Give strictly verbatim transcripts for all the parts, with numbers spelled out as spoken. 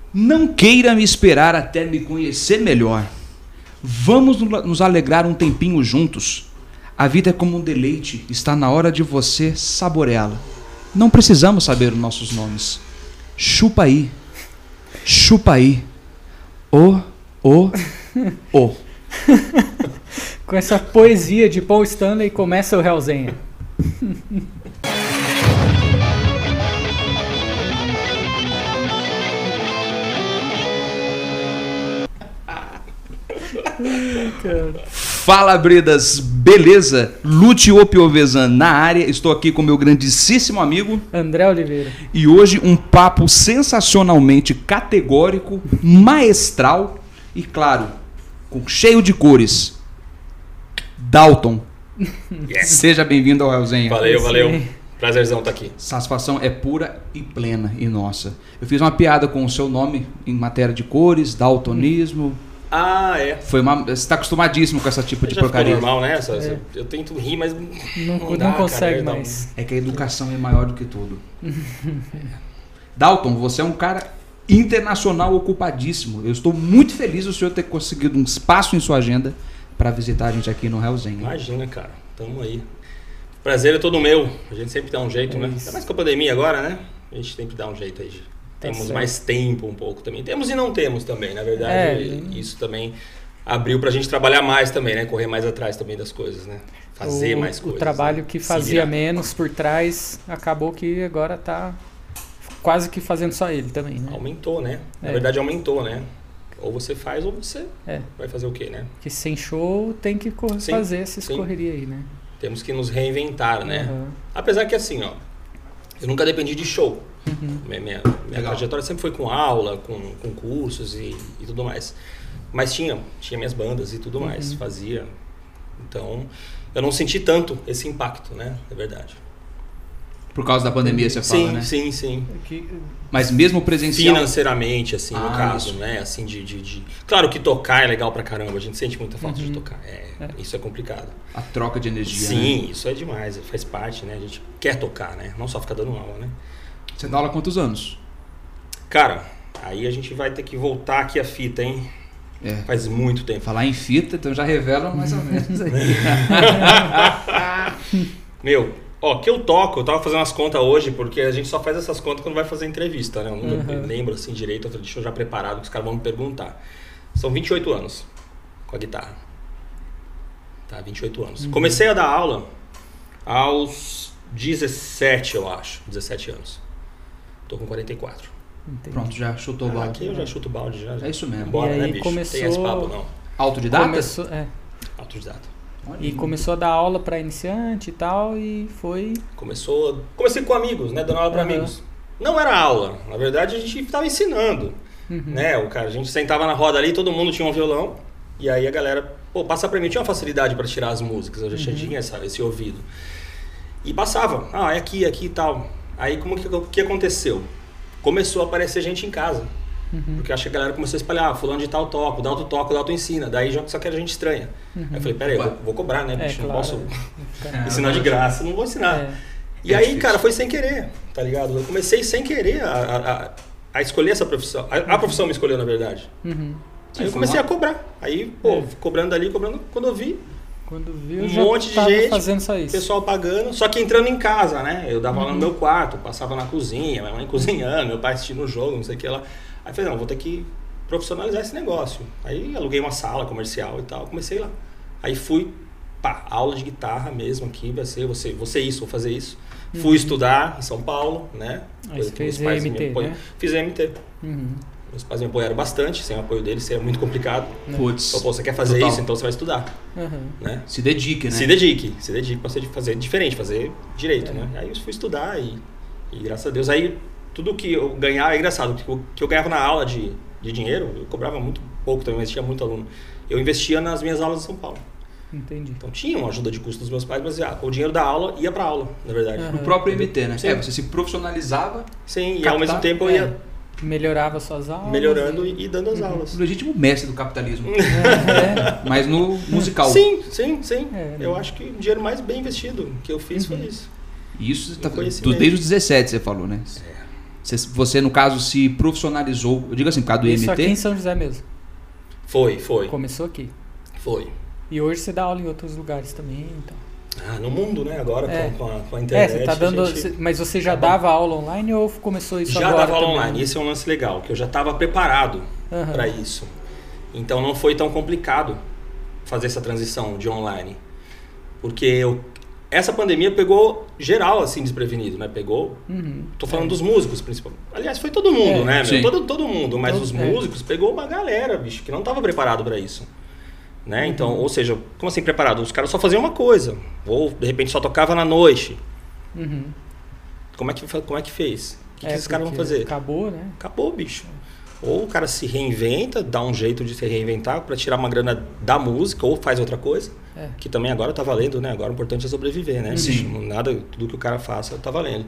Não queira me esperar até me conhecer melhor. Vamos nos alegrar um tempinho juntos. A vida é como um deleite, está na hora de você saboreá-la. Não precisamos saber os nossos nomes. Chupa aí. Chupa aí. O, o, o. Com essa poesia de Paul Stanley começa o Hellzenha. Fala, Bredas, beleza? Lute Opiovesan na área. Estou aqui com meu grandíssimo amigo André Oliveira. E hoje um papo sensacionalmente categórico, maestral e, claro, com, cheio de cores. Dalton, yes. Seja bem-vindo ao Hellzenha. Valeu, valeu. Prazerzão estar aqui. Satisfação é pura e plena e nossa. Eu fiz uma piada com o seu nome em matéria de cores, daltonismo. Ah, é. Foi uma, você está acostumadíssimo com esse tipo de já porcaria. Ficou normal, né? Essa, é. Eu tento rir, mas não, não, não, dá, não consegue cara, mais. É que a educação é maior do que tudo. Dalton, você é um cara internacional ocupadíssimo. Eu estou muito feliz do senhor ter conseguido um espaço em sua agenda para visitar a gente aqui no Hellzenha. Imagina, cara. Tamo aí. Prazer é todo meu. A gente sempre dá um jeito, é né? Ainda mais com a pandemia agora, né? A gente sempre dá um jeito aí. Temos é mais tempo um pouco também. Temos e não temos também, na verdade. É, isso também abriu pra gente trabalhar mais também, né? Correr mais atrás também das coisas, né? Fazer o, mais coisas. O trabalho né? que fazia menos por trás, acabou que agora tá quase que fazendo só ele também, né? Aumentou, né? Na é. verdade aumentou, né? Ou você faz ou você é. vai fazer o quê, né? Porque sem show tem que sim, fazer essas sim. correrias aí, né? Temos que nos reinventar, né? Uhum. Apesar que assim, ó, eu nunca dependi de show. Uhum. Minha, minha, minha trajetória sempre foi com aula, com, com cursos e, e tudo mais. Mas tinha, tinha minhas bandas e tudo mais, uhum. fazia. Então, eu não senti tanto esse impacto, né? É verdade. Por causa da pandemia, você fala, sim, né? Sim, sim, sim. Mas mesmo presencial... Financeiramente, assim, ah, no caso, isso. né? Assim, de, de, de... Claro que tocar é legal pra caramba, a gente sente muita falta uhum. de tocar. É, é. Isso é complicado. A troca de energia, Sim, né? isso é demais, faz parte, né? A gente quer tocar, né? Não só ficar dando aula, né? Você dá aula há quantos anos? Cara, aí a gente vai ter que voltar aqui a fita, hein? É. Faz muito tempo. Falar em fita, então já revela mais ou menos aí. Meu... Ó, que eu toco, eu tava fazendo as contas hoje, porque a gente só faz essas contas quando vai fazer entrevista, né? Eu não uhum. lembro assim direito, eu deixo já preparado que os caras vão me perguntar. São vinte e oito anos com a guitarra. Tá, vinte e oito anos. Uhum. Comecei a dar aula aos dezessete, eu acho. dezessete anos. Tô com quarenta e quatro. Entendi. Pronto, já chutou o ah, balde. Aqui eu já chuto o balde, já. já. É isso mesmo. Bora, e né, aí bicho? Começou... Tem esse papo, não. Autodidata? Começou, é. Autodidata. E começou a dar aula para iniciante e tal, e foi... Começou... Comecei com amigos, né? Dando aula para uhum. amigos. Não era aula. Na verdade, a gente estava ensinando. Uhum. Né? O cara, a gente sentava na roda ali, todo mundo tinha um violão. E aí a galera... Pô, passa para mim. Eu tinha uma facilidade para tirar as músicas. Eu já uhum. tinha essa, esse ouvido. E passava. Ah, é aqui, aqui e tal. Aí, como que, que aconteceu? Começou a aparecer gente em casa. Uhum. Porque acho que a galera começou a espalhar, ah, fulano de tal toca, o Dalto toca, o Dalto ensina. Daí já, só que a gente estranha. Uhum. Aí eu falei, peraí, eu vou, vou cobrar, né, bicho? É, não claro. posso é. ensinar de graça, não vou ensinar. É. E é aí, difícil. Cara, foi sem querer, tá ligado? Eu comecei sem querer a, a, a escolher essa profissão. A, a profissão me escolheu, na verdade. Uhum. Aí eu comecei a cobrar. Aí, pô, é. cobrando ali, cobrando. Quando eu vi, Quando viu, um monte de gente, fazendo só isso. Pessoal pagando, só que entrando em casa, né? Eu dava aula uhum. no meu quarto, passava na cozinha, minha mãe cozinhando, meu pai assistindo o jogo, não sei o que lá. Aí falei, não, vou ter que profissionalizar esse negócio. Aí aluguei uma sala comercial e tal, comecei lá. Aí fui, pá, aula de guitarra mesmo aqui, vai ser, vou ser, vou ser isso, vou fazer isso. Uhum. Fui estudar em São Paulo, né? Aí você fez E M T, né? Fiz E M T. Uhum. Meus pais me apoiaram bastante, sem o apoio deles seria muito complicado. Putz. Então, pô, você quer fazer Total. isso, então você vai estudar. Uhum. Né? Se dedique, né? Se dedique, se dedique pra fazer diferente, fazer direito, é. né? Aí eu fui estudar e, e graças a Deus, aí tudo que eu ganhava, é engraçado, porque o que eu ganhava na aula de, de dinheiro, eu cobrava muito pouco também, mas tinha muito aluno. Eu investia nas minhas aulas em São Paulo. Entendi. Então tinha uma ajuda de custo dos meus pais, mas ah, o dinheiro da aula ia pra aula, na verdade. Uhum. O próprio M T, né? Sim. É, você se profissionalizava. Sim, captar, e ao mesmo tempo eu ia... É. Melhorava suas aulas. Melhorando e, e dando as uhum. aulas. O legítimo mestre do capitalismo. É. Mas no musical. Sim, sim, sim. É, eu acho que o dinheiro mais bem investido que eu fiz uhum. foi isso. Isso tá, desde os dezessete você falou, né? É. Você, você, no caso, se profissionalizou, eu digo assim, por causa do I M T? Isso aqui em São José mesmo. Foi, foi. Começou aqui. Foi. E hoje você dá aula em outros lugares também, então. Ah, no mundo, né? Agora é. com, a, com a internet. É, você tá dando. Gente... Mas você já dava aula online ou começou isso já agora? Já dava aula também? online. Esse é um lance legal, que eu já estava preparado uhum. para isso. Então não foi tão complicado fazer essa transição de online. Porque eu, essa pandemia pegou geral, assim, desprevenido, né? Pegou. Uhum. Tô falando é. dos músicos, principalmente. Aliás, foi todo mundo, é. né? Meu? Todo, todo mundo. Mas todo, os músicos é. pegou uma galera, bicho, que não estava preparado para isso. Né? Uhum. Então, ou seja, como assim preparado? Os caras só faziam uma coisa. Ou, de repente, só tocava na noite. Uhum. Como, é que, como é que fez? O que, é, que esses caras vão fazer? Acabou, né? Acabou, bicho. Ou o cara se reinventa, dá um jeito de se reinventar para tirar uma grana da música, ou faz outra coisa, é. que também agora tá valendo, né? Agora o importante é sobreviver, né? Sim. Nada, tudo que o cara faça tá valendo.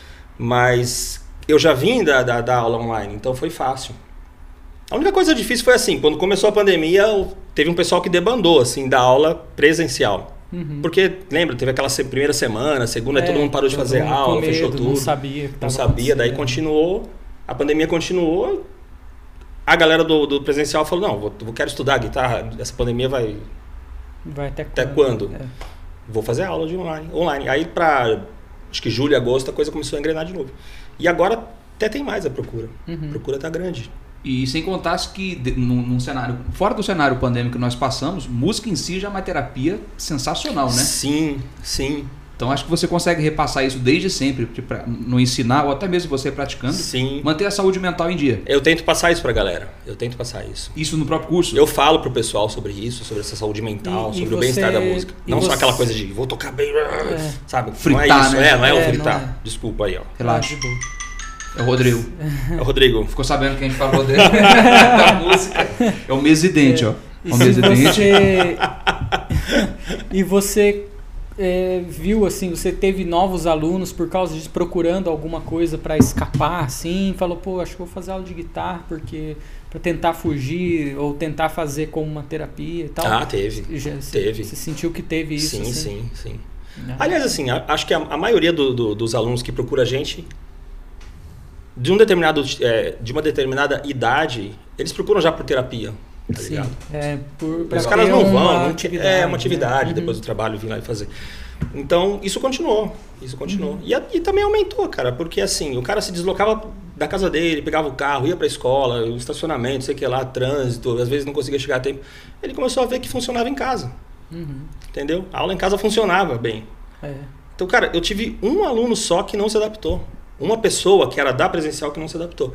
Mas eu já vim da, da, da aula online, então foi fácil. A única coisa difícil foi assim, quando começou a pandemia, teve um pessoal que debandou, assim, da aula presencial. Uhum. Porque, lembra, teve aquela primeira semana, segunda, é, todo mundo parou de fazer aula, medo, fechou tudo. Não sabia. Não sabia, daí continuou, a pandemia continuou. A galera do, do presencial falou, não, vou, vou quero estudar guitarra, essa pandemia vai... Vai até, até quando? quando? É. Vou fazer aula de online. online. Aí pra, acho que julho, agosto, a coisa começou a engrenar de novo. E agora até tem mais a procura. Uhum. A procura tá grande. E sem contar que num, num cenário, fora do cenário pandêmico que nós passamos, música em si já é uma terapia sensacional, né? Sim, sim. Então acho que você consegue repassar isso desde sempre, tipo, no ensinar, ou até mesmo você praticando, Sim. manter a saúde mental em dia. Eu tento passar isso pra galera, eu tento passar isso. Isso no próprio curso? Eu falo pro pessoal sobre isso, sobre essa saúde mental, e, sobre e o você, bem-estar da música. Não você... só aquela coisa de vou tocar bem, é. sabe? Fritar, não é isso, né? é, não é, é o fritar. É. Desculpa aí, ó. Relaxa. É o Rodrigo. É o Rodrigo. Ficou sabendo que a gente falou dele da música. É o Mesidente, é. ó. E o Mesidente. Você... e você é, viu, assim, você teve novos alunos por causa disso, procurando alguma coisa para escapar, assim, falou, pô, acho que vou fazer aula de guitarra porque para tentar fugir ou tentar fazer como uma terapia e tal. Ah, teve. Já, teve. Você sentiu que teve isso? Sim, assim? sim, sim. Não. Aliás, assim, acho que a, a maioria do, do, dos alunos que procura a gente de um determinado é, de uma determinada idade, eles procuram já por terapia, tá Sim, ligado? é, por, os caras não vão, uma não, atividade, é uma atividade, né? depois Uhum. do trabalho vir lá e fazer. Então, isso continuou, isso continuou. Uhum. E, a, e também aumentou, cara, porque assim, o cara se deslocava da casa dele, pegava o carro, ia pra escola, o estacionamento, sei que lá, trânsito, às vezes não conseguia chegar a tempo. Ele começou a ver que funcionava em casa, uhum. entendeu? A aula em casa funcionava bem. É. Então, cara, eu tive um aluno só que não se adaptou. Uma pessoa que era da presencial que não se adaptou.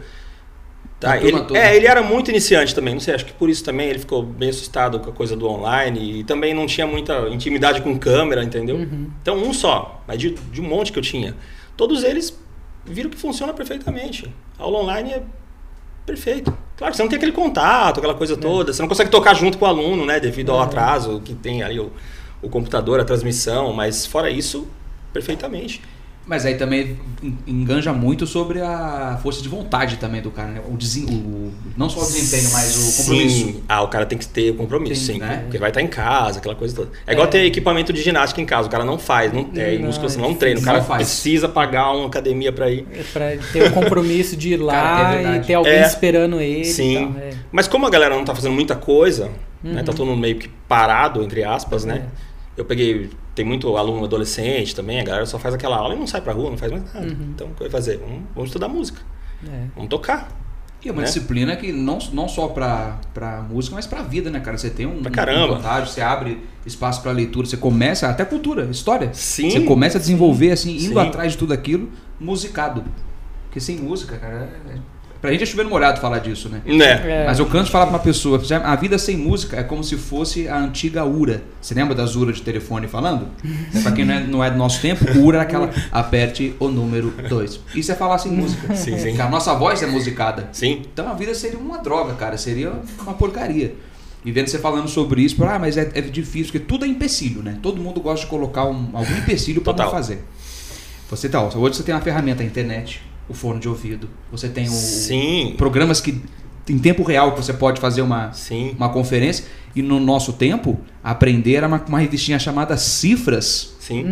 Tá, ele, é, ele era muito iniciante também, não sei, acho que por isso também ele ficou bem assustado com a coisa do online e também não tinha muita intimidade com câmera, entendeu? Uhum. Então um só, mas de, de um monte que eu tinha. Todos eles viram que funciona perfeitamente. A aula online é perfeito. Claro, você não tem aquele contato, aquela coisa toda, é. Você não consegue tocar junto com o aluno, né, devido ao atraso que tem ali o, o computador, a transmissão, mas fora isso, perfeitamente. Mas aí também enganja muito sobre a força de vontade também do cara, né? O, desen... o não só o desempenho, mas o compromisso. Sim. Ah, o cara tem que ter o compromisso, sim. sim né? Porque vai estar em casa, aquela coisa toda. É, é igual ter equipamento de ginástica em casa, o cara não faz, não, é, não, musculação não treina, o cara faz. Precisa pagar uma academia para ir. É pra ter o compromisso de ir lá cara, é e ter alguém é, esperando ele. Sim, e tal, é. Mas como a galera não tá fazendo muita coisa, uhum. né? Tá todo mundo meio que parado, entre aspas, né? É. Eu peguei, tem muito aluno adolescente também, a galera só faz aquela aula e não sai pra rua, não faz mais nada. Uhum. Então, o que vai fazer? Vamos, vamos estudar música. É. Vamos tocar. E é uma né? disciplina que não, não só pra, pra música, mas pra vida, né, cara? Você tem um, pra caramba. um contágio, você abre espaço pra leitura, você começa, até cultura, história. Sim. Você começa a desenvolver, assim, indo Sim. atrás de tudo aquilo, musicado. Porque sem música, cara... É... Pra gente é chovendo molhado falar disso, né? né? É. Mas eu canso de falar pra uma pessoa, a vida sem música é como se fosse a antiga URA. Você lembra das URA de telefone falando? Pra quem não é, não é do nosso tempo, URA era aquela, aperte o número dois. Isso é falar sem música. Sim, sim. Porque a nossa voz é musicada. Sim. Então a vida seria uma droga, cara. Seria uma porcaria. E vendo você falando sobre isso, ah, mas é, é difícil, porque tudo é empecilho, né? Todo mundo gosta de colocar um, algum empecilho pra não fazer. Você tá, hoje você tem uma ferramenta, a internet, o fone de ouvido, você tem o, Sim. programas que em tempo real que você pode fazer uma, uma conferência, e no nosso tempo aprender era uma, uma revistinha chamada Cifras. Sim.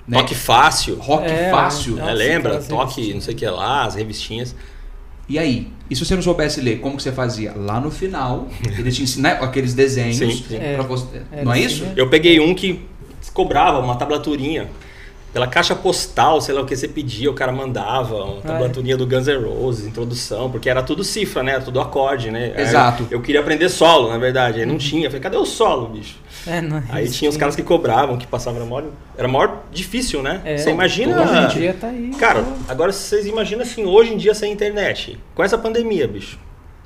Né? Toque Fácil. Rock É, Fácil. Nossa, É, lembra? aquelas Toque, revistinhas. não sei o que lá, as revistinhas. E aí? E se você não soubesse ler, como que você fazia? Lá no final, ele te ensina aqueles desenhos. Sim, sim. Pra você. É, Não é assim, isso? né? Eu peguei um que cobrava uma tablaturinha. Pela caixa postal, sei lá o que você pedia, o cara mandava uma tablaturinha do Guns N' Roses, introdução, porque era tudo cifra, né? Era tudo acorde, né? Aí Exato. Eu, eu queria aprender solo, na verdade, aí não tinha. Eu falei, cadê o solo, bicho? É, não, Aí isso tinha os caras que cobravam, que passavam, era maior, era maior difícil, né? É, você imagina... Hoje em dia tá aí. Cara, pô. agora vocês imaginam assim, hoje em dia sem internet, com essa pandemia, bicho.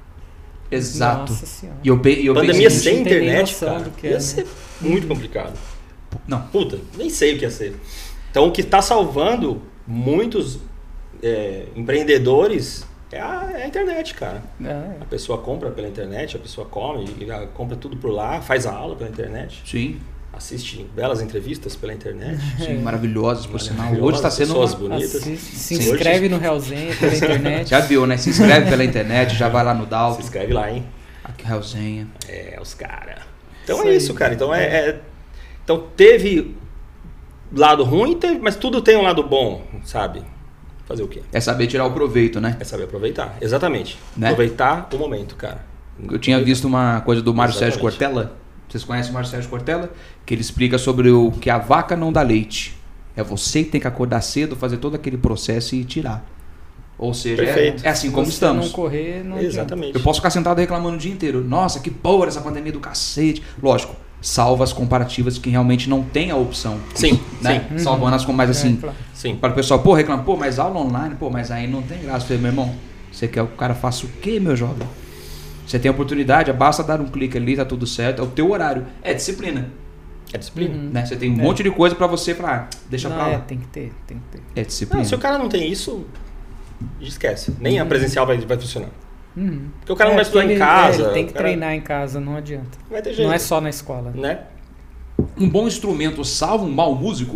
Exato. Nossa senhora. E eu, pe- e eu Pandemia pensei, sem não tem nem internet, noção cara, do que é, ia né? ser muito complicado. Não. Puta, nem sei o que ia ser. Então, o que está salvando muitos é, empreendedores é a, é a internet, cara. É. A pessoa compra pela internet, a pessoa come, e a- compra tudo por lá, faz a aula pela internet, Sim, assiste belas entrevistas pela internet. sim, maravilhosos, por sinal. Maravilhosas, Hoje está sendo pessoas uma... bonitas. Assiste, se Sim, inscreve hoje- no Realzenha pela internet. Já viu, né? Se inscreve pela internet, já vai lá no Se Dalton. inscreve lá, hein? Aqui, Realzenha. É, os caras. Então Isso é aí. isso, cara. Então é, é- então teve lado ruim, teve, mas tudo tem um lado bom, sabe? Fazer o quê? É saber tirar o proveito, né? É saber aproveitar. Exatamente. Né? Aproveitar o momento, cara. Eu tinha visto uma coisa do Mário Sérgio Exatamente. Cortella. Vocês conhecem o Mário Sérgio Cortella? Que ele explica sobre o que a vaca não dá leite. É você que tem que acordar cedo, fazer todo aquele processo e tirar. Ou seja, é, Perfeito. é assim como Se estamos. não correr, não adianta. Exatamente. Eu posso ficar sentado reclamando o dia inteiro. Nossa, que porra essa pandemia do cacete. Lógico, salva as comparativas de quem realmente não tem a opção. Sim, Né? sim. Salvando as com mais assim. É, claro. Sim. Para o pessoal, pô, reclama, pô, mas aula online, pô, mas aí não tem graça. Eu falei, meu irmão, você quer que o cara faça o quê, meu jovem? Você tem oportunidade, basta dar um clique ali, tá tudo certo. É o teu horário. É disciplina. É disciplina. Uhum. Né? Você tem um É. monte de coisa pra você falar, ah, deixa Não, pra é, lá. tem que ter, tem que ter. É disciplina. Não, se o cara não tem isso, esquece. Nem a presencial vai, vai funcionar. Uhum. Porque o cara não vai porque estudar em ele- casa, é, ele tem o que cara- treinar em casa, não adianta. Não vai ter jeito. Não é só na escola. Né? Um bom instrumento salva um mau músico?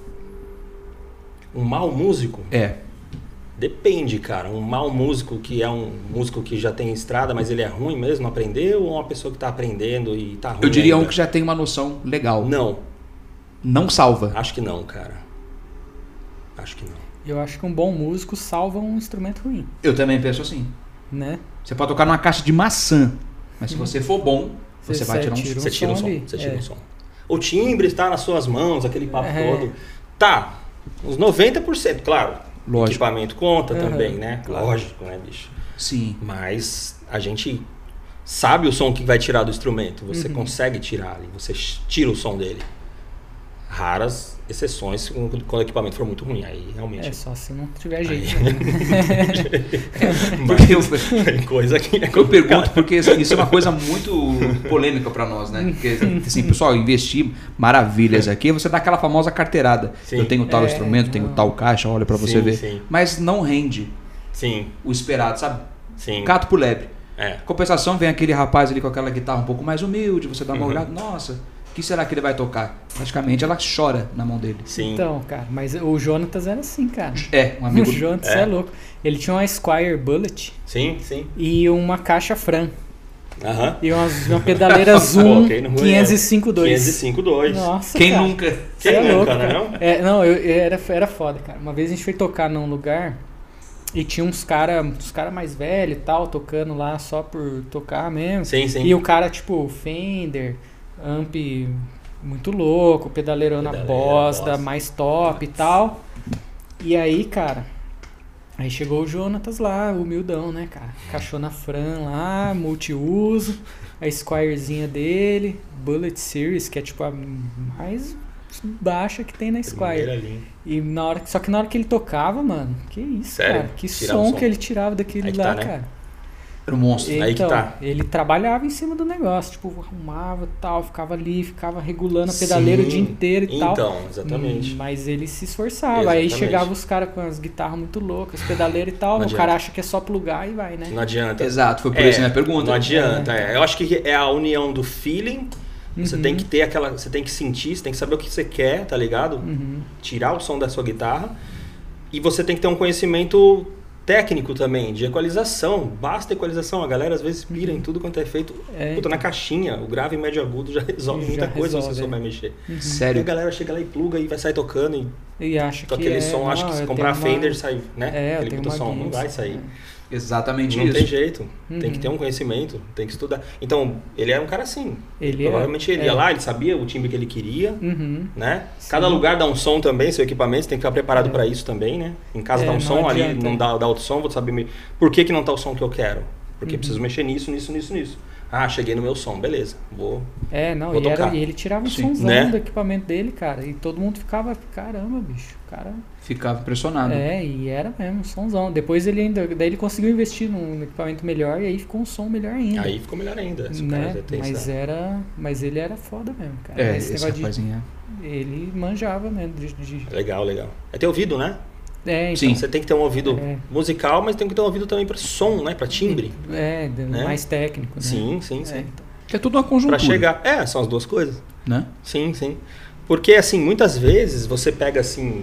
Um mau músico? É. Depende, cara. Um mau músico que é um músico que já tem estrada, mas ele é ruim mesmo, aprendeu? Ou uma pessoa que tá aprendendo e tá ruim Eu diria ainda? um que já tem uma noção legal. Não. Não salva. Acho que não, cara. Acho que não. Eu acho que um bom músico salva um instrumento ruim, Eu também penso assim. né? Você pode tocar numa caixa de maçã, mas se você for bom, você, Você vai tirar um tira som. Você tira um som som. ali, Você tira é. um som. O timbre está nas suas mãos, aquele papo É. todo. Tá. Uns noventa por cento, claro. Lógico. Equipamento conta Aham, também, né? claro. Lógico, né, bicho? Sim. Mas a gente sabe o som que vai tirar do instrumento. Você Uhum. consegue tirar ali. Você tira o som dele. Raras exceções quando o equipamento for muito ruim. Aí realmente. É só se não tiver jeito. Aí- né? Porque eu, Tem coisa que é eu pergunto, porque isso é uma coisa muito polêmica pra nós, né? Porque, assim, pessoal, investir maravilhas aqui, você dá aquela famosa carteirada. Sim. Eu tenho tal É, instrumento, tenho não. tal caixa, olha pra você Sim, ver. sim. Mas não rende Sim, o esperado, sabe? sim. Cato por lebre. É. Compensação, vem aquele rapaz ali com aquela guitarra um pouco mais humilde, você dá uma Uhum. olhada, nossa, o que será que ele vai tocar? Praticamente ela chora na mão dele. Sim. Então, cara, mas o Jonatas era assim, cara. É, um O amigo. Jonatas É. é. louco. Ele tinha uma Squire Bullet Sim, sim. e uma caixa Fran. Aham. E uma, uma pedaleira Zoom Pô, quem não conhece? quinhentos e cinco ponto dois. quinhentos e cinco ponto dois. Nossa, Quem cara. nunca? Quem Você é nunca, louco, né, cara. não? É, não, eu, eu era, era foda, cara. Uma vez a gente foi tocar num lugar e tinha uns cara, uns cara mais velhos e tal, tocando lá só por tocar mesmo. Sim, sim. E o cara, tipo, Fender, amp muito louco, pedaleirona Pedaleira, bosta, bosta. mais top e tal. E aí, cara, aí chegou o Jonatas lá, humildão, né, cara? Caixona Fran lá, multiuso, a Squirezinha dele, Bullet Series, que é tipo a mais baixa que tem na Primeira Squire. linha. E na hora, só que na hora que ele tocava, mano, que isso, Sério? cara? Que Tirava som, o som. que ele tirava daquele Aí que lá, tá, né? cara. Era um monstro. Aí que Então, tá. ele trabalhava em cima do negócio, tipo, arrumava e tal, ficava ali, ficava regulando a pedaleira o dia Sim. inteiro e tal. Então, exatamente. Hum, Mas ele se esforçava. Aí Exatamente. chegava os caras com as guitarras muito loucas, pedaleira e tal. Não O cara adianta. acha que é só plugar e vai, né? Não adianta. Exato, foi por É, isso a minha pergunta. Não adianta. é. Eu acho que é a união do feeling. Você Uhum. tem que ter aquela. Você tem que sentir, você tem que saber o que você quer, tá ligado? Uhum. Tirar o som da sua guitarra. E você tem que ter um conhecimento técnico também, de equalização. Basta equalização. A galera às vezes pira em tudo quanto é feito. É, Puta, na caixinha, o grave, médio e agudo já resolve Já muita coisa resolve, se você souber é. mexer. Uhum. E Sério? a galera chega lá e pluga e vai sair tocando. E E acha com que aquele é, som, acho não, que se eu comprar tenho uma- Fender sai, né? É, eu aquele tenho puta uma som, não vai Gibson, sair. Exatamente Não isso. tem jeito. Tem que Uhum. ter um conhecimento, tem que estudar. Então, ele era um cara assim. Ele Provavelmente é, ele ia é. lá, ele sabia o timbre que ele queria, Uhum. né? Sim. Cada lugar dá um som também, seu equipamento, você tem que ficar preparado É. para isso também, né? Em casa É, dá um não som, ali adianta, não é. dá, dá outro som, vou saber me... por que que não tá o som que eu quero. Porque Uhum. preciso mexer nisso, nisso, nisso, nisso. Ah, cheguei no meu som, beleza, vou... É, não, Vou e, era, tocar. e ele tirava um Sim. somzão Né? do equipamento dele, cara. E todo mundo ficava, caramba, bicho, cara. Ficava impressionado. É, e era mesmo, um somzão. Depois ele ainda. Daí ele conseguiu investir num equipamento melhor e aí ficou um som melhor ainda. Aí ficou melhor ainda. se o cara né? já tem Mas essa- era. Mas ele era foda mesmo, cara. É, Esse esse negócio rapazinho de. Ele manjava mesmo. De, de- Legal, legal. É ter ouvido, né? É, então, Sim. Você tem que ter um ouvido É. musical, mas tem que ter um ouvido também para som, né? Para timbre. É, de- Né? mais técnico, né? Sim, sim, É, sim. então. Que é tudo uma conjuntura. Para chegar. É, são as duas coisas. Né? Sim, sim. Porque, assim, muitas vezes você pega assim.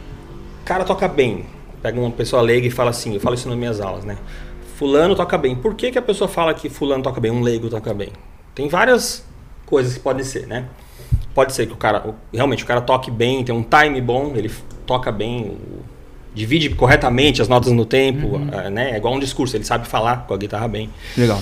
O cara toca bem. Pega uma pessoa leiga e fala assim, eu falo isso nas minhas aulas, né? Fulano toca bem. Por que, que a pessoa fala que fulano toca bem, um leigo toca bem? Tem várias coisas que podem ser, né? Pode ser que o cara, o- realmente, o cara toque bem, tem um time bom, ele f- toca bem, o- divide corretamente as notas no tempo, ah, né? É igual um discurso, ele sabe falar com a guitarra bem. Legal.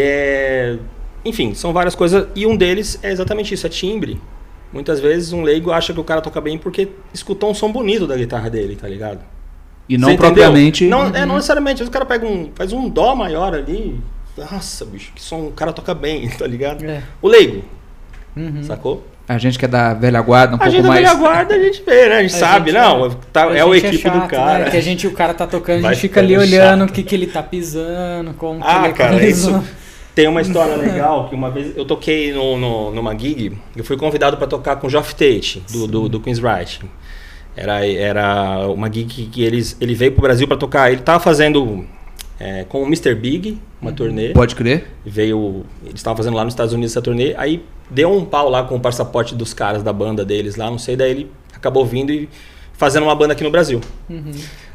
É, enfim, são várias coisas. E um deles é exatamente isso, é timbre. Muitas vezes um leigo acha que o cara toca bem porque escutou um som bonito da guitarra dele, tá ligado? E Você não entendeu? propriamente. Não, é, não necessariamente. Às vezes o cara pega um, faz um dó maior ali. Nossa, bicho, que som, o cara toca bem, tá ligado? É. O leigo, Uhum. sacou? A gente que é da velha guarda, um a pouco gente da mais. velha guarda, a gente vê, né? A gente A sabe, gente não, é- tá- A é o gente equipe chato, do cara. né? Que a gente, o cara tá tocando, a Vai gente fica ali ficando olhando o chato. que, que ele tá pisando, como que Ah, ele cara, equalizou. isso tem uma história legal que uma vez eu toquei no, no- numa gig, eu fui convidado para tocar com o Geoff Tate, do, do, do Queen's Right. Era, era uma gig que, que eles, ele veio pro Brasil para tocar. Ele tava fazendo é, com o mister Big, uma turnê. Pode crer? Veio, eles estavam fazendo lá nos Estados Unidos essa turnê, aí deu um pau lá com o passaporte dos caras da banda deles lá, não sei, daí ele acabou vindo e fazendo uma banda aqui no Brasil. Uhum.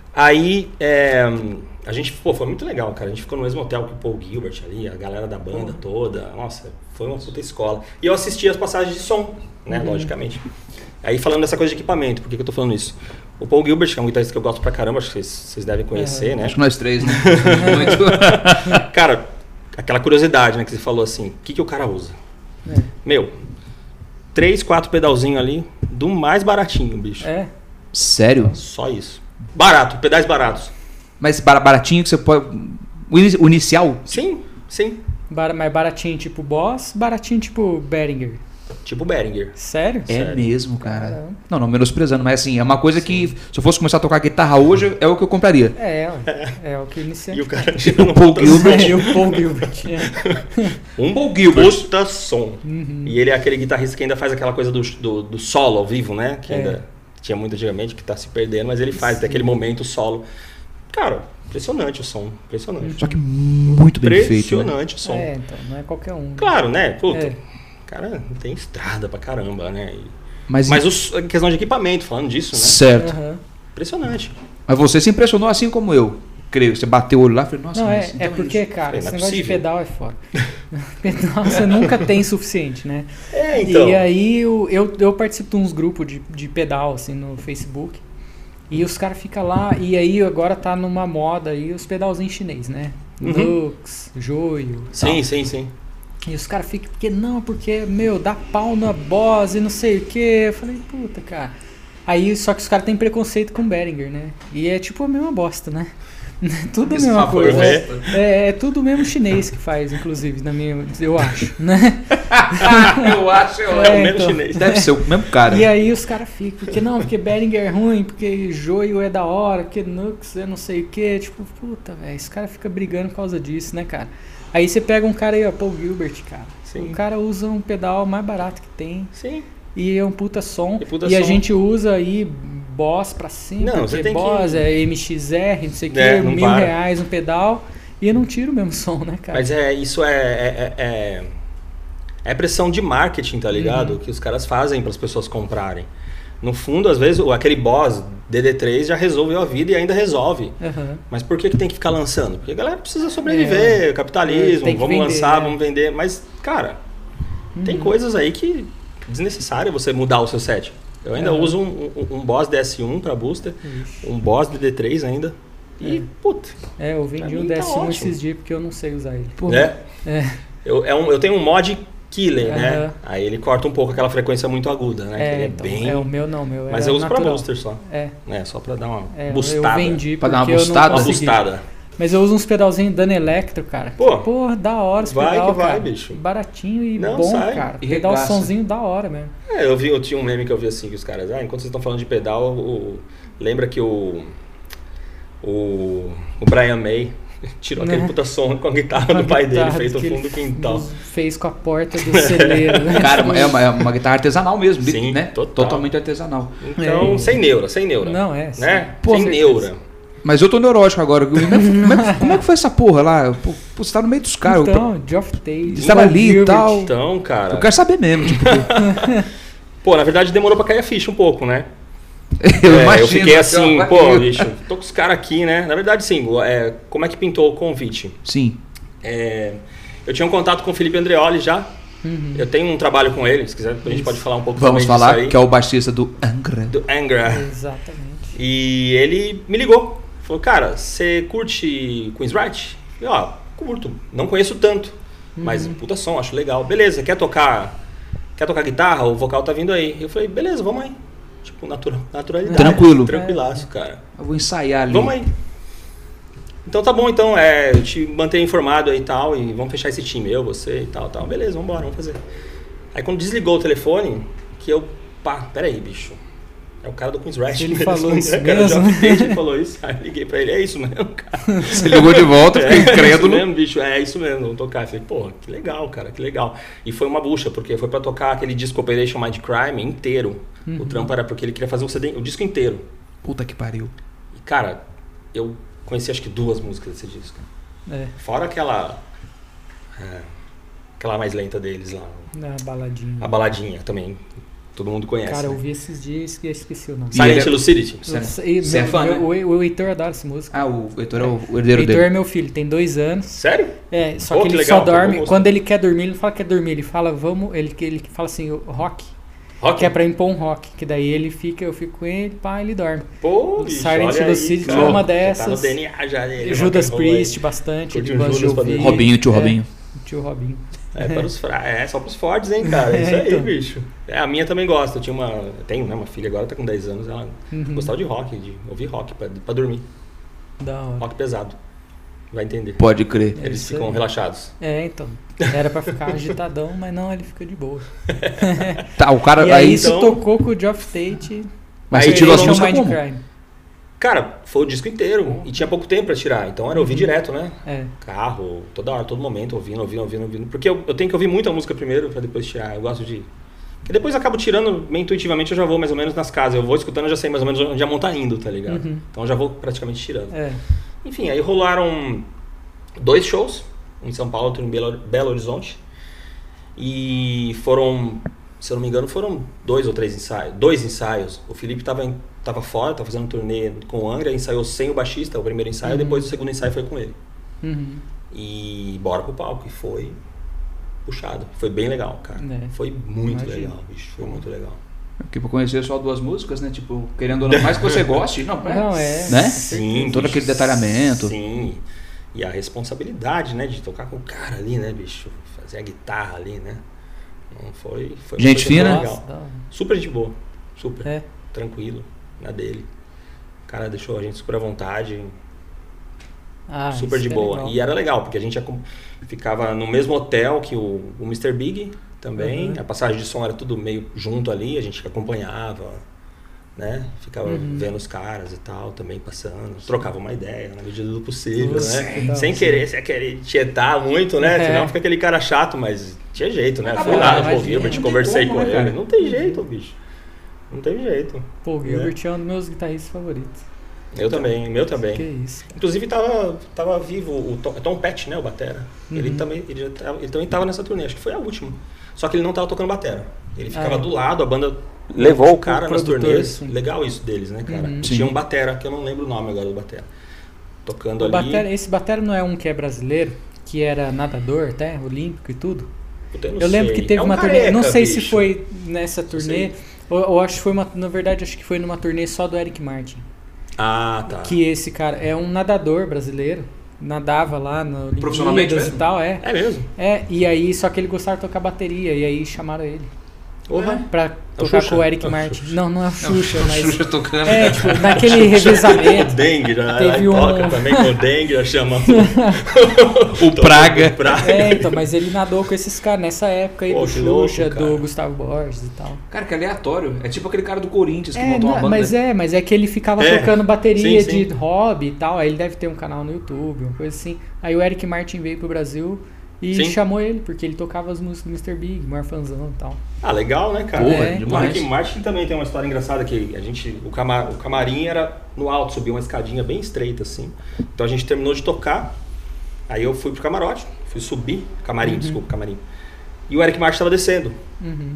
Aí é, a gente, pô, foi muito legal, cara. A gente ficou no mesmo hotel que o Paul Gilbert ali, a galera da banda toda. Nossa, foi uma puta escola. E eu assisti as passagens de som, né, Uhum. logicamente. Aí falando dessa coisa de equipamento, por que, que eu tô falando isso? O Paul Gilbert, que é um guitarrista que eu gosto pra caramba, acho que vocês, vocês devem conhecer, É. né? Acho que nós três, né? Muito. Cara, aquela curiosidade, né, que você falou assim, o que, que o cara usa? É. Meu, três, quatro pedalzinhos ali, do mais baratinho, bicho. É. Sério? Só isso. Barato, pedais baratos. Mas bar- baratinho que você pode. O ini- o inicial? Sim, sim. Bar- mais baratinho tipo Boss, baratinho tipo Behringer. Tipo Behringer. Sério? É Sério. mesmo, cara. Caramba. Não, não, menosprezando, mas assim, é uma coisa que, se eu fosse começar a tocar guitarra hoje, é o que eu compraria. É, ué. é o que iniciante. E o cara tirando O Paul puta Gilbert. É, e o Paul Gilbert. É. Um Paul Gilbert. puta som. Uhum. E ele é aquele guitarrista que ainda faz aquela coisa do, do, do solo ao vivo, né? Que É. ainda tinha muito antigamente, que tá se perdendo, mas ele faz daquele momento solo. Cara, impressionante o som. Impressionante. Só que muito bem feito. Né? Impressionante o som. É, então, não é qualquer um. Claro, né? Puta, É. cara, tem estrada pra caramba, né? E- Mas, Mas os, a questão de equipamento, falando disso, né? certo. Aham. Impressionante. Mas você se impressionou assim como eu. Creio. Você bateu o olho lá e falou, nossa, Não, mas é, então é porque, isso. cara, Falei, esse não é negócio de possível. pedal é foda. Pedal você nunca tem suficiente, né? É, então. E aí eu, eu, eu participo de uns grupos de, de pedal, assim, no Facebook. E os caras ficam lá, e aí agora tá numa moda aí os pedalzinhos chinês, né? Uhum. Lux, Joio. Sim, sim, sim. E os caras ficam, porque não, porque, meu, dá pau na Boss e não sei o que. Eu falei, puta, cara. Aí, só que os caras têm preconceito com Behringer, né? E é tipo a mesma bosta, né? Tudo a Esse mesma papo coisa. é- É, é, é tudo mesmo chinês que faz, inclusive, na minha, eu acho, né? eu acho, eu É o É, mesmo então. chinês. Deve ser o mesmo cara. E aí os caras ficam, porque não, porque Behringer é ruim, porque Joio é da hora, porque Nux é não sei o que. Tipo, puta, velho, esse cara fica brigando por causa disso, né, cara? Aí você pega um cara aí, ó, Paul Gilbert, cara. Sim. O cara usa um pedal mais barato que tem. Sim. E é um puta som. E puta e a som. gente usa aí Boss pra cima. Não, você porque tem que- Boss é M X R, não sei o que, É, não mil para. reais um pedal. E eu não tiro o mesmo som, né, cara? Mas é, isso é, é, é, é pressão de marketing, tá ligado? Uhum. Que os caras fazem para as pessoas comprarem. No fundo, às vezes, o- aquele Boss D D três já resolveu a vida e ainda resolve. Uhum. Mas por que, que tem que ficar lançando? Porque a galera precisa sobreviver, é. capitalismo, vamos vender, lançar, é. vamos vender. Mas, cara, uhum. tem coisas aí que é desnecessário você mudar o seu set. Eu ainda uhum. uso um, um, um Boss D S um para booster, Ixi. um Boss D D três ainda. E, é. puta. É, eu vendi um D S um tá esses dias porque eu não sei usar ele. Pô, é? É. Eu, é um, eu tenho um mod killer, uhum. né? Uhum. Aí ele corta um pouco aquela frequência muito aguda, né? É, ele é então, bem... é o meu não, meu Mas eu uso natural. pra booster só. É. é só pra dar uma é, boostada. Eu vendi pra dar uma boostada. Uma boostada. Mas eu uso uns pedalzinhos Dano Electro, cara. Pô, Porra, da hora esse vai pedal, que vai, cara. bicho. Baratinho e não, bom, sai. cara. E pedal regaça. sonzinho da hora mesmo. É, eu vi, eu tinha um meme que eu vi assim, que os caras, ah, enquanto vocês estão falando de pedal, o, lembra que o, o, o Brian May tirou né? aquele puta som com a guitarra do pai dele, feito no fundo do quintal. Fez com a porta do celeiro. Né? Cara, é uma, é uma guitarra artesanal mesmo, Sim, né? Total. Totalmente artesanal. Então, é. sem neura, sem neura. Não, é. Né? Pô, sem neura. Mas eu tô neurótico agora. Como é, que, como é que foi essa porra lá? Pô, você tá no meio dos caras. Então, Geoff Tate. Você tava ali e tal. Então, cara... Eu quero saber mesmo, tipo... Pô, na verdade demorou pra cair a ficha um pouco, né? eu, é, imagino, eu fiquei assim, eu... pô, bicho, tô com os caras aqui, né? Na verdade, sim, é, como é que pintou o convite? Sim. É, eu tinha um contato com o Felipe Andreoli já. Uhum. Eu tenho um trabalho com ele, se quiser, a gente pode falar um pouco Vamos também falar, disso aí. que é o baixista do Angra. Do Angra. Exatamente. E ele me ligou. Falou, cara, você curte Queensryche? Eu falei, ó, curto. Não conheço tanto, uhum. mas puta som, acho legal. Beleza, quer tocar, quer tocar guitarra? O vocal tá vindo aí. Eu falei, beleza, vamos aí. Tipo, natural, naturalidade. Tranquilo. Tranquilaço, cara. Eu vou ensaiar ali. Vamos aí. Então tá bom, então, é, eu te mantenho informado aí e tal, e vamos fechar esse time, eu, você e tal, tal. Beleza, vamos embora, vamos fazer. Aí quando desligou o telefone, que eu, pá, peraí, bicho. É o cara do Queensryche. Ele falou isso é, cara, mesmo? O Geoff Tate falou isso. Aí eu liguei pra ele, é isso mesmo, cara. Você ligou de volta, fiquei é, incrédulo. É isso mesmo, bicho, é isso mesmo, vamos tocar. Eu falei, pô, que legal, cara, que legal. E foi uma bucha, porque foi pra tocar aquele disco Operation Mind Crime inteiro. Uhum. O trampo era porque ele queria fazer o, C D, o disco inteiro. Puta que pariu. E, cara, eu conheci acho que duas músicas desse disco. É. Fora aquela... É, aquela mais lenta deles lá. A baladinha. A baladinha também. Todo mundo conhece. Cara, eu né? ouvi esses dias e esqueci o nome. Silent Lucidity. Você é fã, né? O, o Heitor adora essa música. Ah, o Heitor é o, o herdeiro Heitor dele. é meu filho, tem dois anos. Sério? É, só Pô, que que ele legal, só dorme. tô Quando ele quer dormir, ele não fala que quer dormir, ele fala, vamos. Ele, ele fala assim, rock. Rock? Que é pra impor um rock. Que daí ele fica, eu fico com ele, pá, ele dorme. Pô, bicho, Silent Lucidity é uma dessas. Tá no D N A já dele. Judas Priest bastante. Ele gosta de ouvir. Robinho, tio é, Robinho. Tio Robinho. É, para os fra... é só pros fortes, hein, cara? É isso aí, então. bicho. É, a minha também gosta. Eu tinha uma. Eu tenho, né? Uma filha agora tá com dez anos. Ela uhum. gostava de rock, de ouvir rock pra, pra dormir. Da hora. Rock pesado. Vai entender. Pode crer. Eles é ficam aí. relaxados. É, então. Era pra ficar agitadão, mas não, ele fica de boa. Tá, o cara E aí, aí. isso então- tocou com o Geoff Tate. Mas aí você tirou as ele músicas Mind como? Crime. Cara, foi o disco inteiro. E tinha pouco tempo pra tirar. Então era ouvir Uhum. direto, né? É. Carro, toda hora, todo momento, ouvindo, ouvindo, ouvindo, ouvindo. Porque eu, eu tenho que ouvir muita música primeiro pra depois tirar. Eu gosto de. E depois eu acabo tirando, meio intuitivamente eu já vou mais ou menos nas casas. Eu vou escutando, eu já sei mais ou menos onde a mão tá indo, tá ligado? Uhum. Então eu já vou praticamente tirando. É. Enfim, aí rolaram dois shows, um em São Paulo, outro em Belo, Belo Horizonte. E foram, se eu não me engano, foram dois ou três ensaios. Dois ensaios. O Felipe tava, em, tava fora, tava fazendo um turnê com o Angra, ensaiou sem o baixista, o primeiro ensaio, Uhum. depois o segundo ensaio foi com ele. Uhum. E bora pro palco. E foi puxado. Foi bem legal, cara. É. Foi muito Imagino. legal, bicho. Foi muito legal. Porque pra conhecer só duas músicas, né? Tipo, querendo ou não, mais que você goste, não, Não, é. né? Sim. Todo aquele detalhamento. Sim. E a responsabilidade, né? De tocar com o cara ali, né, bicho? Fazer a guitarra ali, né? Não foi... foi uma Gente coisa fina? legal. Nossa, da hora. Super gente boa. Super. É. Tranquilo. Na dele. O cara deixou a gente super à vontade. Ah, super de isso é boa. legal. E era legal, porque a gente acom- ficava no mesmo hotel que o, o mister Big também. Uhum. A passagem de som era tudo meio junto ali, a gente acompanhava, né? Ficava Uhum. vendo os caras e tal, também passando. Trocava uma ideia na medida do possível, Nossa, né? legal, Sem sim. querer, sem querer tietar muito, né? É. Senão fica aquele cara chato, mas tinha jeito, né? Ah, Fui bom, lá no imagina. Paul Gilbert, Não tem conversei como, com né, ele. cara? Não tem jeito, bicho. Não tem jeito. Pô, o Gilbert é um dos meus guitarristas favoritos. Eu também, meu também. Que isso. Inclusive tava, tava vivo o Tom, Tom Petty, né, o batera. Uhum. Ele também ele, já tava, ele também tava nessa turnê, acho que foi a última. Só que ele não tava tocando batera. Ele ficava ah, é. do lado, a banda levou o cara o nas turnês. Sim. Legal isso deles, né, cara? Uhum. Tinha um batera, que eu não lembro o nome agora do batera. Tocando o ali. Batera, esse batera não é um que é brasileiro, que era nadador até, olímpico e tudo? Puta, eu não eu lembro sei. que teve é um uma careca, turnê, não sei bicho. se foi nessa turnê, ou, ou acho que foi uma, na verdade acho que foi numa turnê só do Eric Martin. Ah, tá. Que esse cara é um nadador brasileiro, nadava lá no Olimpíadas e tal, é. É mesmo? É, e aí só que ele gostava de tocar bateria e aí chamaram ele. Uhum. Pra tocar é com o Eric é Martin. Xuxa. Não, não é o Xuxa, não, mas... Xuxa tocando. É, tipo, naquele revezamento. O Dengue, já teve um... toca também com o Dengue, já chama o Praga. O Praga. É, então, mas ele nadou com esses caras nessa época aí. Pô, do Xuxa, louco, do Gustavo Borges e tal. Cara, que aleatório. É tipo aquele cara do Corinthians que é, montou uma banda. Mas é, mas é que ele ficava é. tocando bateria sim, sim. de hobby e tal. Aí ele deve ter um canal no YouTube, uma coisa assim. Aí o Eric Martin veio pro Brasil... E Sim. chamou ele, porque ele tocava as músicas do mister Big, Marfanzão e tal. Ah, legal, né, cara? Porra, é, o Rick Martin também tem uma história engraçada que a gente, o, camar, o camarim era no alto, subia uma escadinha bem estreita, assim. Então a gente terminou de tocar, aí eu fui pro camarote, fui subir, camarim, uhum. desculpa, camarim. E o Eric Martin tava descendo. Uhum.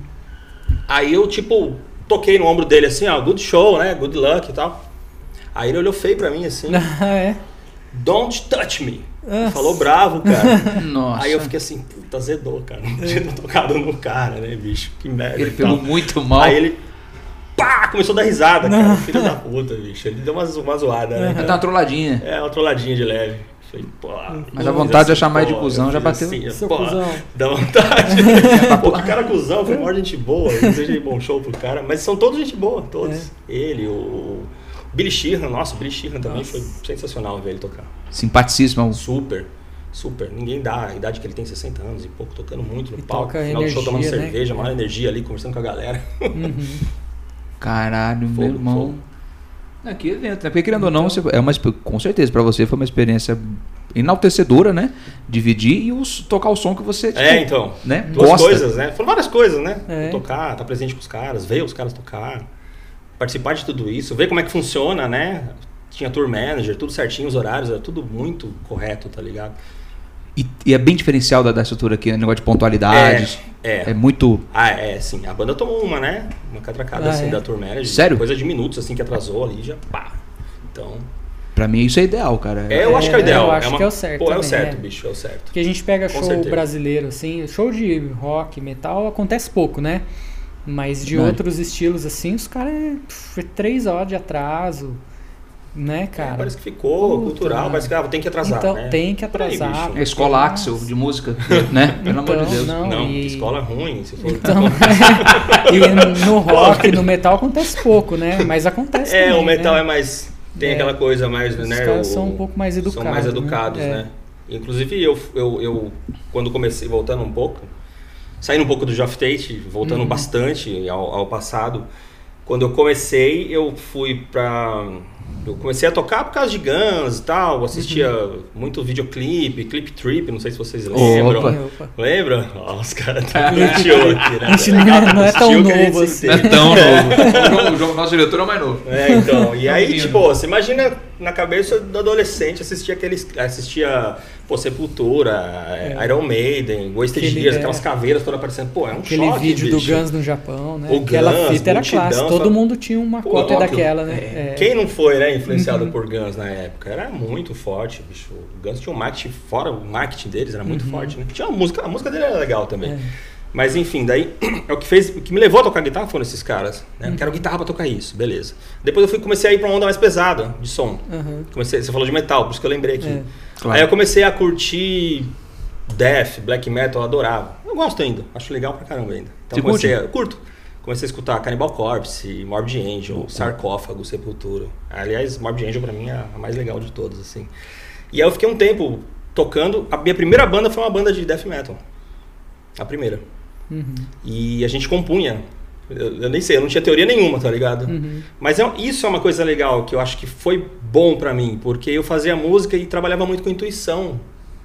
Aí eu, tipo, toquei no ombro dele assim, ó, good show, né, good luck e tal. Aí ele olhou feio pra mim, assim. Ah, é? Don't touch me. Ele falou bravo, cara. Nossa. Aí eu fiquei assim, puta, azedou, cara. Não tinha tocado no cara, né, bicho? Que merda. Ele pegou muito mal. Aí ele, pá, começou a dar risada, cara. Filho da puta, bicho. Ele deu uma, uma zoada, né? Ele dá uma trolladinha. É, uma trolladinha de leve. Falei, pô, mas a vontade de chamar de cuzão já bateu. Assim, Seu pô, cuzão. dá vontade. Pô, que cara cuzão, foi uma gente boa. Deseja bom show pro cara. Mas são todos gente boa, todos. É. Ele, o Billy Sheehan, nossa, o Billy Sheehan também nossa. Foi sensacional ver ele tocar. Simpaticíssimo. Super. Super, ninguém dá a idade que ele tem, sessenta anos e pouco, tocando muito no e palco, no final energia, do show tomando né? cerveja, maior energia ali, conversando com a galera. Uhum. Caralho, fogo, meu irmão. Fogo. É, que evento, né? Porque querendo ou não, você, é uma, com certeza, pra você foi uma experiência enaltecedora, né? Dividir e os, tocar o som que você tipo, É, então, né? duas gosta. coisas, né? Foram várias coisas, né? É. Tocar, estar presente com os caras, ver os caras tocar, participar de tudo isso, ver como é que funciona, né? Tinha tour manager, tudo certinho, os horários, era tudo muito correto, tá ligado? E, e é bem diferencial da, da estrutura aqui, né? Negócio de pontualidade. É, é. É muito... Ah, é, sim. A banda tomou uma, né? Uma catracada, ah, assim, é? da tour manager. Sério? Coisa de minutos, assim, que atrasou ali, já pá. Então... Pra mim isso é ideal, cara. É, eu acho que é o ideal. Eu acho é uma... que é o certo Pô, é o também, certo, é. bicho, é o certo. Porque a gente pega Com show certeza. brasileiro, assim, show de rock, metal, acontece pouco, né? Mas de Não. outros estilos, assim, os caras é três horas de atraso, né, cara? É, parece que ficou Puta, cultural, parece que ah, tem que atrasar, então, né? tem que Por aí, atrasar. bicho. É a escola Axel de música, né? Pelo amor de Então, Deus. não. Não, e- escola ruim, se for. Então, e no rock, no metal acontece pouco, né? Mas acontece É, também, o metal né? é mais... Tem É. aquela coisa mais, Os né? caras o- são um pouco mais educados. São mais educados, né? né? Inclusive, eu, eu, eu, quando comecei, voltando um pouco, saindo um pouco do Geoff Tate, voltando Uhum. bastante ao, ao passado, quando eu comecei, eu fui pra... Eu comecei a tocar por causa de Guns e tal, assistia Uhum. muito videoclipe, Clip Trip, não sei se vocês lembram. Opa. Opa. Lembra? Ó, os caras estão curtindo aqui, né? A gente não é- não é tão Assistiu que a gente novo se assim. Não é entende. tão novo. O João- o nosso diretor é o mais novo. É, então. E aí, Novinho. tipo, você imagina na cabeça do adolescente assistir aqueles. Assistia, pô, Sepultura, É. Iron Maiden, Wasted Aquele- Years, é. aquelas caveiras todas aparecendo. Pô, é um Aquele choque, vídeo bicho. do Guns no Japão, né? O Aquela Guns, fita era multidão, clássica. só- Todo mundo tinha uma Pô, cópia Tóquio. daquela, né? É. É. Quem não foi, né, influenciado Uhum. por Guns na época? Era muito forte, bicho. O Guns tinha um marketing fora, o marketing deles era muito Uhum. forte, né? Tinha uma música, a música dele era legal também. É. Mas enfim, daí é o que fez, o que me levou a tocar guitarra foram esses caras, né? Uhum. Eu quero guitarra pra tocar isso, beleza. Depois eu fui comecei a ir pra uma onda mais pesada de som. Aham. Comecei, você falou de metal, por isso que eu lembrei aqui. É. Claro. Aí eu comecei a curtir death, black metal, eu adorava. Eu gosto ainda, acho legal pra caramba ainda. Então Você comecei curte? a, eu curto. Comecei a escutar Cannibal Corpse, Morbid Angel, Sarcófago, Sepultura. Aliás, Morbid Angel pra mim é a mais legal de todas, assim. E aí eu fiquei um tempo tocando. A minha primeira banda foi uma banda de death metal. A primeira. Uhum. E a gente compunha. Eu, eu nem sei, eu não tinha teoria nenhuma, tá ligado? Uhum. Mas é, isso é uma coisa legal que eu acho que foi bom pra mim, porque eu fazia música e trabalhava muito com intuição.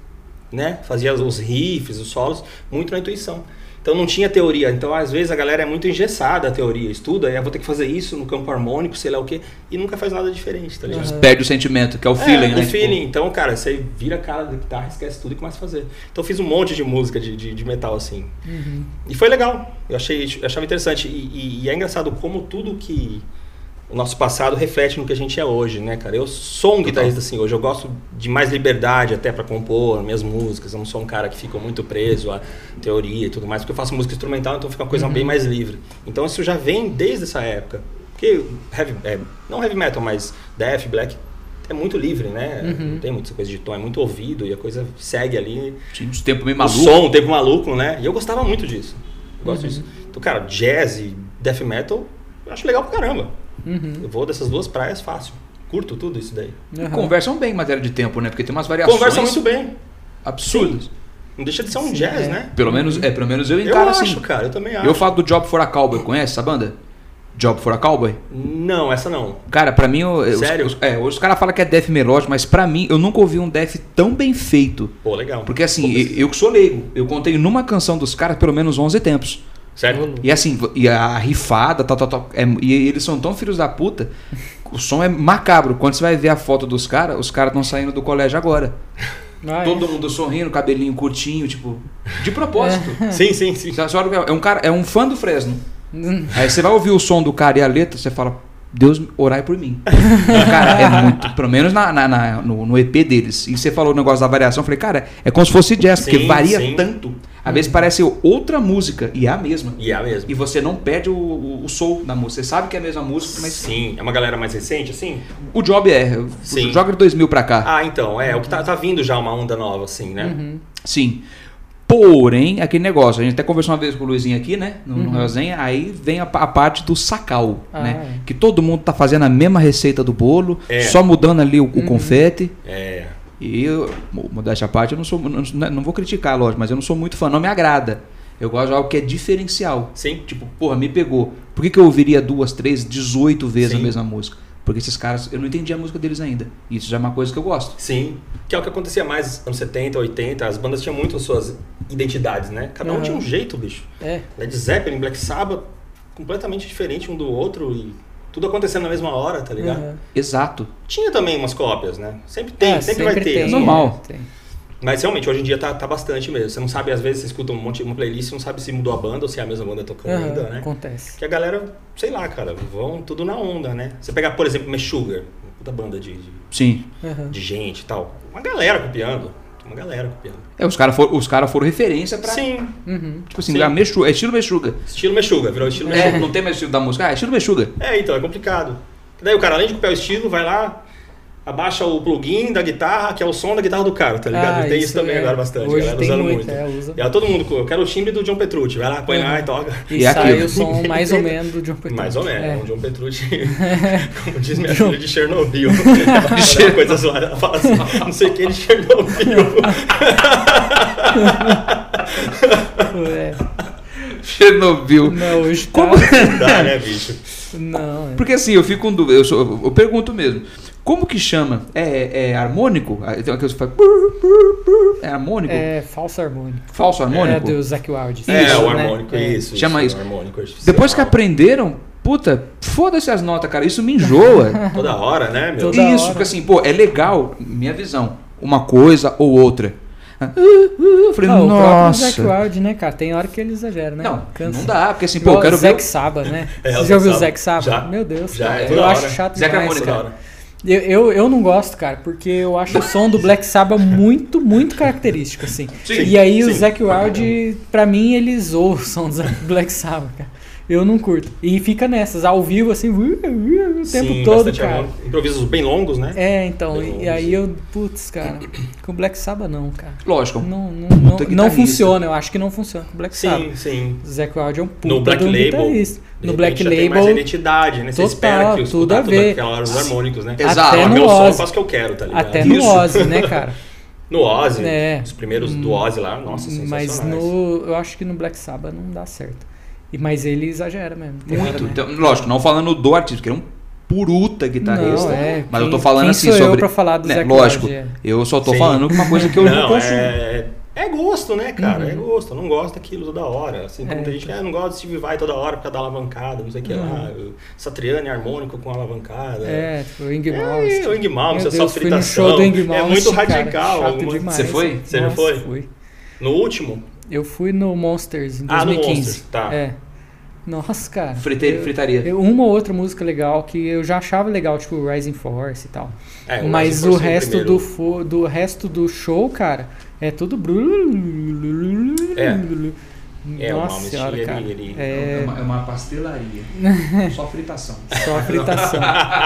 né? Fazia os riffs, os solos, muito na intuição. Então não tinha teoria. Então às vezes a galera é muito engessada a teoria, estuda, aí eu vou ter que fazer isso no campo harmônico, sei lá o quê, e nunca faz nada diferente, tá ligado? Uhum. Perde o sentimento, que é o feeling, é, né? o feeling. Tipo... Então, cara, você vira a cara da guitarra, esquece tudo e começa a fazer. Então eu fiz um monte de música de, de, de metal, assim. Uhum. E foi legal. Eu achei, eu achava interessante. E, e, e é engraçado como tudo que o nosso passado reflete no que a gente é hoje, né, cara? Eu sou um guitarrista assim hoje. Eu gosto de mais liberdade até pra compor minhas músicas. Eu não sou um cara que fica muito preso à teoria e tudo mais, porque eu faço música instrumental, então fica uma coisa uhum. bem mais livre. Então isso já vem desde essa época. Porque heavy, é, não heavy metal, mas death, black, é muito livre, né? Uhum. Não tem muita coisa de tom, é muito ouvido e a coisa segue ali. Tinha uns tempos meio maluco. O som, um tempo maluco, né? E eu gostava muito disso. Eu gosto uhum. disso. Então, cara, jazz e death metal, eu acho legal pra caramba. Uhum. Eu vou dessas duas praias fácil. Curto tudo isso daí. Uhum. Conversam bem em matéria de tempo, né? Porque tem umas variações... Conversam muito bem. Absurdas. Sim. Não deixa de ser um Sim, jazz, é. né? Pelo menos, é, pelo menos eu encaro eu assim. Eu acho, cara. Eu também acho. Eu falo do Job for a Cowboy. Conhece essa banda? Job for a Cowboy? Não, essa não. Cara, pra mim... Eu, Sério? Os, é, os caras falam que é death melódico, mas pra mim, eu nunca ouvi um death tão bem feito. Pô, legal. Porque assim, Pô, eu, eu que sou leigo, eu contei numa canção dos caras pelo menos onze tempos. Sério? E assim, e a rifada, tal, tal, tal. É, e eles são tão filhos da puta, o som é macabro. Quando você vai ver a foto dos caras, os caras estão saindo do colégio agora. Ah, Todo é. mundo sorrindo, cabelinho curtinho, tipo, de propósito. É. Sim, sim, sim. Você olha, é um cara, é um fã do Fresno. Aí você vai ouvir o som do cara e a letra, você fala, Deus, orai por mim. Cara, é muito, pelo menos na, na, na, no, no E P deles. E você falou o negócio da variação, eu falei, cara, é como se fosse jazz, sim, porque varia sim. tanto. Às vezes parece outra música e é a mesma. E é a mesma. E você não perde o, o, o soul da música. Você sabe que é a mesma música, mas... Sim, é uma galera mais recente, assim? O Job é. Sim. O Job de dois mil pra cá. Ah, então, é. O que tá, tá vindo já uma onda nova, assim, né? Uhum. Sim. Porém, aquele negócio, a gente até conversou uma vez com o Luizinho aqui, né? No, uhum. no resenha, aí vem a, a parte do sacal, ah, né? É. Que todo mundo tá fazendo a mesma receita do bolo, é. só mudando ali o, o uhum. confete. É. E eu, modéstia à parte, eu não sou. Não, não vou criticar, lógico, mas eu não sou muito fã, não me agrada. Eu gosto de algo que é diferencial. Sim. Tipo, porra, me pegou. Por que, que eu ouviria duas, três, dezoito vezes Sim. a mesma música? Porque esses caras, eu não entendi a música deles ainda. Isso já é uma coisa que eu gosto. Sim. Que é o que acontecia mais nos anos setenta, oitenta. As bandas tinham muito as suas identidades, né? Cada um uhum. tinha um jeito, bicho. É. Led Zeppelin, Black Sabbath, completamente diferente um do outro e tudo acontecendo na mesma hora, tá ligado? Uhum. Exato. Tinha também umas cópias, né? Sempre tem, é, sempre, sempre vai ter. Tem, é normal. É, tem. Mas realmente, hoje em dia tá, tá bastante mesmo. Você não sabe, às vezes você escuta um monte, uma playlist e não sabe se mudou a banda ou se é a mesma banda tocando uhum, ainda, né? Acontece. Que a galera, sei lá, cara, vão tudo na onda, né? Você pegar, por exemplo, Meshuggah, puta banda de, de, Sim. Uhum. de gente e tal. Uma galera copiando. Uma galera copiando. É, os caras foram, os cara foram referência pra... Sim. Uhum. Tipo assim, é, Meshuggah, é estilo Meshuggah. Estilo Meshuggah, virou estilo é, Meshuggah. Não tem mais estilo da música, ah, é estilo Meshuggah. É, então, é complicado. Daí o cara, além de copiar o estilo, vai lá, abaixa o plugin da guitarra, que é o som da guitarra do cara, tá ligado? Ah, tem isso, isso também é. agora bastante, Hoje galera tem usando muito. muito. É, usa. E aí todo mundo, eu quero o timbre do John Petrucci, vai lá, põe uhum. lá e toca. E, e sai aquilo. o som mais ou menos do John Petrucci. Mais ou menos, é. o John Petrucci, como diz minha filha, de Chernobyl. Ela uma coisa zoada, ela fala assim, não sei o que de Chernobyl. É. Chernobyl. Não, hoje tá... Como... Não dá, né, bicho? Não, é. Porque assim, eu fico com dúvida, eu, sou, eu pergunto mesmo, como que chama? É, é harmônico? Tem uma coisa que faz... É harmônico? É falso harmônico. Falso harmônico? É do Zac Wild. É, isso, o né? harmônico, é. isso. Chama isso. Harmônico artificial. Depois que aprenderam, puta, foda-se as notas, cara, isso me enjoa. Toda hora, né, meu? Toda isso, hora. porque assim, pô, é legal, minha visão, uma coisa ou outra. Eu falei, ah, nossa. O próprio Zac Wild, né, cara? Tem hora que ele exagera, né? Não, Cansa. não dá, porque assim, pô, Igual eu quero o Zac ver... Sabbath, né? É, Você o já ouviu o Zac Zac Sabbath? Já. Meu Deus, Já, cara. é Eu toda acho hora. chato Zac demais, Harmônica. cara. Eu, eu, eu não gosto, cara, porque eu acho o som do Black Sabbath muito, muito característico, assim. Sim, e aí sim. o Zac Wild, pra mim, ele zoa o som do Black Sabbath, cara. Eu não curto. E fica nessas, ao vivo, assim, o tempo Sim, todo, bastante cara. harmônico. Improvisos bem longos, né? É, então, Bem e aí eu, putz, cara, com o Black Sabbath não, cara. Lógico. Não, não, Puta não, não guitarrista. funciona, eu acho que não funciona com o Black Sabbath. Sim, sim. O Zac Wild é um puta No Black de um Label, guitarrista. de No repente, Black já tem mais Label, identidade, né? Você total, espera que os tudo a ver. aquela hora os harmônicos, né? Exato. Até Ah, no meu som eu Ozzy. faço o que eu quero, tá ligado? Até no Isso. Ozzy, né, cara? No Ozzy, É. os primeiros do Ozzy lá, nossa, Mas sensacionais. no, eu acho que no Black Sabbath não dá certo. E, mas ele exagera mesmo. Tem hora, Muito. né? Então, lógico, não falando do artista, que ele é um puruta guitarrista. Não, é. Mas Quem- eu tô falando quem assim sou eu sobre. pra falar do né, Zac lógico, Wild, é. eu só tô Sim. falando uma coisa que eu não, Não, consumo. é, É gosto, né, cara? Uhum. É gosto. Eu não gosto daquilo toda hora. Assim, como É, tem gente que ah, não gosta de Steve Vai toda hora pra dar alavancada, não sei o que Uhum. lá. Satriani harmônico com alavancada. É, tipo, o Ing É, Malmsteen. o Ing Malmsteen, Meu é só Deus, fui no fritação. show do Ing É Malmsteen, muito cara, radical. chato alguma- demais. Você foi? Você já Nossa, foi? Fui. No último? Eu fui no Monsters em Ah, no dois mil e quinze. Monsters, tá. É. Nossa, cara. Frite- eu- fritaria. eu- uma ou outra música legal que eu já achava legal, tipo Rising Force e tal. É, o Mas Rising o Force é o resto primeiro. do, fo- do resto do show, cara, é tudo. É. É, o Nossa Malmsteen, senhora, ele- cara. ele- É É uma, é uma pastelaria. Só fritação. só fritação.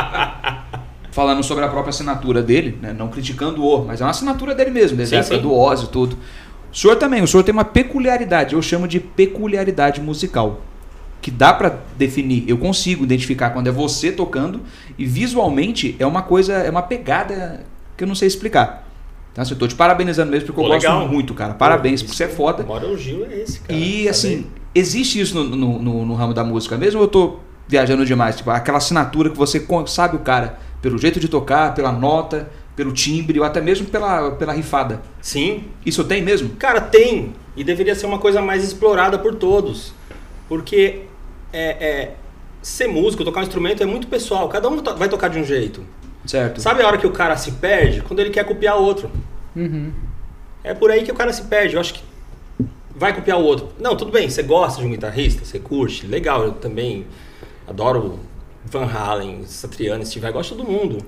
Falando sobre a própria assinatura dele, né? Não criticando o, mas é uma assinatura dele mesmo, desde a Sim, época sim. do Ozzy e tudo. O senhor também, o senhor tem uma peculiaridade, eu chamo de peculiaridade musical, que dá pra definir, eu consigo identificar quando é você tocando e visualmente é uma coisa, é uma pegada que eu não sei explicar. Então, assim, eu tô te parabenizando mesmo porque eu Pô, gosto legal. muito, cara. Parabéns, Pô, porque você é foda. O maior elogio é esse, cara. E Tá assim, vendo? existe isso no, no, no- no ramo da música mesmo ou eu tô viajando demais? Tipo, aquela assinatura que você con- sabe o cara pelo jeito de tocar, pela nota, pelo timbre ou até mesmo pela, pela rifada. Sim. Isso tem mesmo? Cara, tem. E deveria ser uma coisa mais explorada por todos. Porque é, é, ser músico, tocar um instrumento é muito pessoal. Cada um to- vai tocar de um jeito. Certo. Sabe a hora que o cara se perde? Quando ele quer copiar outro. Uhum. É por aí que o cara se perde. Eu acho que vai copiar o outro. Não, tudo bem, você gosta de um guitarrista, você curte, legal, eu também adoro Van Halen, Satriani, Steve Vai, gosto de todo mundo.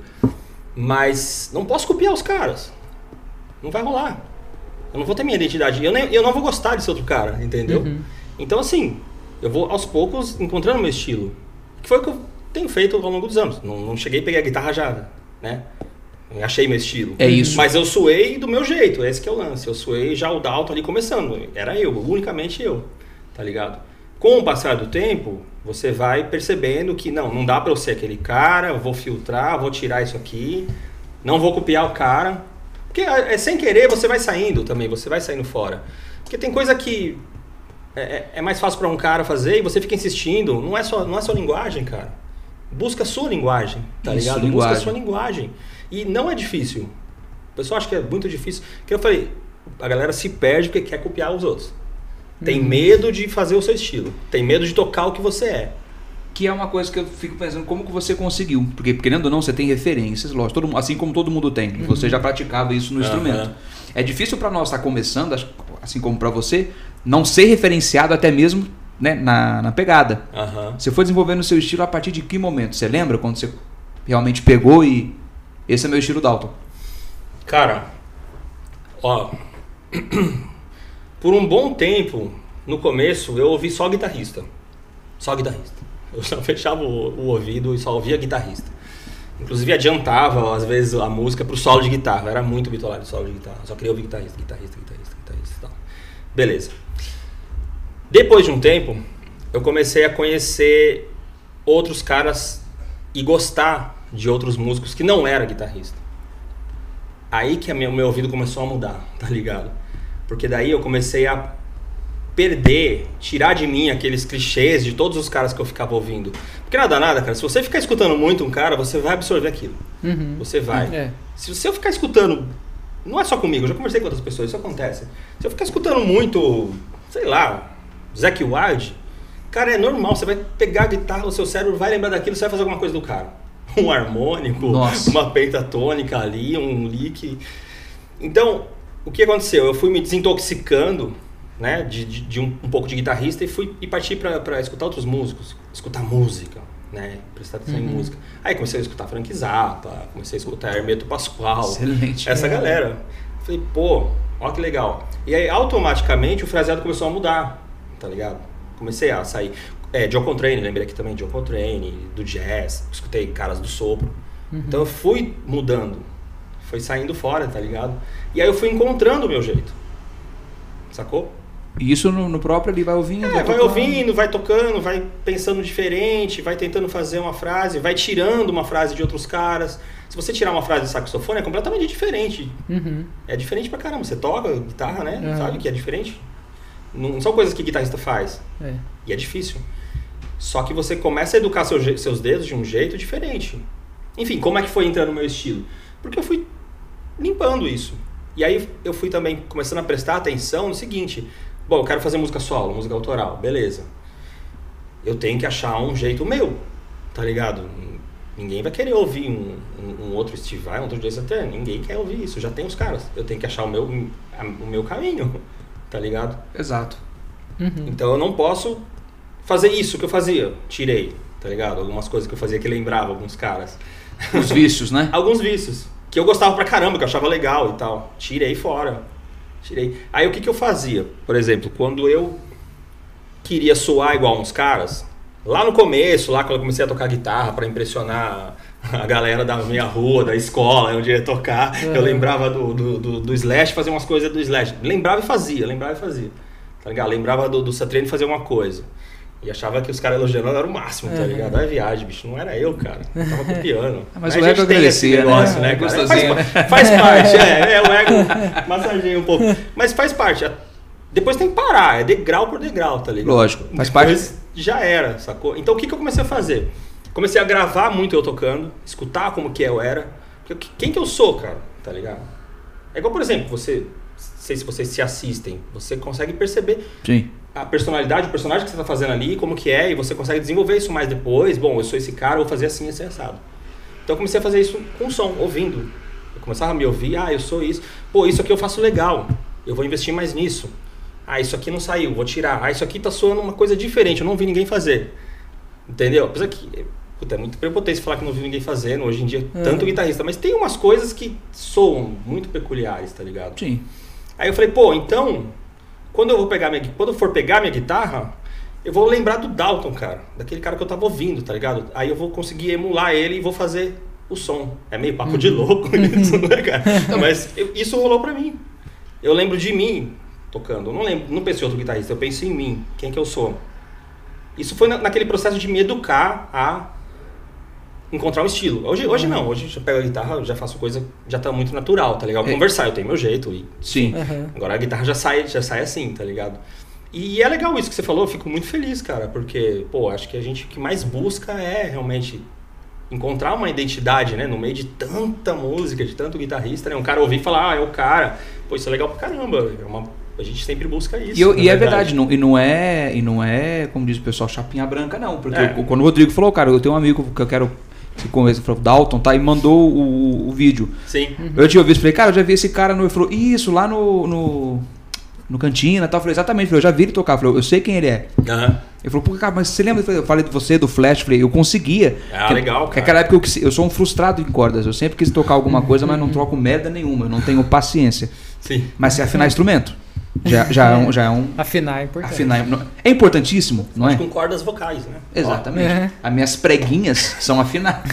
Mas não posso copiar os caras. Não vai rolar. Eu não vou ter minha identidade. Eu, nem, eu não vou gostar desse outro cara, entendeu? Uhum. Então, assim, eu vou aos poucos encontrando meu estilo. Que foi o que eu tenho feito ao longo dos anos. Não, não cheguei a pegar a guitarra já, né? Achei meu estilo. É isso. Mas eu suei do meu jeito, esse que é o lance. Eu suei já o Dalton ali começando. Era eu, unicamente eu, tá ligado? Com o passar do tempo, você vai percebendo que não, não dá pra eu ser aquele cara, eu vou filtrar, vou tirar isso aqui, não vou copiar o cara. Porque é, é sem querer, você vai saindo também, você vai saindo fora. Porque tem coisa que é, é- é mais fácil pra um cara fazer e você fica insistindo. Não é só, não é só linguagem, cara. Busca a sua linguagem, tá Isso, ligado? linguagem. Busca a sua linguagem. E não é difícil. O pessoal acha que é muito difícil. Que eu falei, a galera se perde porque quer copiar os outros. Tem Uhum. medo de fazer o seu estilo. Tem medo de tocar o que você é. Que é uma coisa que eu fico pensando, como que você conseguiu? Porque, querendo ou não, você tem referências, lógico, todo, mu- assim como todo mundo tem. E você já praticava isso no Aham. instrumento. É difícil para nós estar começando, acho- assim como para você, não ser referenciado até mesmo, né, na, na pegada. Aham. Você foi desenvolvendo o seu estilo a partir de que momento? Você lembra quando você realmente pegou e esse é meu estilo Dalton? Cara, ó. Por um bom tempo, no começo, eu ouvi só guitarrista. Só guitarrista. Eu só fechava o, o ouvido e só ouvia guitarrista. Inclusive adiantava, às vezes, a música pro solo de guitarra. Eu era muito bitolado de solo de guitarra. Eu só queria ouvir guitarrista, guitarrista, guitarrista, guitarrista e tal. Beleza. Depois de um tempo, eu comecei a conhecer outros caras e gostar de outros músicos que não era guitarrista. Aí que o meu, meu ouvido começou a mudar, tá ligado? Porque daí eu comecei a perder, tirar de mim aqueles clichês de todos os caras que eu ficava ouvindo. Porque nada, nada, cara. Se você ficar escutando muito um cara, você vai absorver aquilo. Uhum. Você vai. É. Se você ficar escutando, não é só comigo, eu já conversei com outras pessoas, isso acontece. Se eu ficar escutando muito, sei lá, Zakk Wylde, cara, é normal, você vai pegar a guitarra, o seu cérebro vai lembrar daquilo, você vai fazer alguma coisa do cara. Um harmônico, Nossa. uma pentatônica ali, um lick. Então, o que aconteceu? Eu fui me desintoxicando, né, de, de, de um, um pouco de guitarrista e fui e parti para escutar outros músicos, escutar música, né, prestar atenção Uhum. em música. Aí comecei a escutar Frank Zappa, comecei a escutar Hermeto Pascoal, Excelente. essa É. galera. Falei, pô, olha que legal. E aí automaticamente o fraseado começou a mudar, tá ligado? Comecei a sair. É, John Coltrane, lembrei aqui também de John Coltrane, do jazz, escutei caras do sopro. Uhum. Então eu fui mudando, foi saindo fora, tá ligado? E aí eu fui encontrando o meu jeito, sacou? E isso no, no próprio ele vai ouvindo. É, vai tocando. ouvindo, vai tocando, vai pensando diferente, vai tentando fazer uma frase, vai tirando uma frase de outros caras. Se você tirar uma frase de saxofone é completamente diferente. Uhum. É diferente pra caramba. Você toca guitarra, né? Uhum. Sabe que é diferente. Não são coisas que guitarrista faz. É. E é difícil. Só que você começa a educar seu je- seus dedos de um jeito diferente. Enfim, como é que foi entrando no meu estilo? Porque eu fui limpando isso. E aí eu fui também começando a prestar atenção no seguinte, bom, eu quero fazer música solo, música autoral, beleza. Eu tenho que achar um jeito meu, tá ligado? Ninguém vai querer ouvir um, um, um outro Steve Vai, um outro Jason Turner, ninguém quer ouvir isso, já tem os caras. Eu tenho que achar o meu, o meu caminho, tá ligado? Exato. Uhum. Então eu não posso fazer isso que eu fazia, tirei, tá ligado? Algumas coisas que eu fazia que lembrava alguns caras. Os vícios, né? Alguns vícios, que eu gostava pra caramba, que eu achava legal e tal. Tirei fora, tirei. Aí o que que eu fazia? Por exemplo, quando eu queria soar igual uns caras, lá no começo, lá quando eu comecei a tocar guitarra pra impressionar a galera da minha rua, da escola, onde eu ia tocar, uhum. eu lembrava do, do, do, do Slash, fazia umas coisas do Slash. Lembrava e fazia, lembrava e fazia. Tá ligado? Lembrava do, do Satriani fazer uma coisa. E achava que os caras elogiando era o máximo, tá ligado? É viagem, bicho. Não era eu, cara. Eu tava copiando. Mas, Mas o ego agradecia, negócio, né? né, cara? Faz, faz parte, é, é. O ego massageia um pouco. Mas faz parte. Depois tem que parar. É degrau por degrau, tá ligado? Lógico. Faz Depois parte. Já era, sacou? Então o que, que eu comecei a fazer? Comecei a gravar muito eu tocando, escutar como que eu era. Porque quem que eu sou, cara? Tá ligado? É igual, por exemplo, você... Não sei se vocês se assistem. Você consegue perceber... Sim. A personalidade, o personagem que você tá fazendo ali, como que é, e você consegue desenvolver isso mais depois. Bom, eu sou esse cara, eu vou fazer assim, assim, assado. Então eu comecei a fazer isso com som, ouvindo. Eu começava a me ouvir, ah, eu sou isso. Pô, isso aqui eu faço legal, eu vou investir mais nisso. Ah, isso aqui não saiu, vou tirar. Ah, isso aqui tá soando uma coisa diferente, eu não vi ninguém fazer. Entendeu? Apesar que, puta, é muito prepotência falar que não vi ninguém fazendo, hoje em dia, uhum. tanto guitarrista. Mas tem umas coisas que soam muito peculiares, tá ligado? Sim. Aí eu falei, pô, então... Quando eu vou pegar minha, quando eu for pegar minha guitarra, eu vou lembrar do Dalton, cara. Daquele cara que eu tava ouvindo, tá ligado? Aí eu vou conseguir emular ele e vou fazer o som. É meio papo de louco isso, né, cara? Mas eu, isso rolou pra mim. Eu lembro de mim tocando. Eu não lembro, não penso em outro guitarrista, eu penso em mim. Quem que eu sou? Isso foi na, naquele processo de me educar a encontrar um estilo. Hoje, hoje não, hoje eu pego a guitarra, já faço coisa, já tá muito natural, tá ligado? Conversar, eu tenho meu jeito. E, sim. Uhum. Agora a guitarra já sai, já sai assim, tá ligado? E é legal isso que você falou, eu fico muito feliz, cara, porque, pô, acho que a gente o que mais busca é realmente encontrar uma identidade, né? No meio de tanta música, de tanto guitarrista, né? Um cara ouvir e falar, ah, é o cara. Pô, isso é legal pra caramba. É uma, a gente sempre busca isso. E, eu, e é verdade, não, e, não é, e não é, como diz o pessoal, chapinha branca, não. Porque é. eu, quando o Rodrigo falou, cara, eu tenho um amigo que eu quero... Se conversa, falou, Dalton, tá? E mandou o, o vídeo. Sim. Uhum. Eu tinha ouvido, falei, cara, eu já vi esse cara no. Ele falou, isso, lá no. no, no Cantina e tal. Eu falei, exatamente, eu, falei, eu já vi ele tocar. Eu falei, eu sei quem ele é. Uhum. Ele falou, pô, cara, mas você lembra? Eu falei de você, do Flash, eu falei, eu conseguia. Ah, que, legal. Porque naquela época eu, eu sou um frustrado em cordas. Eu sempre quis tocar alguma coisa, mas não troco merda nenhuma. Eu não tenho paciência. Sim. Mas se afinar instrumento. Já, já, é um, já é um. Afinar é importante. Afinar é, é importantíssimo, não é? Com cordas vocais, né? Exatamente. É. As minhas preguinhas são afinadas.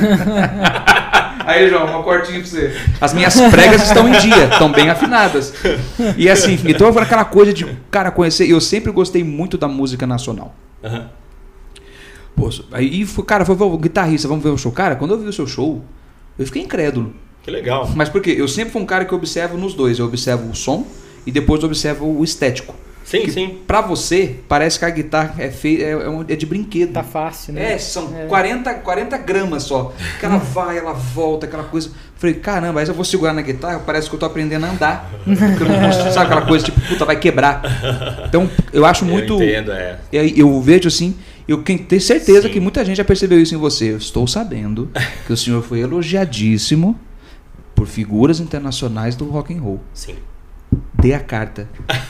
Aí, João, uma cortinha pra você. As minhas pregas estão em dia, estão bem afinadas. E assim, então aquela coisa de, cara, conhecer. Eu sempre gostei muito da música nacional. Uhum. Pô, aí, cara, foi o guitarrista, vamos ver o show. Cara, quando eu vi o seu show, eu fiquei incrédulo. Que legal. Mas por quê? Eu sempre fui um cara que observo nos dois. Eu observo o som. E depois observa o estético. Sim, que sim. Pra você, parece que a guitarra é, feia, é, é de brinquedo. Tá fácil, né? É, são é. quarenta, quarenta gramas só. Que ela vai, ela volta, aquela coisa. Falei, caramba, aí eu vou segurar na guitarra, parece que eu tô aprendendo a andar. Porque eu não posso, sabe aquela coisa, tipo, puta, vai quebrar. Então, eu acho muito... Eu entendo, é. Eu, eu vejo assim, eu tenho certeza Sim. que muita gente já percebeu isso em você. Eu estou sabendo que o senhor foi elogiadíssimo por figuras internacionais do rock and roll. Sim. Dê a carta.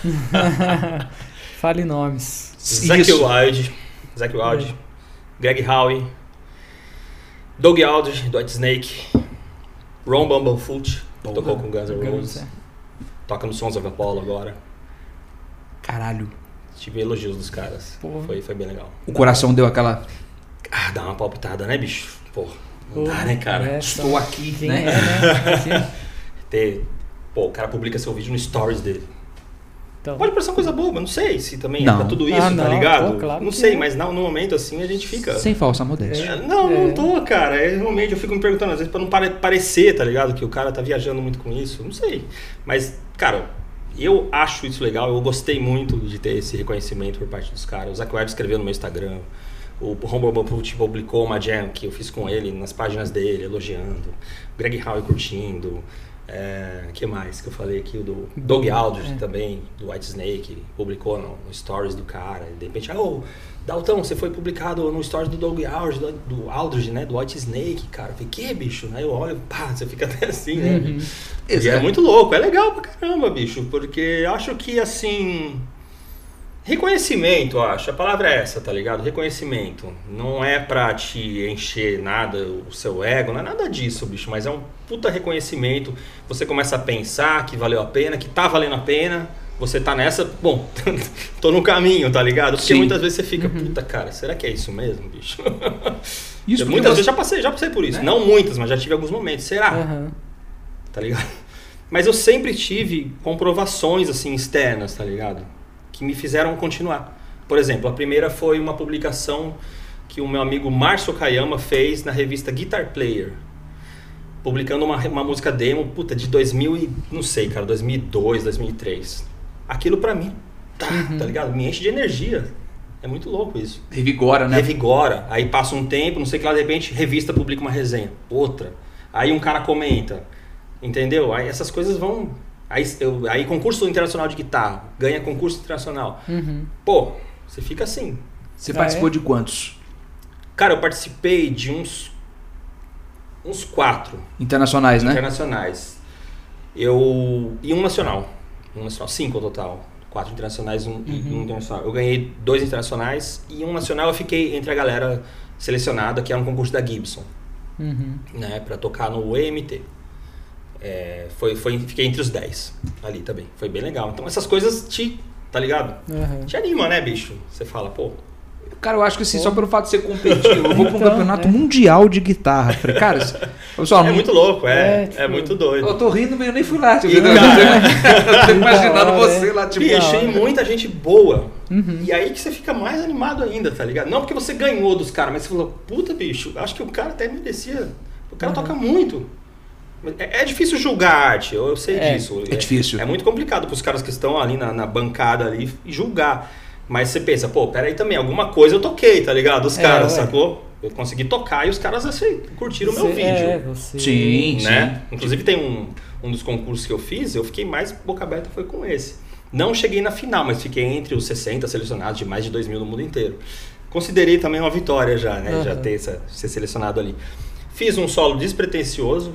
Fale nomes. Zakk Wylde, Zakk Wylde, é. Greg Howe, Doug Aldrich, do Whitesnake, Ron Bumblefoot, que tocou com Guns N' Roses, toca no Sons of Apollo agora. Caralho. Tive elogios dos caras. Foi, foi bem legal. O coração deu aquela... Ah, dá uma palpitada, né, bicho? Porra, não Pô, dá, né, cara? É, Estou aqui, né? É, né? Ter... Pô, o cara publica seu vídeo no stories dele. Então. Pode parecer uma coisa boba, não sei se também não. é pra tudo isso, ah, tá não. ligado? Pô, claro não sei, é. mas no, no momento assim a gente fica... Sem falsa modéstia. É, não, é. não tô, cara. É, realmente, eu fico me perguntando, às vezes, pra não pare- parecer, tá ligado? Que o cara tá viajando muito com isso, não sei. Mas, cara, eu acho isso legal, eu gostei muito de ter esse reconhecimento por parte dos caras. O Zakk Wylde escreveu no meu Instagram, o Ron Bumblefoot publicou uma jam que eu fiz com ele nas páginas dele, elogiando. O Greg Howe curtindo. É, que mais que eu falei aqui? O do Doug Aldrich é. também, do Whitesnake, publicou no, no Stories do cara. De repente, ah, ô, Daltão, você foi publicado no Stories do Doug Aldrich, do, do Aldrich, né? Do Whitesnake, cara. Eu falei, que, bicho? Aí eu olho, pá, você fica até assim, né? Uhum. E é muito louco, é legal pra caramba, bicho, porque eu acho que, assim... Reconhecimento, eu acho. A palavra é essa, tá ligado? Reconhecimento. Não é pra te encher nada, o seu ego, não é nada disso, bicho. Mas é um puta reconhecimento. Você começa a pensar que valeu a pena, que tá valendo a pena. Você tá nessa, bom, tô no caminho, tá ligado? Porque Sim. muitas vezes você fica, uhum. puta, cara, será que é isso mesmo, bicho? Isso muitas você... vezes já passei, já passei por isso. Né? Não muitas, mas já tive alguns momentos. Será? Uhum. Tá ligado? Mas eu sempre tive comprovações, assim, externas, tá ligado? Que me fizeram continuar. Por exemplo, a primeira foi uma publicação que o meu amigo Márcio Okayama fez na revista Guitar Player, publicando uma, uma música demo, puta, de dois mil e, não sei, cara, dois mil e dois, dois mil e três. Aquilo pra mim, tá, uhum. tá ligado? Me enche de energia. É muito louco isso. Revigora, né? Revigora. Aí passa um tempo, não sei o que lá, de repente, revista publica uma resenha. Outra. Aí um cara comenta. Entendeu? Aí essas coisas vão... Aí, eu, aí concurso internacional de guitarra, ganha concurso internacional. Uhum. Pô, você fica assim. Você ah, participou é? de quantos? Cara, eu participei de uns uns quatro. Internacionais, né? Internacionais. Eu... E um nacional. Um nacional, cinco no total. Quatro internacionais um, uhum. e um internacional. Eu ganhei dois internacionais e um nacional eu fiquei entre a galera selecionada, que era um concurso da Gibson. Uhum. Né, pra tocar no E M T. É, foi, foi, fiquei entre os dez ali também, foi bem legal. Então essas coisas te, tá ligado? Uhum. Te anima, né, bicho? Você fala, pô. Cara, eu acho que assim, pô. só pelo fato de ser competitivo, eu vou para um então, campeonato é. mundial de guitarra. Falei, cara, pessoal, é não... muito louco, é, é, tipo... é muito doido. Eu tô rindo, mas eu nem fui lá. Tipo, e, cara... eu tô imaginando você lá, tipo. Bicho, e muita gente boa. Uhum. E aí que você fica mais animado ainda, tá ligado? Não porque você ganhou dos caras, mas você falou, puta, bicho, acho que o cara até merecia. O cara uhum. toca muito. É, é difícil julgar a arte, eu, eu sei é, disso. É, é difícil. É muito complicado para os caras que estão ali na, na bancada ali julgar. Mas você pensa, pô, peraí também, alguma coisa eu toquei, tá ligado? Os é, caras, ué. sacou? Eu consegui tocar e os caras assim, curtiram o meu vídeo. É, você... Sim, né? sim. Inclusive tem um, um dos concursos que eu fiz, eu fiquei mais boca aberta, foi com esse. Não cheguei na final, mas fiquei entre os sessenta selecionados de mais de dois mil no mundo inteiro. Considerei também uma vitória já, né? Uhum. Já ter essa, ser selecionado ali. Fiz um solo despretensioso,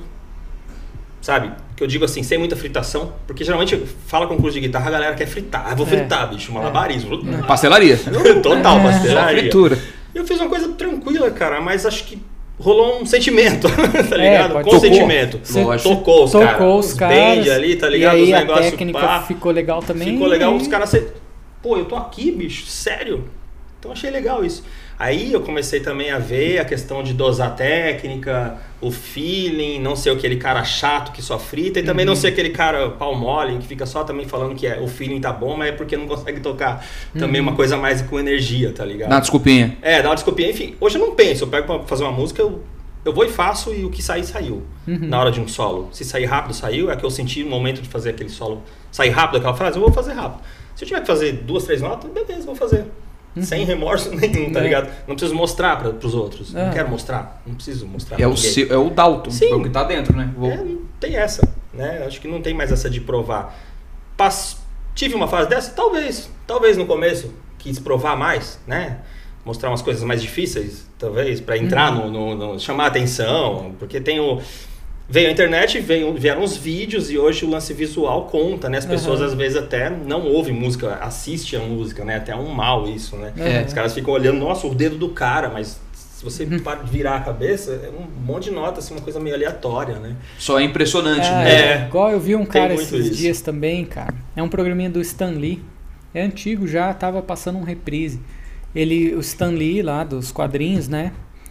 sabe? Que eu digo assim, sem muita fritação, porque geralmente fala concurso de guitarra, a galera quer fritar. Ah, vou fritar, é. bicho, malabarismo. É. Pastelaria. Total, pastelaria. Só fritura. Eu fiz uma coisa tranquila, cara, mas acho que rolou um sentimento, tá ligado? É, Com sentimento. Lógico. Tocou os Tocou cara, os caras. Band ali, tá ligado? E aí os a negócios, técnica pá, ficou legal também. Ficou legal, os caras... Pô, eu tô aqui, bicho, sério? Então achei legal isso. Aí eu comecei também a ver a questão de dosar a técnica, o feeling, não ser aquele cara chato que só frita, e também uhum. não ser aquele cara pau mole que fica só também falando que é, o feeling tá bom, mas é porque não consegue tocar também uhum. uma coisa mais com energia, tá ligado? Dá uma desculpinha. É, dá uma desculpinha. Enfim, hoje eu não penso, eu pego pra fazer uma música, eu, eu vou e faço e o que sair, saiu. Uhum. Na hora de um solo. Se sair rápido, saiu, é que eu senti no momento de fazer aquele solo, sair rápido aquela frase, eu vou fazer rápido. Se eu tiver que fazer duas, três notas, beleza, vou fazer. Uhum. Sem remorso nenhum, tá é. ligado? Não preciso mostrar para pros outros. É. Não quero mostrar. Não preciso mostrar. É o, seu, é o Dalton, Sim. é o que tá dentro, né? Vou... É, não tem essa, né? Acho que não tem mais essa de provar. Pass... Tive uma fase dessa? Talvez. Talvez no começo. Quis provar mais, né? Mostrar umas coisas mais difíceis, talvez, para entrar uhum. no, no, no... chamar a atenção. Porque tem o... Veio a internet, veio, vieram os vídeos e hoje o lance visual conta, né? As pessoas uhum. às vezes até não ouvem música, assistem a música, né? Até é um mal isso, né? É. Os caras ficam olhando, nossa, o dedo do cara, mas se você uhum. virar a cabeça, é um monte de nota, assim, uma coisa meio aleatória, né? Só é impressionante, é, né? É. Igual eu vi um cara esses isso. dias também, cara. É um programinha do Stan Lee. É antigo já, tava passando um reprise. Ele, o Stan Lee lá, dos quadrinhos, né?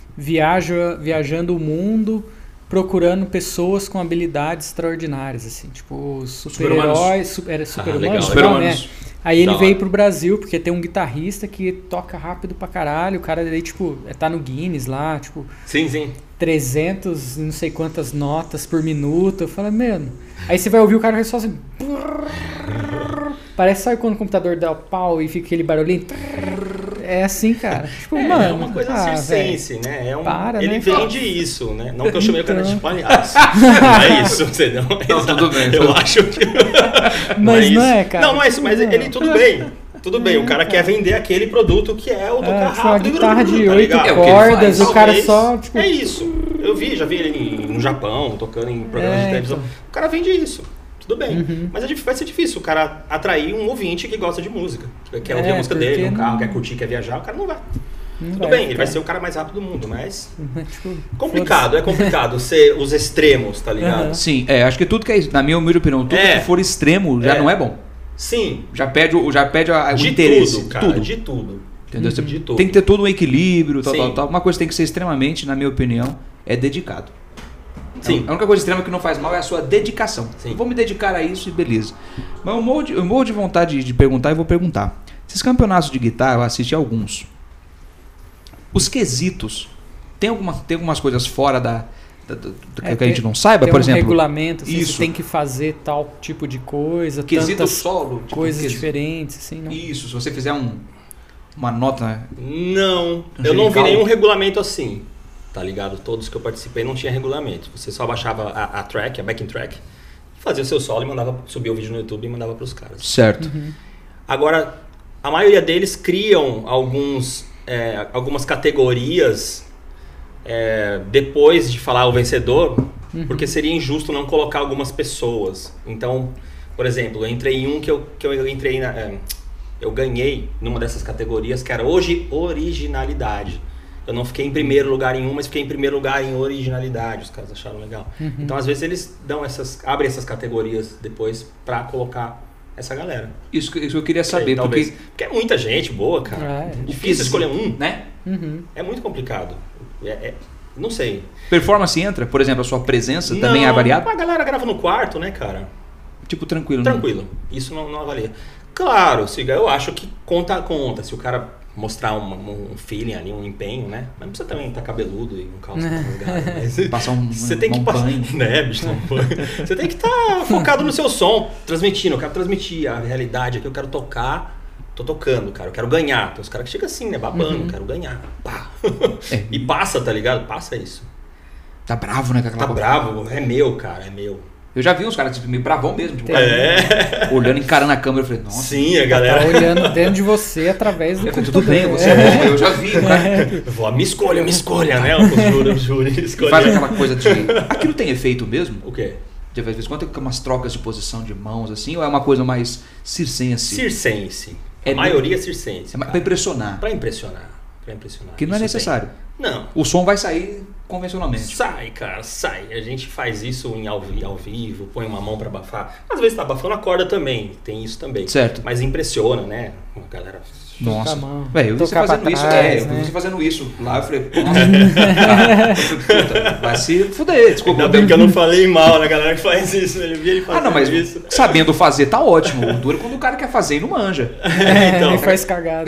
Viaja, viajando o mundo... procurando pessoas com habilidades extraordinárias, assim, tipo super-heróis, super era super-humanos, super né? Aí ele veio pro Brasil, porque tem um guitarrista que toca rápido pra caralho, o cara daí, tipo, tá no Guinness lá, tipo... Sim, sim. trezentos, não sei quantas notas por minuto, eu falei, mano... Aí você vai ouvir o cara só assim... Parece, sabe quando o computador dá o pau e fica aquele barulhinho? É assim, cara. Tipo, É, mano, é uma coisa ah, circense, né? É um, para, ele né? vende isso, né? Não que eu chamei o cara de Então. palhaço. Não é isso, entendeu? Não, tudo bem. Eu acho que... Mas não é, cara. Não, não é isso, mas Não. ele tudo bem. Tudo bem, É, o cara cara. quer vender aquele produto que é o tocar É, tipo, uma rápido. guitarra de tá oito ligado? É o que ele cordas, faz. o cara Talvez. só, tipo... É isso. Eu vi, já vi ele no Japão, tocando em programas É, de televisão. então. O cara vende isso. Tudo bem. Uhum. Mas é dif- vai ser difícil o cara atrair um ouvinte que gosta de música. Que quer ouvir É, a música porque dele no carro, não- quer curtir, quer viajar. O cara não vai. Não Tudo vai, bem, ele vai cara. ser o cara mais rápido do mundo, mas... Tipo, Complicado, é complicado ser os extremos, tá ligado? Aham. Sim, é, acho que tudo que é, na minha humilde opinião, tudo É. que for extremo já É. não é bom. Sim, Já perde, o- já perde a- o de interesse. tudo, cara, de tudo. Entendeu? Você De tudo. tem que ter todo um equilíbrio, tal, Sim. tal, tal. Uma coisa que tem que ser extremamente, na minha opinião, é dedicado. Sim. A única coisa extrema que não faz mal é a sua dedicação. Sim. Eu vou me dedicar a isso e beleza. Mas eu morro de, eu morro de vontade de perguntar e vou perguntar. Esses campeonatos de guitarra, eu assisti alguns. Os quesitos, tem, alguma, tem algumas coisas fora da, da- do- do É, que a gente tem- não saiba? tem Por um exemplo, regulamento, assim, isso. você tem que fazer tal tipo de coisa, quesito tantas solo. tipo, coisas quesito- diferentes, assim, não. Isso, se você fizer um, uma nota... Não, eu não vi Angelical. nenhum regulamento assim, tá ligado? Todos que eu participei não tinha regulamento. Você só baixava a, a track, a backing track, fazia o seu solo e mandava subir o vídeo no YouTube e mandava pros caras. Certo. Agora, a maioria deles criam alguns, é, algumas categorias é, depois de falar o vencedor, porque seria injusto não colocar algumas pessoas. Então, por exemplo, eu entrei em um que eu, que eu entrei na... é, eu ganhei numa dessas categorias que era hoje originalidade. Eu não fiquei em primeiro lugar em um, mas fiquei em primeiro lugar em originalidade. Os caras acharam legal. Então, às vezes, eles dão essas, abrem essas categorias depois pra colocar essa galera. Isso, que- isso que eu queria saber, Talvez. porque... Porque é muita gente boa, cara. Ah, é. Difícil escolher um. Né? Uhum. É muito complicado. É, é- não sei. Performance entra? Por exemplo, a sua presença também é Não, avaliada? A galera grava no quarto, né, cara? Tipo, tranquilo. né? Tranquilo. Isso não, não avalia. Claro, se, eu acho que conta, conta. Se o cara mostrar uma- um feeling ali, um empenho, né? Mas não precisa também estar cabeludo e um calça rasgado. Mas Passar um, você tem que um passar, banho. né, bicho, um banho. Você tem que estar focado no seu som, transmitindo. Eu quero transmitir a realidade aqui, eu quero tocar. Tô tocando, cara, eu quero ganhar. Tem os caras que chegam assim, né, babando, Uhum. quero ganhar. Pá. É. E passa, tá ligado? Passa isso. Tá bravo, né? Com aquela Tá coisa. bravo, é meu, cara, é meu. Eu já vi uns caras tipo, meio bravão mesmo, tipo, É. olhando, encarando a câmera. Eu falei, nossa. Sim, a Tá galera. olhando dentro de você através do Eu falei, computador. tudo bem, você É. é bom, eu já vi. O cara Eu vou, me escolha, me escolha, né? O júri, o júri, escolha. faz aquela coisa de. Aquilo tem efeito mesmo? O quê? De vez em quando tem umas trocas de posição de mãos assim, ou é uma coisa mais circense? Circense. É A maioria é circense. É pra cara. impressionar. Pra impressionar. Pra impressionar. Que não é Isso necessário. tem. Não. O som vai sair convencionalmente. Sai, cara, sai. A gente faz isso em ao, vi- ao vivo, põe uma mão pra abafar. Às vezes tá abafando a corda também, tem isso também. Certo. Mas impressiona, né? A galera. Nossa. a mão, Véi, eu vi você tocar pra fazendo isso. trás, É, eu vi né? você fazendo isso lá, eu falei, nossa, cara, puta, vai se fuder, desculpa. Ainda bem que eu não falei mal na galera que faz isso. Ele via ele Ah, fazendo não, mas isso. sabendo fazer tá ótimo. O duro é quando o cara quer fazer e não manja. É, então. ele faz cagada.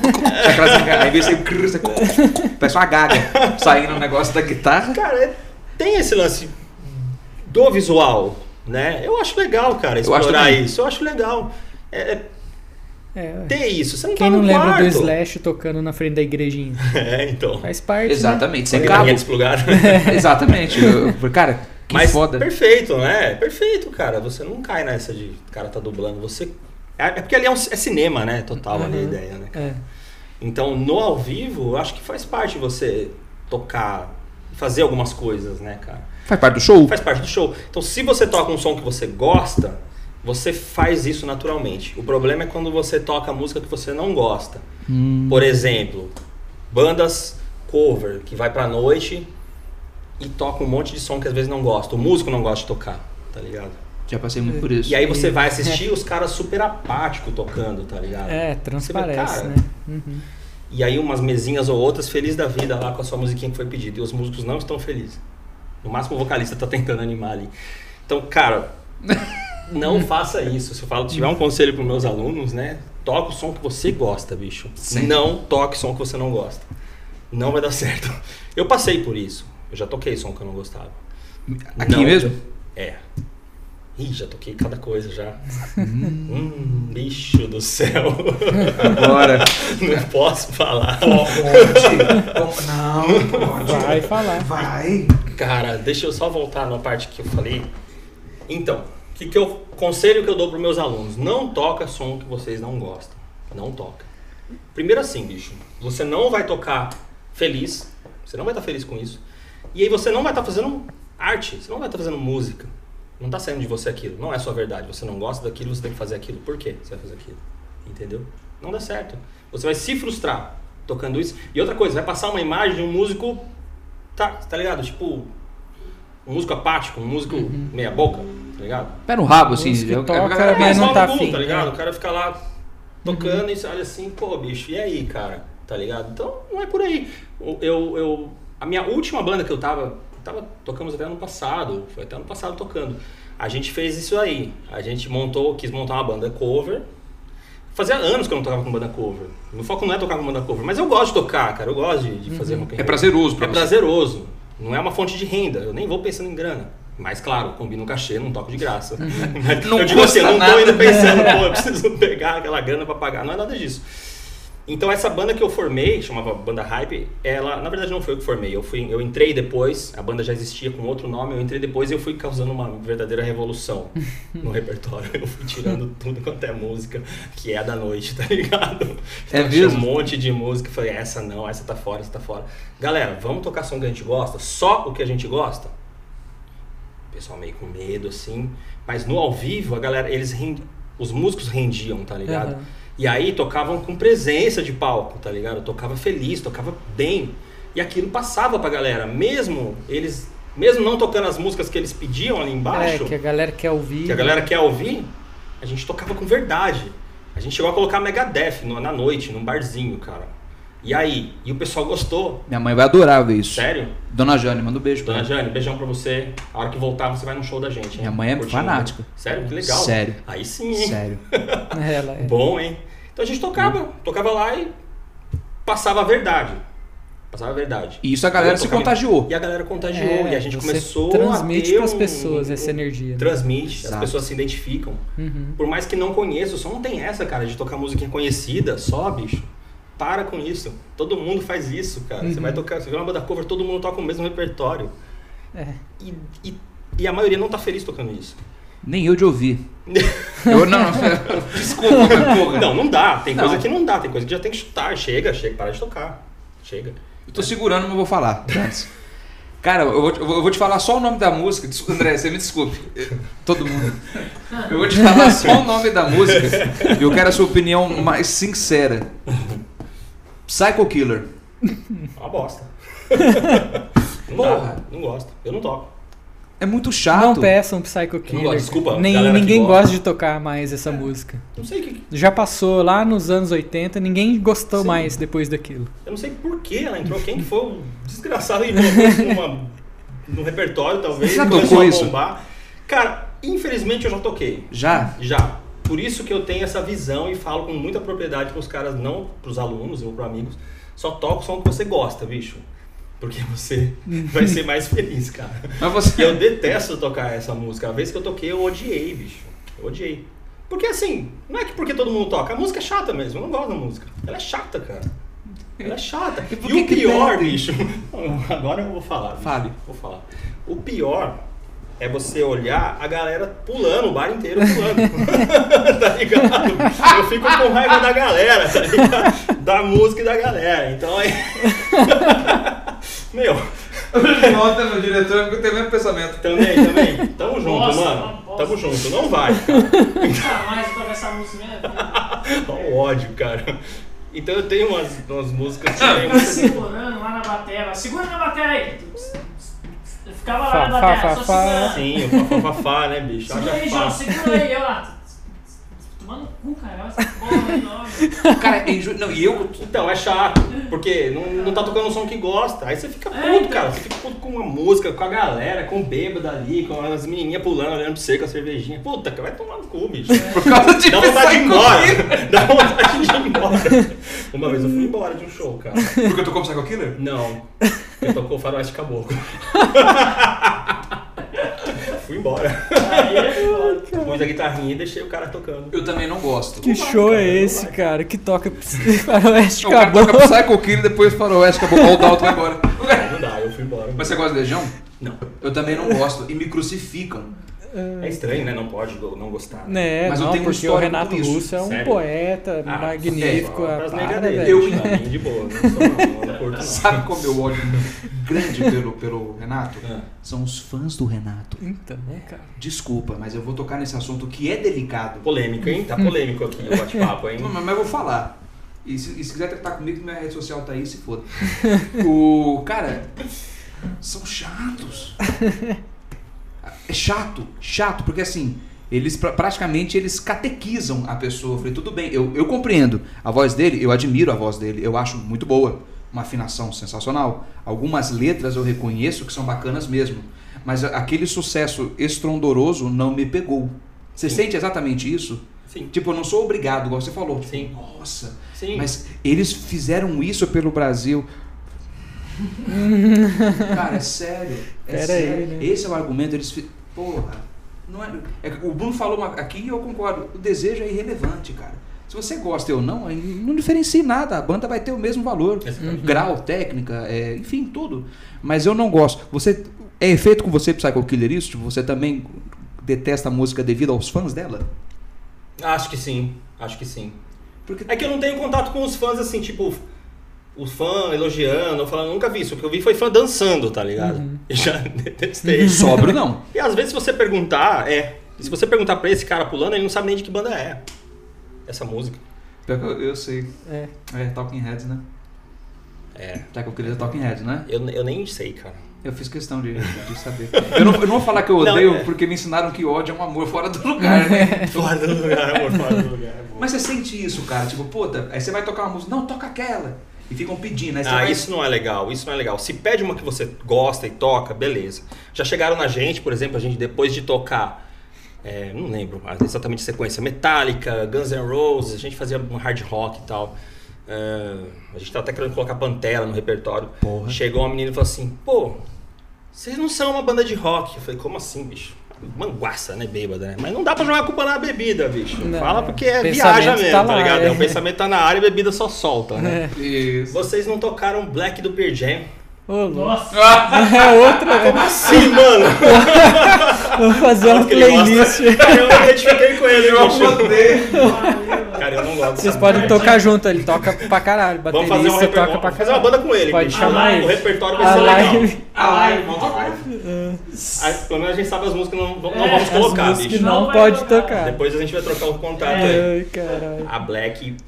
Aí vem você, você parece uma gaga saindo no negócio da guitarra. Cara, é- tem esse lance do visual, né? Eu acho legal, cara, Eu acho explorar também. isso. Eu acho legal. É, é É, ter isso. Você não quem tá não no lembra quarto. do Slash tocando na frente da igrejinha? É, então. Faz parte, Exatamente, sem Sem cabo. desplugado. Exatamente. Eu, eu falei, cara, que Mas foda. perfeito, né? Perfeito, cara. Você não cai nessa de o cara tá dublando. Você. É é porque ali é, um, é cinema, né? Total ali a Uhum. ideia, né? É. Então, no ao vivo, eu acho que faz parte você tocar, fazer algumas coisas, né, cara? Faz parte do show. Faz parte do show. Então, se você toca um som que você gosta, você faz isso naturalmente. O problema é quando você toca música que você não gosta. Hum. Por exemplo, bandas cover, que vai pra noite e toca um monte de som que às vezes não gosta. O músico não gosta de tocar, tá ligado? Já passei muito por isso. E aí você vai assistir os caras super apáticos tocando, tá ligado? É, Você vê, transparece, cara, né? Uhum. E aí umas mesinhas ou outras felizes da vida lá com a sua musiquinha que foi pedida. E os músicos não estão felizes. No máximo o vocalista tá tentando animar ali. Então, cara, não faça isso. Se eu falo, tiver um conselho pros meus alunos, né? Toca o som que você gosta, bicho. Sim. Não toque som que você não gosta. Não vai dar certo. Eu passei por isso. Eu já toquei som que eu não gostava. Aqui Não- mesmo? É. Ih, já toquei cada coisa já. hum, bicho do céu. Agora. Não posso falar. Pode. Não, pode. Vai falar. Vai. Cara, deixa eu só voltar na parte que eu falei. Então, o que, que eu conselho que eu dou para meus alunos? Não toca som que vocês não gostam. Não toca. Primeiro assim, bicho. Você não vai tocar feliz. Você não vai estar feliz com isso. E aí você não vai estar fazendo arte. Você não vai estar fazendo música. Não está saindo de você aquilo. Não é sua verdade. Você não gosta daquilo, você tem que fazer aquilo. Por quê você vai fazer aquilo? Entendeu? Não dá certo. Você vai se frustrar tocando isso. E outra coisa, vai passar uma imagem de um músico... Tá, tá ligado? Tipo... Um músico apático, um músico uhum. meia boca, tá ligado? Pé no rabo, assim. Eu, toca, eu, cara, mas não tá afim, tá ligado? É. O cara fica lá tocando uhum. e você olha assim, pô, bicho, e aí, cara? Tá ligado? Então, não é por aí. Eu... eu a minha última banda que eu tava... Tava, tocamos até ano passado, foi até ano passado tocando. A gente fez isso aí, a gente montou, quis montar uma banda cover. Fazia anos que eu não tocava com banda cover. Meu foco não é tocar com banda cover, mas eu gosto de tocar, cara, eu gosto de, de fazer uhum. rock and roll. É prazeroso pra É você. prazeroso, não é uma fonte de renda, eu nem vou pensando em grana. Mas claro, combina um cachê, não toco de graça. Uhum. Não eu digo assim, eu não tô nada. indo pensando, pô, eu preciso pegar aquela grana pra pagar, não é nada disso. Então essa banda que eu formei, chamava Banda Hype, ela, na verdade não foi eu que formei, eu, fui, eu entrei depois, a banda já existia com outro nome, eu entrei depois e eu fui causando uma verdadeira revolução no repertório. Eu fui tirando tudo quanto é música, que é da noite, tá ligado? É então, tinha um mesmo? monte de música, falei, essa não, essa tá fora, essa tá fora. Galera, vamos tocar som que a gente gosta, só o que a gente gosta? O pessoal meio com medo, assim, mas no ao vivo, a galera, eles rend... os músicos rendiam, tá ligado? Uhum. E aí tocavam com presença de palco, tá ligado? Tocava feliz, tocava bem. E aquilo passava pra galera. Mesmo eles, mesmo não tocando as músicas que eles pediam ali embaixo... É, que a galera quer ouvir. Que a galera quer ouvir, a gente tocava com verdade. A gente chegou a colocar Megadeth no, na noite, num barzinho, cara. E aí? E o pessoal gostou. Minha mãe vai adorar ver isso. Sério? Dona Jane, manda um beijo pra Dona ela. Jane, beijão pra você. A hora que voltar, você vai no show da gente, hein? Minha mãe é Curtindo. fanática. Sério? Que legal. Sério. Aí sim, hein? Sério. Ela é. Bom, hein? Então a gente tocava, hum. tocava lá e passava a verdade. Passava a verdade. E isso a galera se contagiou. E a galera contagiou. É, e a gente você começou transmite a ter pras um, pessoas um, essa energia. Né? Transmite, Exato. as pessoas se identificam. Uhum. Por mais que não conheçam, só não tem essa, cara, de tocar musiquinha conhecida, só, bicho. Para com isso. Todo mundo faz isso, cara. Uhum. Você vai tocar, você vê uma banda cover, todo mundo toca o mesmo repertório. É. E, e, e a maioria não tá feliz tocando isso. Nem eu de ouvir. eu não, desculpa, mas porra. Não, não dá. Tem não. coisa que não dá, tem coisa que já tem que chutar. Chega, chega, para de tocar. Chega. Eu tô segurando, mas vou falar. Cara, eu vou, eu vou te falar só o nome da música. Desculpa, André, você me desculpe. Todo mundo. Eu vou te falar só o nome da música e eu quero a sua opinião mais sincera. Psycho Killer. Uma bosta. Não Porra. dá, não gosto. Eu não toco. É muito chato. Não peçam Psycho Killer. Não, desculpa, Nem, galera que ninguém gosta. gosta de tocar mais essa música. Não sei o que. Já passou lá nos anos oitenta, ninguém gostou Sim. mais depois daquilo. Eu não sei por que ela entrou. Quem que foi o desgraçado e colocou isso numa, no repertório, talvez. Você já começou tocou a isso? bombar. Cara, infelizmente eu já toquei. Já? Já. Por isso que eu tenho essa visão e falo com muita propriedade para os caras, não para os alunos ou para amigos. Só toca o som que você gosta, bicho. Porque você vai ser mais feliz, cara. Mas você... Eu detesto tocar essa música. A vez que eu toquei, eu odiei, bicho. Eu odiei. Porque assim, não é que porque todo mundo toca. A música é chata mesmo. Eu não gosto da música. Ela é chata, cara. Ela é chata. E, por e que o que pior, perde? bicho... Agora eu vou falar. Bicho. Fale. Vou falar. O pior é você olhar a galera pulando, o bar inteiro pulando. Tá ligado? Eu fico com raiva da galera, tá ligado? Da música e da galera. Então aí... Meu... Nota, meu diretor, porque eu tenho o mesmo pensamento. Também, também. Tamo junto, Nossa, mano. não posso. Tamo junto. Não vai, cara. Nunca mais tocar essa música mesmo. Olha o ódio, cara. Então eu tenho umas, umas músicas que tem Ficava segurando lá na bateria. Segura na bateria aí. Eu ficava lá na Fá, bateria, fá, só fá. segurando. Sim, o fafafá, né, bicho? Segura Haja aí, João. fá. Segura aí. Eu lá. Tomando no cu, cara. Essa porra enorme. Cara, enjo... não, e eu... Então, é chato, porque não, não tá tocando um som que gosta. Aí você fica puto, É, então. cara. Você fica puto com uma música, com a galera, com o bêbado ali, com as menininhas pulando, olhando pra você com a cervejinha. Puta, cara, vai tomar no cu, bicho. Por causa de Dá vontade de ir Psycho embora. Killer. Dá vontade de ir embora. Uma vez eu fui embora de um show, cara. Porque eu tô como Psycho Killer? Não, eu tocou Faroeste Caboclo. fui embora. Aí é foda. Pus a guitarrinha e deixei o cara tocando. Eu também não gosto. Que vai, show cara, é não esse, vai. cara? Que toca faroeste O cara acabou. toca Psycho Killer e depois Faroeste, acabou. Ó, o Dalton vai embora. Não dá, eu fui embora. Mas você gosta de Legião? Não. Eu também não gosto. E me crucificam. É estranho, né? Não pode não gostar. Né, Mas eu não, tenho um porque o histórico Renato com isso. Russo é um Sério? poeta Ah, magnífico. é, ah, pras para, negadeiras. velho. Eu, pra mim, de boa. Não, sou, não, não curto, não. Sabe como meu ódio grande pelo, pelo Renato? Ah. São os fãs do Renato. Então, cara. Desculpa, mas eu vou tocar nesse assunto que é delicado. Polêmico, hein? Tá polêmico aqui o bate-papo, hein? Não, mas eu vou falar. E se, e se quiser tratar comigo, minha rede social tá aí, se foda. O cara, são chatos. É chato, chato, porque assim, eles pra- praticamente eles catequizam a pessoa. Eu falei, tudo bem, eu, eu compreendo a voz dele, eu admiro a voz dele, eu acho muito boa, uma afinação sensacional. Algumas letras eu reconheço que são bacanas mesmo, mas a- aquele sucesso estrondoroso não me pegou. Você Sim. sente exatamente isso? Sim. Tipo, eu não sou obrigado, igual você falou. Tipo, Sim. nossa, Sim. mas eles fizeram isso pelo Brasil. Cara, é sério. É Pera sério. aí, né? Esse é o argumento. Eles fi- Porra. Não é... é que o Bruno falou uma- aqui e eu concordo. O desejo é irrelevante, cara. Se você gosta ou não, aí não diferencia em nada. A banda vai ter o mesmo valor. Exatamente. Grau, técnica, é, enfim, tudo. Mas eu não gosto. Você é feito com você, Psycho Killer, isso? Tipo, você também detesta a música devido aos fãs dela? Acho que sim. Acho que sim. Porque É que eu não tenho contato com os fãs assim, tipo, os fãs elogiando, ou falando, nunca vi isso. O que eu vi foi fã dançando, tá ligado? E já detestei. sóbrio não. E às vezes se você perguntar, é. E se você perguntar pra esse cara pulando, ele não sabe nem de que banda é essa música. Pior que eu, eu sei. É. É, Talking Heads, né? É. Psycho Killer é Talking Heads, né? Eu, eu nem sei, cara. Eu fiz questão de, de saber. Eu não, eu não vou falar que eu Não, odeio é. porque me ensinaram que ódio é um amor fora do lugar, né? Fora do lugar, amor, fora do lugar. Mas você sente isso, cara? Tipo, puta, aí você vai tocar uma música, não, toca aquela. E ficam pedindo, aí você Ah, vai... isso não é legal, isso não é legal. Se pede uma que você gosta e toca, beleza. Já chegaram na gente, por exemplo, a gente depois de tocar, é, não lembro exatamente a sequência, Metallica, Guns N' Roses, a gente fazia um hard rock e tal. É, a gente tava até querendo colocar Pantera no repertório. Porra. Chegou uma menina e falou assim, pô, vocês não são uma banda de rock. Eu falei, como assim, bicho? Manguaça, né, bêbada, né? Mas não dá pra jogar a culpa na bebida, bicho. Não, Fala porque é pensamento viaja mesmo, tá tá, lá, ligado? é. É, o pensamento tá na área e a bebida só solta, né? Isso. Vocês não tocaram Black do Pearl Jam? Ô, louco. Nossa. É outra. Sim, mano! Vamos fazer uma Tanto que ele playlist. gosta. Cara, eu me identifiquei com ele, Eu bicho. odeio. Cara, eu não gosto Vocês dessa podem banda. tocar junto, ele toca pra caralho. Vamos Baterista fazer, um reper... toca pra Vamos fazer uma banda com ele. Pode bicho. chamar Ah, ele. O repertório vai A ser live. legal. Ah, live, vamos tocar. Aí, pelo menos a gente sabe as músicas, não, não É, vamos as colocar, músicas bicho. que não Não vai pode tocar. tocar. Depois a gente vai trocar o contato aí. Ai, caralho. A Black...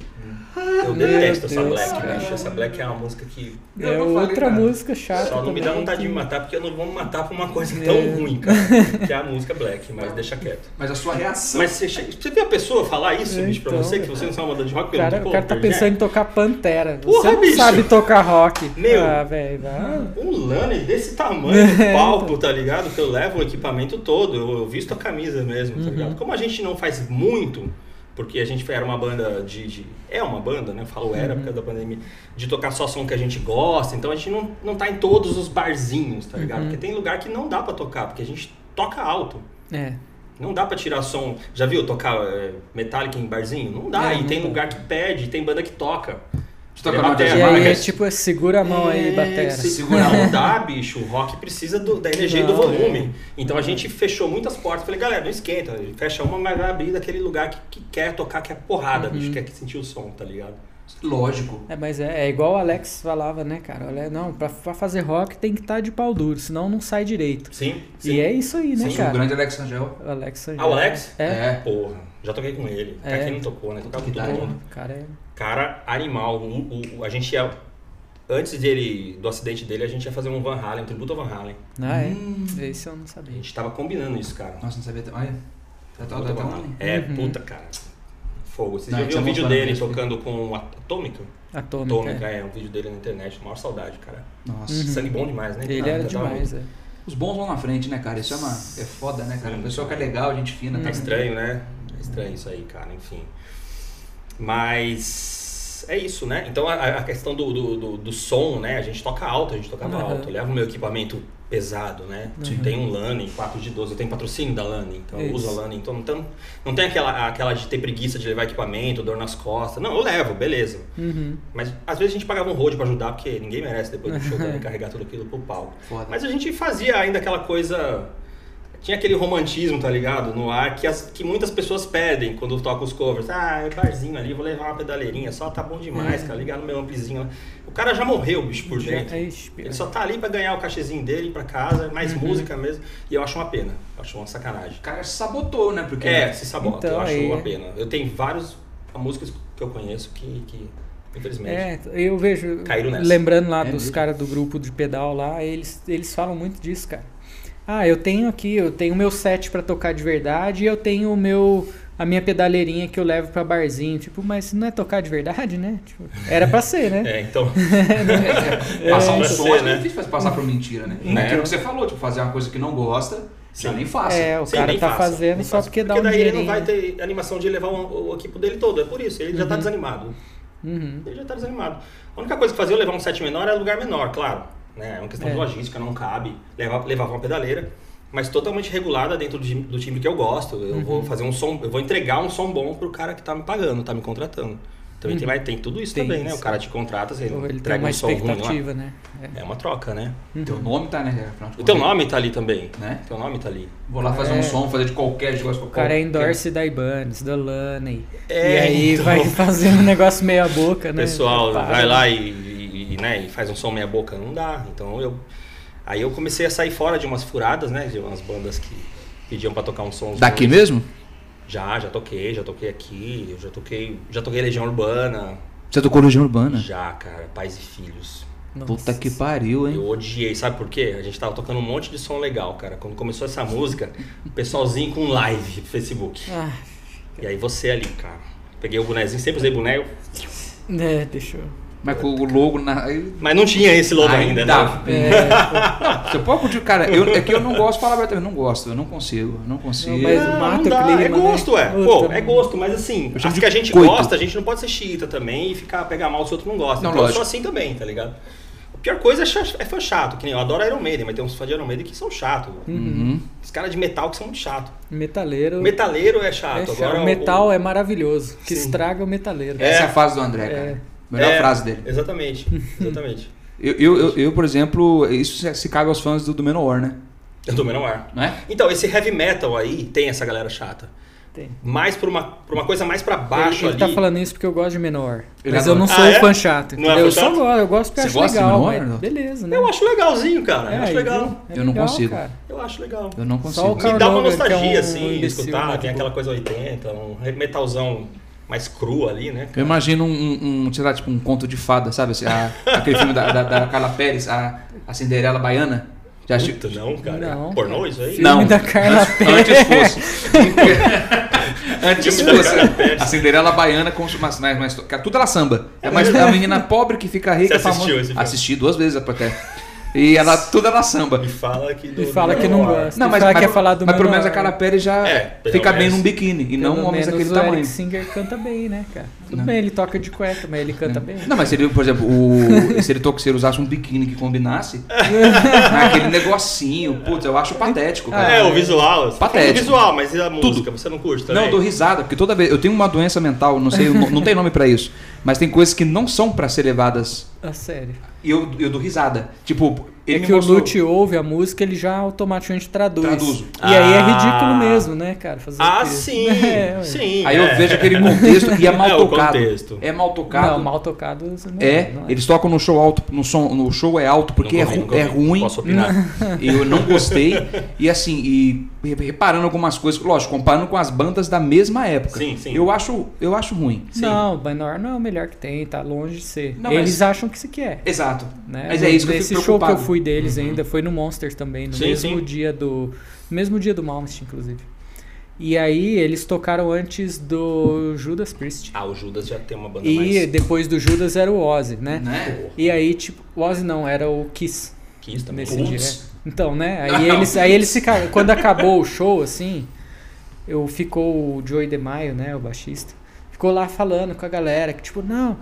Eu Meu detesto essa Deus, Black, cara. bicho. Essa Black é uma música que... Eu É não falei outra nada. música chata. Só não me dá também vontade de que- me matar, porque eu não vou me matar por uma coisa tão É. ruim, cara. Que é a música Black, mas deixa quieto. Mas a sua reação... Mas você, chega- você vê a pessoa falar isso, É, bicho, pra então, você, que você não sabe uma banda de rock, O cara, pergunta, o cara pô, tá Pearl Jam? pensando em tocar Pantera. Você Porra, não bicho. sabe tocar rock. Meu. Ah, velho. vai. Um lane desse tamanho no palco, tá ligado? Que eu levo o equipamento todo, eu, eu visto a camisa mesmo, tá Uhum. ligado? Como a gente não faz muito, porque a gente era uma banda de... de- é uma banda, né? Eu falo era Uhum. por causa da pandemia. De tocar só som que a gente gosta, então a gente não, não tá em todos os barzinhos, tá ligado? Uhum. Porque tem lugar que não dá pra tocar, porque a gente toca alto. É. Não dá pra tirar som. Já viu tocar é, Metallica em barzinho? Não dá. É, e não tem dá. lugar que pede, tem banda que toca. Você toca Ele na batera, E Batera, aí é mas- tipo, é, segura a mão aí, batera. Se Segura. segurar não dá, bicho. O rock precisa do- da energia e do Não, volume. Então a gente fechou muitas portas. Falei, galera, não esquenta. Fecha uma, mas vai abrir daquele lugar que, que quer tocar, que é porrada, Uhum. bicho. Quer sentir o som, tá ligado? Lógico. É, mas é, é igual o Alex falava, né, cara? Olha, não, pra, pra fazer rock tem que estar de pau duro, senão não sai direito. Sim, sim. E é isso aí, né, Sim, O cara? grande Alex Angel. O Alex Ah, o Alex? É. É. Porra, já toquei com ele. Pra É. quem não tocou, né? Tocava com Que todo idade, mundo. O cara é... Cara, animal. O, o- o- a gente ia... Antes dele, do acidente dele, a gente ia fazer um Van Halen, um tributo ao Van Halen. Ah, é? Hum. Esse eu não A sabia. gente tava combinando isso, cara. Nossa, não sabia... até- Olha. Tá, tá, Tributo tá, ao tá, Van Halen. tá. É, Uhum. puta, cara. Fogo. Vocês Não, já a gente viram o ia vídeo mostrar dele mesmo. tocando com Atômica? Atômica. Atômica, é. é. um vídeo dele na internet. Maior saudade, cara. Nossa. Uhum. Sangue bom demais, né? Ele cara? era Eu tava- demais, é. Os bons vão na frente, né, cara? Isso é, uma... é foda, né, cara? Sim. A pessoa que é legal, gente fina. É Tá estranho, né? É estranho isso aí, cara, enfim. Mas é isso, né? Então a, a questão do, do, do, do som, né? A gente toca alto, a gente tocava Uhum. alto. Eu levo o meu equipamento pesado, né? Uhum. Tem um Lane quatro de doze, eu tenho patrocínio da Lane, então eu Isso. uso a Lane. Então não tem, não tem aquela, aquela de ter preguiça de levar equipamento, dor nas costas. Não, eu levo, beleza. Uhum. Mas às vezes a gente pagava um road pra ajudar, porque ninguém merece depois do show também carregar tudo aquilo pro palco. Foda. Mas a gente fazia ainda aquela coisa... Tinha aquele romantismo, tá ligado? No ar, que, as, que muitas pessoas pedem quando tocam os covers. Ah, é barzinho ali, vou levar uma pedaleirinha, só tá bom demais, É. cara, ligar no meu amplizinho lá. O cara já morreu, bicho, por dentro. É, ixi, Ele só tá ali pra ganhar o cachezinho dele, ir pra casa, mais Uhum. música mesmo. E eu acho uma pena, eu acho uma sacanagem. O cara se sabotou, né? Porque É, se sabota, Então, eu acho aí- uma pena. Eu tenho vários músicos que eu conheço que, que infelizmente... É, eu vejo, Caíram nessa. lembrando lá É dos mesmo? caras do grupo de pedal lá, eles, eles falam muito disso, cara. Ah, eu tenho aqui, eu tenho o meu set pra tocar de verdade e eu tenho o meu, a minha pedaleirinha que eu levo pra barzinho. Tipo, mas não é tocar de verdade, né? Tipo, era pra ser, né? É, então... passar um É, som você, é né? difícil passar por mentira, né? Né? É aquilo que você falou, tipo, fazer uma coisa que não gosta, já Sim. nem faça. É, o Sim, cara nem tá faça, fazendo nem só faça. porque dá um daí dinheirinho. ele não vai ter animação de levar um- o equipo dele todo, é por isso, ele já tá desanimado. Uhum. Ele já tá desanimado. A única coisa que fazia eu levar um set menor era lugar menor, claro. Né? É uma questão É. de logística, não cabe. Levava, levava uma pedaleira, mas totalmente regulada dentro do, time- do timbre que eu gosto. Eu Uhum. vou fazer um som, eu vou entregar um som bom pro cara que tá me pagando, tá me contratando. Também tem, vai- tem tudo isso Uhum. Tem também, né? isso. O cara te contrata, você Ou ele tem entrega uma um som ruim lá. expectativa, né? É. É uma troca, né? Teu nome tá, né? afinal de O teu contas. nome tá ali também. Né? Teu nome tá ali. Vou lá fazer É. um som, fazer de qualquer jeito. O cara é endorse da Ibanez, da Lane. É, e aí então. vai fazendo um negócio meia boca, O né? pessoal Para. vai lá e, e- e, né, e faz um som meia boca, não dá. Então eu aí eu comecei a sair fora de umas furadas, né, de umas bandas que pediam pra tocar um som Daqui mesmo? Já, já toquei, já toquei aqui, eu já toquei, já toquei Legião Urbana, Você tocou Legião Urbana? já, cara, Pais e Filhos. Nossa. Puta que pariu, hein? Eu odiei, sabe por quê? A gente tava tocando um monte de som legal, cara. Quando começou essa música, o pessoalzinho com live pro Facebook. Ah, E aí você ali, cara. Peguei o bonezinho, sempre usei boné, eu- é, deixa eu... Mas com o logo na. aí- mas não tinha esse logo ainda, Ainda. né? É, Você pode curtir, cara. Eu, é que eu não gosto de falar abertamente. Eu não gosto, eu não consigo. Eu não consigo. Não, mas- Não, mata não o dá, clima, é gosto, né? é. Puta, Pô, é mano. gosto, mas assim, Eu chamo as de que a gente coito. gosta, a gente não pode ser xiita também e ficar pegar mal se o outro não gosta. Não, então eu lógico. sou assim também, tá ligado? A pior coisa é, cha- é fã chato, que nem eu adoro Iron Maiden, mas tem uns fãs de Iron Maiden que são chatos. Uhum. Os caras de metal que são muito chatos. metaleiro... Metaleiro é é chato. chato. Agora o metal o... é maravilhoso. Que Sim. estraga o metaleiro. Essa é a fase do André, cara. É. Melhor É, frase dele. Exatamente, exatamente. Eu, eu, eu, eu, por exemplo, isso se- se cabe aos fãs do, do Manowar, né? Eu também não ar. Não é? Então, esse heavy metal aí tem essa galera chata. Tem. Mais por uma, por uma coisa mais pra Ele, baixo ele ali. tá falando isso porque eu gosto de Menor. Ele Mas eu adora. não sou Ah, um é? fã chato. Não é entendeu? fã eu só chato? gosto, eu gosto porque Você eu acho gosta de legal. Menor, mas Arnaldo? beleza, né? Eu acho legalzinho, cara. É, eu acho aí, legal. viu? É Eu não legal, consigo. cara. Eu acho legal. Eu não Só o consigo. Me dá uma Carl Logan, que é nostalgia, um assim, imbecil, escutar. né, Tem tipo- aquela coisa oitenta, um metalzão mais cru ali, né? Eu imagino um, um, sei lá, tipo um conto de fada, sabe? Assim, a- aquele filme da, da, da Carla Pérez, a, a Cinderela Baiana. Já assistiu? Puta, não, cara. Não. Pornô isso aí? Filme Não. da Carla antes, Pérez. antes fosse. Antes Filme da fosse. Carla Pérez. A Cinderela Baiana com mas, mas, mas, cara, tudo era samba. É mais a menina pobre que fica rica. Você assistiu famosa. esse filme? Assisti duas vezes até. E ela tudo era samba. E fala que do, E fala do que não Menor. gosta. Não, mas, fala mas, que quer falar do mas pelo Menor. menos a Carla Pérez já É, pelo fica bem menos. num biquíni e não Pelo homens menos daquele o tamanho. Eric Singer canta bem, né, cara? Tudo Não. bem, ele toca de cueca, mas ele canta bem. Não, mas se ele, por exemplo, o, se ele to- se ele usasse um biquíni que combinasse, aquele negocinho, putz, eu acho patético, cara. É, o visual. Você tá falando Patético. do visual, mas e a música? Você não curte também? Não, eu dou risada, porque toda vez. Eu tenho uma doença mental, não sei, não, não tem nome pra isso. Mas tem coisas que não são pra ser levadas. A sério. E eu, eu dou risada. Tipo, ele É me que o mostrou- Lute ouve a música, ele já automaticamente traduz. Traduzo. E aí é Ah. ridículo mesmo, né, cara? Fazer Ah, o quê? sim. É, ué. sim. Aí é. eu vejo aquele contexto e é mal É, o tocado. contexto. É mal tocado. Não, mal tocado não É, não eles tocam no show alto, no som, no show é alto porque Nunca é, ouvi, ru- nunca é ouvi. ruim. Posso opinar? Eu não gostei. E assim, e re- reparando algumas coisas, lógico, comparando com as bandas da mesma época. Sim, sim. Eu acho, eu acho ruim. Sim. Não, o Menor não é o melhor que tem, tá longe de ser. Não, Eles mas- acham que se quer. Exato. Né? Mas é isso que eu Esse fico show que eu preocupado. fui deles Uhum. ainda foi no Monsters também, no Sim, mesmo sim. dia do mesmo dia do Malmsteen, inclusive. E aí eles tocaram antes do Judas Priest. Ah, o Judas já tem uma banda E mais... depois do Judas era o Ozzy, né? Né? E aí, tipo, o Ozzy não, era o Kiss Kiss também. nesse Putz. dia. é. Então, né? Aí Não. eles, aí eles ficaram. Quando acabou o show, assim, eu ficou o Joey DeMaio, né? O baixista. Ficou lá falando com a galera que, tipo, não,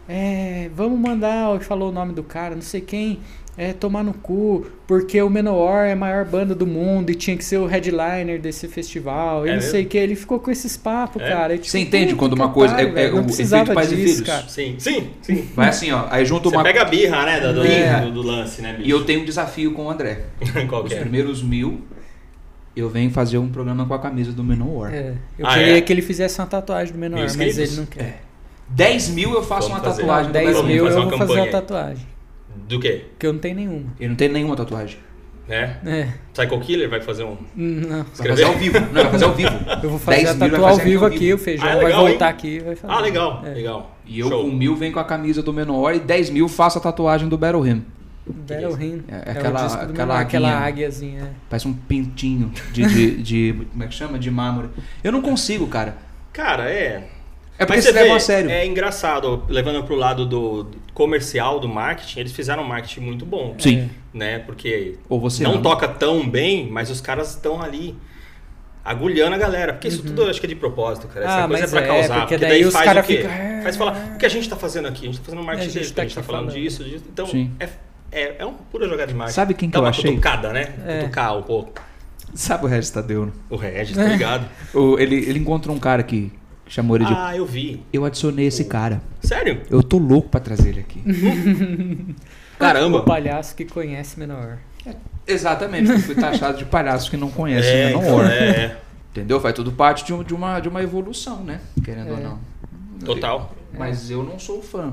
é, vamos mandar, ele falou o nome do cara, não sei quem, é, tomar no cu, porque o Manowar é a maior banda do mundo e tinha que ser o headliner desse festival, e É não mesmo? sei o que, ele ficou com esses papos, É? cara. E, tipo, Você entende puta quando uma que coisa pariu, é- é velho, o não precisava efeito pais e disso, filhos? cara. Sim, sim, sim. Vai assim, ó. Aí junto Você uma. pega a birra, né, do, do, Birra. do- do lance, né, bicho? E eu tenho um desafio com o André. Qual Os que é? primeiros mil, eu venho fazer um programa com a camisa do Manowar. É, eu Ah, queria é? que ele fizesse uma tatuagem do Menor, Mil mas inscritos? ele não quer. É. dez mil eu faço Vamos uma fazer. tatuagem do dez Vamos mil fazer eu uma vou fazer campanha a aí. tatuagem. Do quê? Porque eu não tenho nenhuma. Eu não tenho nenhuma tatuagem. É? É, Psycho Killer vai fazer um... não. Vai fazer ao vivo. Não, vai fazer ao vivo. Eu vou fazer dez a mil vai tatuar ao fazer vivo aqui, o Feijão Ah, vai legal, voltar hein? aqui e vai fazer. Ah, legal, É. legal. E eu Show. com mil venho com a camisa do Menor e dez mil faço a tatuagem do Battle Hymn. Battle Rim. É, É, aquela- o disco do aquela Menor, aquela águinha. águiazinha. é. Parece um pintinho de, de, de- como é que chama? De mármore. Eu não consigo, cara. Cara, é... É porque Mas se você levam vê, a sério. é engraçado, levando pro lado do do comercial, do marketing, eles fizeram um marketing muito bom. Sim. Né? Porque Ou você não ama. toca tão bem, mas os caras estão ali agulhando a galera. Porque isso tudo eu acho que é de propósito, cara. Essa Ah, coisa é mas pra é, causar. porque Porque daí daí os faz cara o quê? fica, "Ah". Faz falar, o que a gente tá fazendo aqui? A gente tá fazendo um marketing A gente deles, tá a gente tá aqui falando falando. disso, disso. Então, Sim. é, é, é uma pura jogada de marketing. Sabe quem que Dá eu uma achei? cutucada, né? É. Cutucar um pouco. Sabe o Regis Tadeu? O Regis, tá ligado? O- ele, ele encontrou um cara que chamou ele de... Ah, eu vi. Eu adicionei esse cara. Sério? Eu tô louco pra trazer ele aqui. Caramba. O palhaço que conhece Menor. Exatamente, eu fui taxado de palhaço que não conhece É, o então, Menor. é, é. Entendeu? Faz tudo parte de, um- de uma, de uma evolução, né? Querendo ou É. não. Total. Mas eu não sou fã.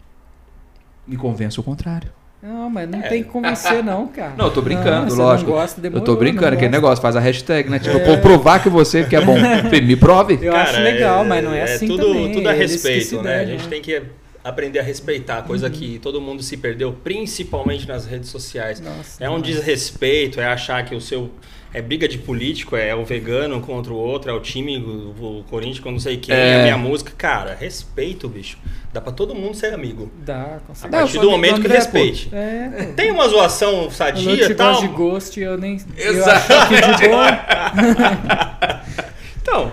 Me convence o contrário. Não, mas não É. tem que convencer não, cara. Não, eu tô brincando, Não, você lógico. Não gosta, eu demorou, tô brincando, não aquele gosta. negócio, faz a hashtag, né? Tipo, pra provar que você que é bom. Me prove. Eu acho Cara, legal, mas não é, assim tudo, também. Tudo a eles que se respeito, né? A devem, gente tem que aprender a respeitar, coisa que todo mundo se perdeu, principalmente nas redes sociais. Nossa, é um demais. desrespeito, é achar que o seu... É briga de político, é o vegano contra o outro, é o time, o, o Corinthians com não sei quem, É. é a minha música. Cara, respeito, bicho. Dá pra todo mundo ser amigo. Dá, com A certeza. Não, eu partir sou do amigo momento do que André, respeite. É, pô. Tem uma zoação Eu sadia não e te tal. gosto de gosto e eu nem... Exato. Eu acho que de boa... Então,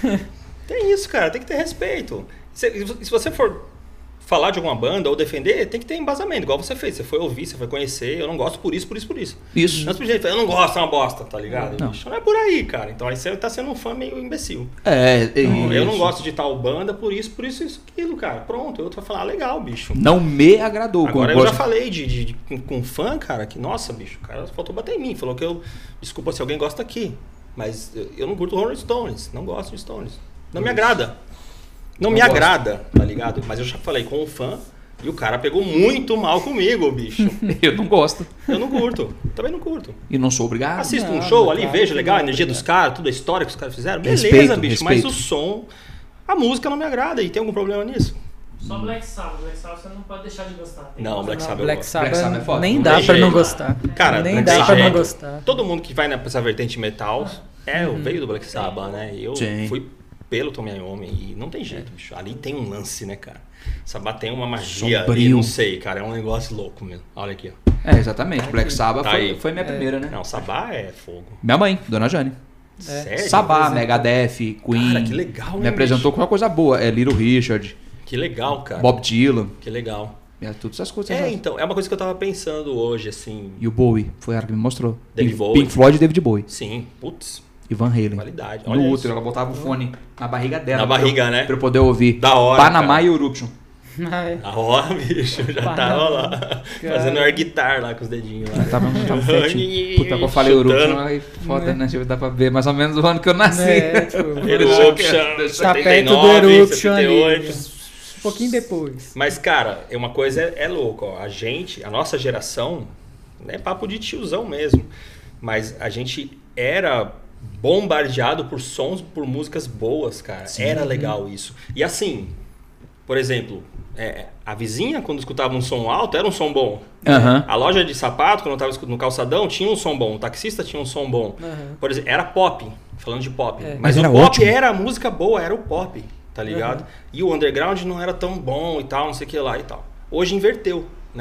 tem isso, cara. Tem que ter respeito. Se, se você for falar de alguma banda ou defender, tem que ter embasamento, igual você fez. Você foi ouvir, você foi conhecer. Eu não gosto por isso, por isso, por isso. Isso. Não é simplesmente, eu não gosto, é uma bosta, tá ligado? Não. Bicho, não é por aí, cara. Então aí você tá sendo um fã meio imbecil. É, é Não, eu não isso. gosto de tal banda por isso, por isso, isso, aquilo, cara. Pronto, o outro vai falar, ah, legal, bicho. Não me agradou. Agora como eu já gosto. falei de, de, de- com, com fã, cara, que, nossa, bicho, o cara faltou bater em mim. Falou que eu, desculpa se alguém gosta aqui, mas eu, eu não curto Rolling Stones, não gosto de Stones. Não me agrada. Não, Não me gosto. agrada, tá ligado? Mas eu já falei com um fã e o cara pegou muito mal comigo, bicho. Eu não gosto. Eu não curto, também não curto. E não sou obrigado. Assisto não, um show não, ali, claro vejo que legal, a não, energia obrigado. dos caras, tudo a história que os caras fizeram. Beleza, Respeito, bicho, respeito. mas o som, a música não me agrada. E tem algum problema nisso? Só Black Sabbath. Black Sabbath você não pode deixar de gostar. Tem Não, que Black gostar. Sabbath eu Black gosto. Sabbath, Black Sabbath é foda. nem Não dá tem pra não jeito. gostar. Cara, nem não dá tem pra não jeito. gostar. Todo mundo que vai nessa vertente metal é, veio do Black Sabbath, né? E eu Sim. fui pelo Tom Iommi e não tem jeito, bicho. Ali tem um lance, né, cara? Sabbath tem uma magia ali, Sombrio. não sei, cara. É um negócio louco mesmo. Olha aqui, ó. É, exatamente. Black Sabbath Tá foi, aí. foi minha primeira, né? Não, Sabbath é fogo. Minha mãe, Dona Jane. Sério? Sabá, Megadeth, Queen. Cara, que legal, Me hein, apresentou com uma coisa boa. É Little Richard, Que legal, cara. Bob Dylan. Que legal. É, todas essas coisas. É, né? então, é uma coisa que eu tava pensando hoje, assim. E o Bowie, foi ela que me mostrou. David Pink, Bowie. Pink Floyd e David Bowie. Sim, putz, E Van Halen. qualidade. No Olha útero, isso. ela botava o fone na barriga dela. Na pra barriga, eu- né? Pra eu poder ouvir. Da hora, Panamá cara. e Eruption. Ai, A hora, bicho, já Panamá. tava lá. Cara. Fazendo air guitar lá com os dedinhos lá. Eu tava, tava fetinho. Puta, que eu falei Chutando. Eruption, aí foda, né? Dá pra ver mais ou menos o ano que eu nasci. É, tipo, Eruption, Tá perto do setenta e nove, Eruption setenta e oito. ali. Um pouquinho depois. Mas, cara, é uma coisa é, é louco, ó. A gente, a nossa geração, é papo de tiozão mesmo. Mas a gente era bombardeado por sons, por músicas boas, cara. Era legal isso. E assim, por exemplo, é, a vizinha, quando escutava um som alto, era um som bom. Aham. A loja de sapato, quando eu estava no calçadão, tinha um som bom. O taxista tinha um som bom. Aham. Por exemplo, era pop, falando de pop. É. Mas, Mas o era pop ótimo. era a música boa, era o pop, tá ligado? Uhum. E o underground não era tão bom e tal, não sei o que lá e tal. Hoje inverteu, né?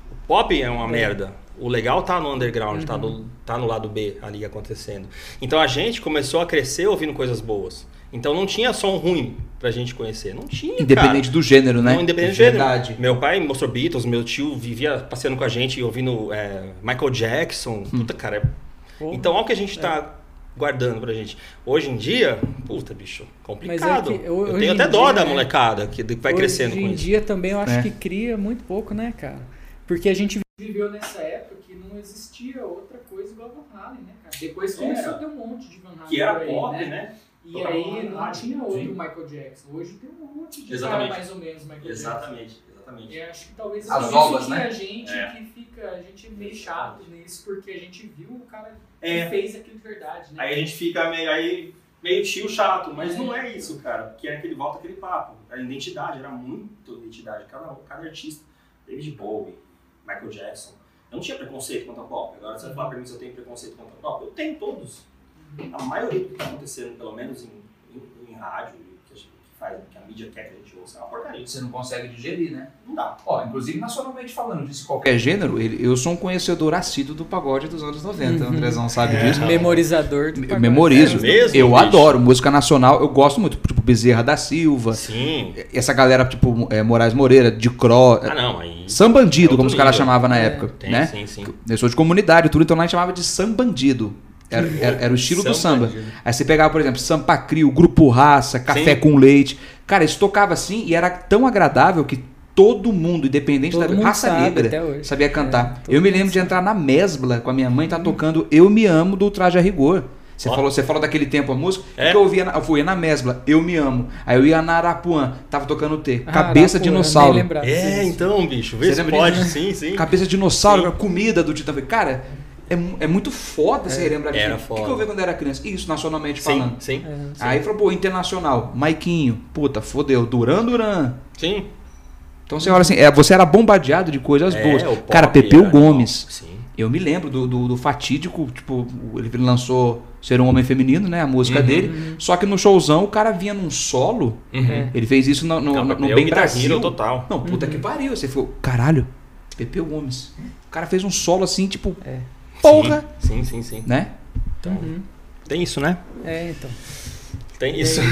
O pop é uma é. merda. O legal tá no underground, uhum. tá, no, tá no lado B ali acontecendo. Então a gente começou a crescer ouvindo coisas boas. Então não tinha som ruim pra gente conhecer. Não tinha, Independente cara. do gênero, né? Não, independente do gênero. Meu pai mostrou Beatles, meu tio vivia passeando com a gente ouvindo é, Michael Jackson. Hum. Puta, cara. Porra. Então olha o que a gente tá é. guardando pra gente. Hoje em dia, puta, bicho, complicado. É que, eu, eu tenho até dó dia, da molecada que vai hoje crescendo com isso. Hoje em dia também eu acho é. que cria muito pouco, né, cara? Porque a gente viveu nessa época que não existia outra coisa igual Van Halen, né, cara? Depois começou é. a ter um monte de Van Halen. Que era aí, pop, né? né? E Total aí não rádio, tinha outro sim. Michael Jackson. Hoje tem um monte de exatamente. cara mais ou menos Michael exatamente. Jackson. Exatamente. E acho que talvez as obras, que né? a gente é. que fica, a gente é meio chato nisso, porque a gente viu o cara é. que fez aquilo de verdade, né? Aí a gente fica meio, aí, meio tio chato, mas é. não é isso, cara. Porque é aquele, volta aquele papo. A identidade, era muito identidade. Cada, cada artista, David Bowie, Michael Jackson. Eu não tinha preconceito contra o pop. Agora você vai falar pra mim se eu tenho preconceito contra o pop. Eu tenho todos. A maioria do que está acontecendo, pelo menos em, em, em rádio, que a, gente, que, faz, que a mídia quer que a gente ouça, é uma porcaria. Você não consegue digerir, né? Não dá. Ó, inclusive nacionalmente falando disso, qualquer gênero, ele, eu sou um conhecedor assíduo do pagode dos anos noventa, uhum. o Andrezão sabe é, disso. Memorizador do Eu memorizo. É mesmo, eu bicho? adoro música nacional, eu gosto muito, tipo Bezerra da Silva. Sim. Essa galera, tipo é, Moraes Moreira, de Cro. Ah, não, aí. Sambandido, como os caras chamavam na é, época. Tem, né? sim, sim. Eu sou de comunidade e tudo, então lá a gente chamava de sambandido. Era, era, era o estilo do samba. Aí você pegava, por exemplo, Sampa Crio, Grupo Raça, Café Sim. com Leite. Cara, isso tocava assim e era tão agradável que todo mundo, independente todo da mundo raça negra, sabia cantar. É, eu me lembro de entrar na Mesbla com a minha mãe, tá hum. tocando Eu Me Amo do Traje a Rigor. Você falou, você falou daquele tempo a música? É. Que eu ouvia, eu fui na Mesbla, Eu Me Amo. Aí eu ia na Arapuã, tava tocando o T. Ah, Cabeça de Dinossauro. É, então, bicho, vê se pode, sim, sim. Cabeça de Dinossauro, sim. comida do Titã. Cara, É, é muito foda é, você lembrar disso. O que, que eu vi quando era criança? Isso, nacionalmente sim, falando. Sim, é, sim. Aí falou, pô, internacional, Maiquinho, puta, fodeu, Duran Duran. Sim. Então você olha assim, é, você era bombardeado de coisas é, boas. Pop, cara, Pepeu Gomes. Sim. Eu me lembro do, do, do fatídico, tipo, ele lançou Ser um Homem Feminino, né? A música uhum. dele. Só que no showzão o cara vinha num solo. Uhum. Ele fez isso no, no, Não, no, no Bem Brasil. Total. Não, puta uhum. que pariu. Você falou, caralho, Pepeu Gomes. O cara fez um solo assim, tipo. É. Porra! Sim, sim, sim. Né? Então, uhum. Tem isso, né? É, então. Tem isso.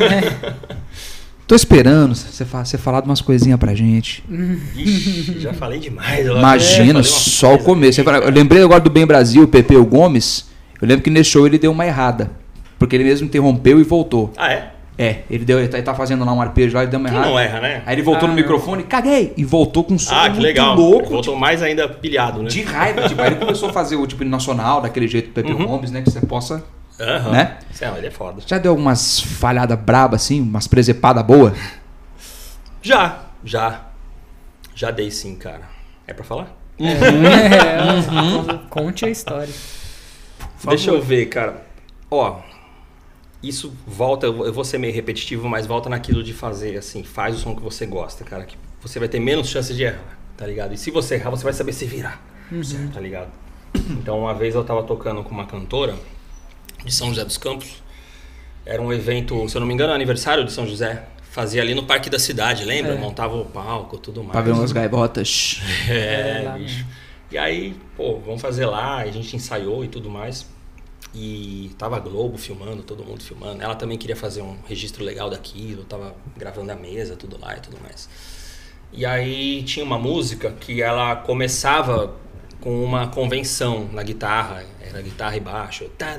É. Tô esperando você falar, você falar de umas coisinhas pra gente. Ixi, já falei demais. Imagina, é, só o começo. Eu lembrei agora do Bem Brasil, Pepeu Gomes. Eu lembro que nesse show ele deu uma errada. Porque ele mesmo interrompeu e voltou. Ah, é? É, ele, deu, ele tá fazendo lá um arpejo lá e deu uma Quem errada. não erra, né? Aí ele voltou ah, no microfone, caguei! E voltou com um som ah, que muito legal. louco. Ele voltou tipo, mais ainda pilhado, né? De raiva. Tipo, aí ele começou a fazer o tipo nacional, daquele jeito do Pepeu uhum. Gomes, né? Que você possa... Aham. Né? Não, ele é foda. Já deu algumas falhadas brabas assim? Umas presepadas boas? Já, já. Já dei sim, cara. É pra falar? É, é, uhum. Conte a história. Deixa eu ver, cara. Ó, isso volta, eu vou ser meio repetitivo, mas volta naquilo de fazer assim, faz o som que você gosta, cara, que você vai ter menos chance de errar, tá ligado? E se você errar, você vai saber se virar, uhum. certo, tá ligado? Então uma vez eu tava tocando com uma cantora de São José dos Campos, era um evento, se eu não me engano, aniversário de São José, fazia ali no Parque da Cidade, lembra? É. Montava o palco, tudo mais. Pra ver umas gaivotas. É, é lá, bicho. né? E aí, pô, vamos fazer lá, a gente ensaiou e tudo mais. E tava a Globo filmando, todo mundo filmando. Ela também queria fazer um registro legal daquilo, tava gravando a mesa, tudo lá e tudo mais. E aí tinha uma música que ela começava com uma convenção na guitarra, era guitarra e baixo, tá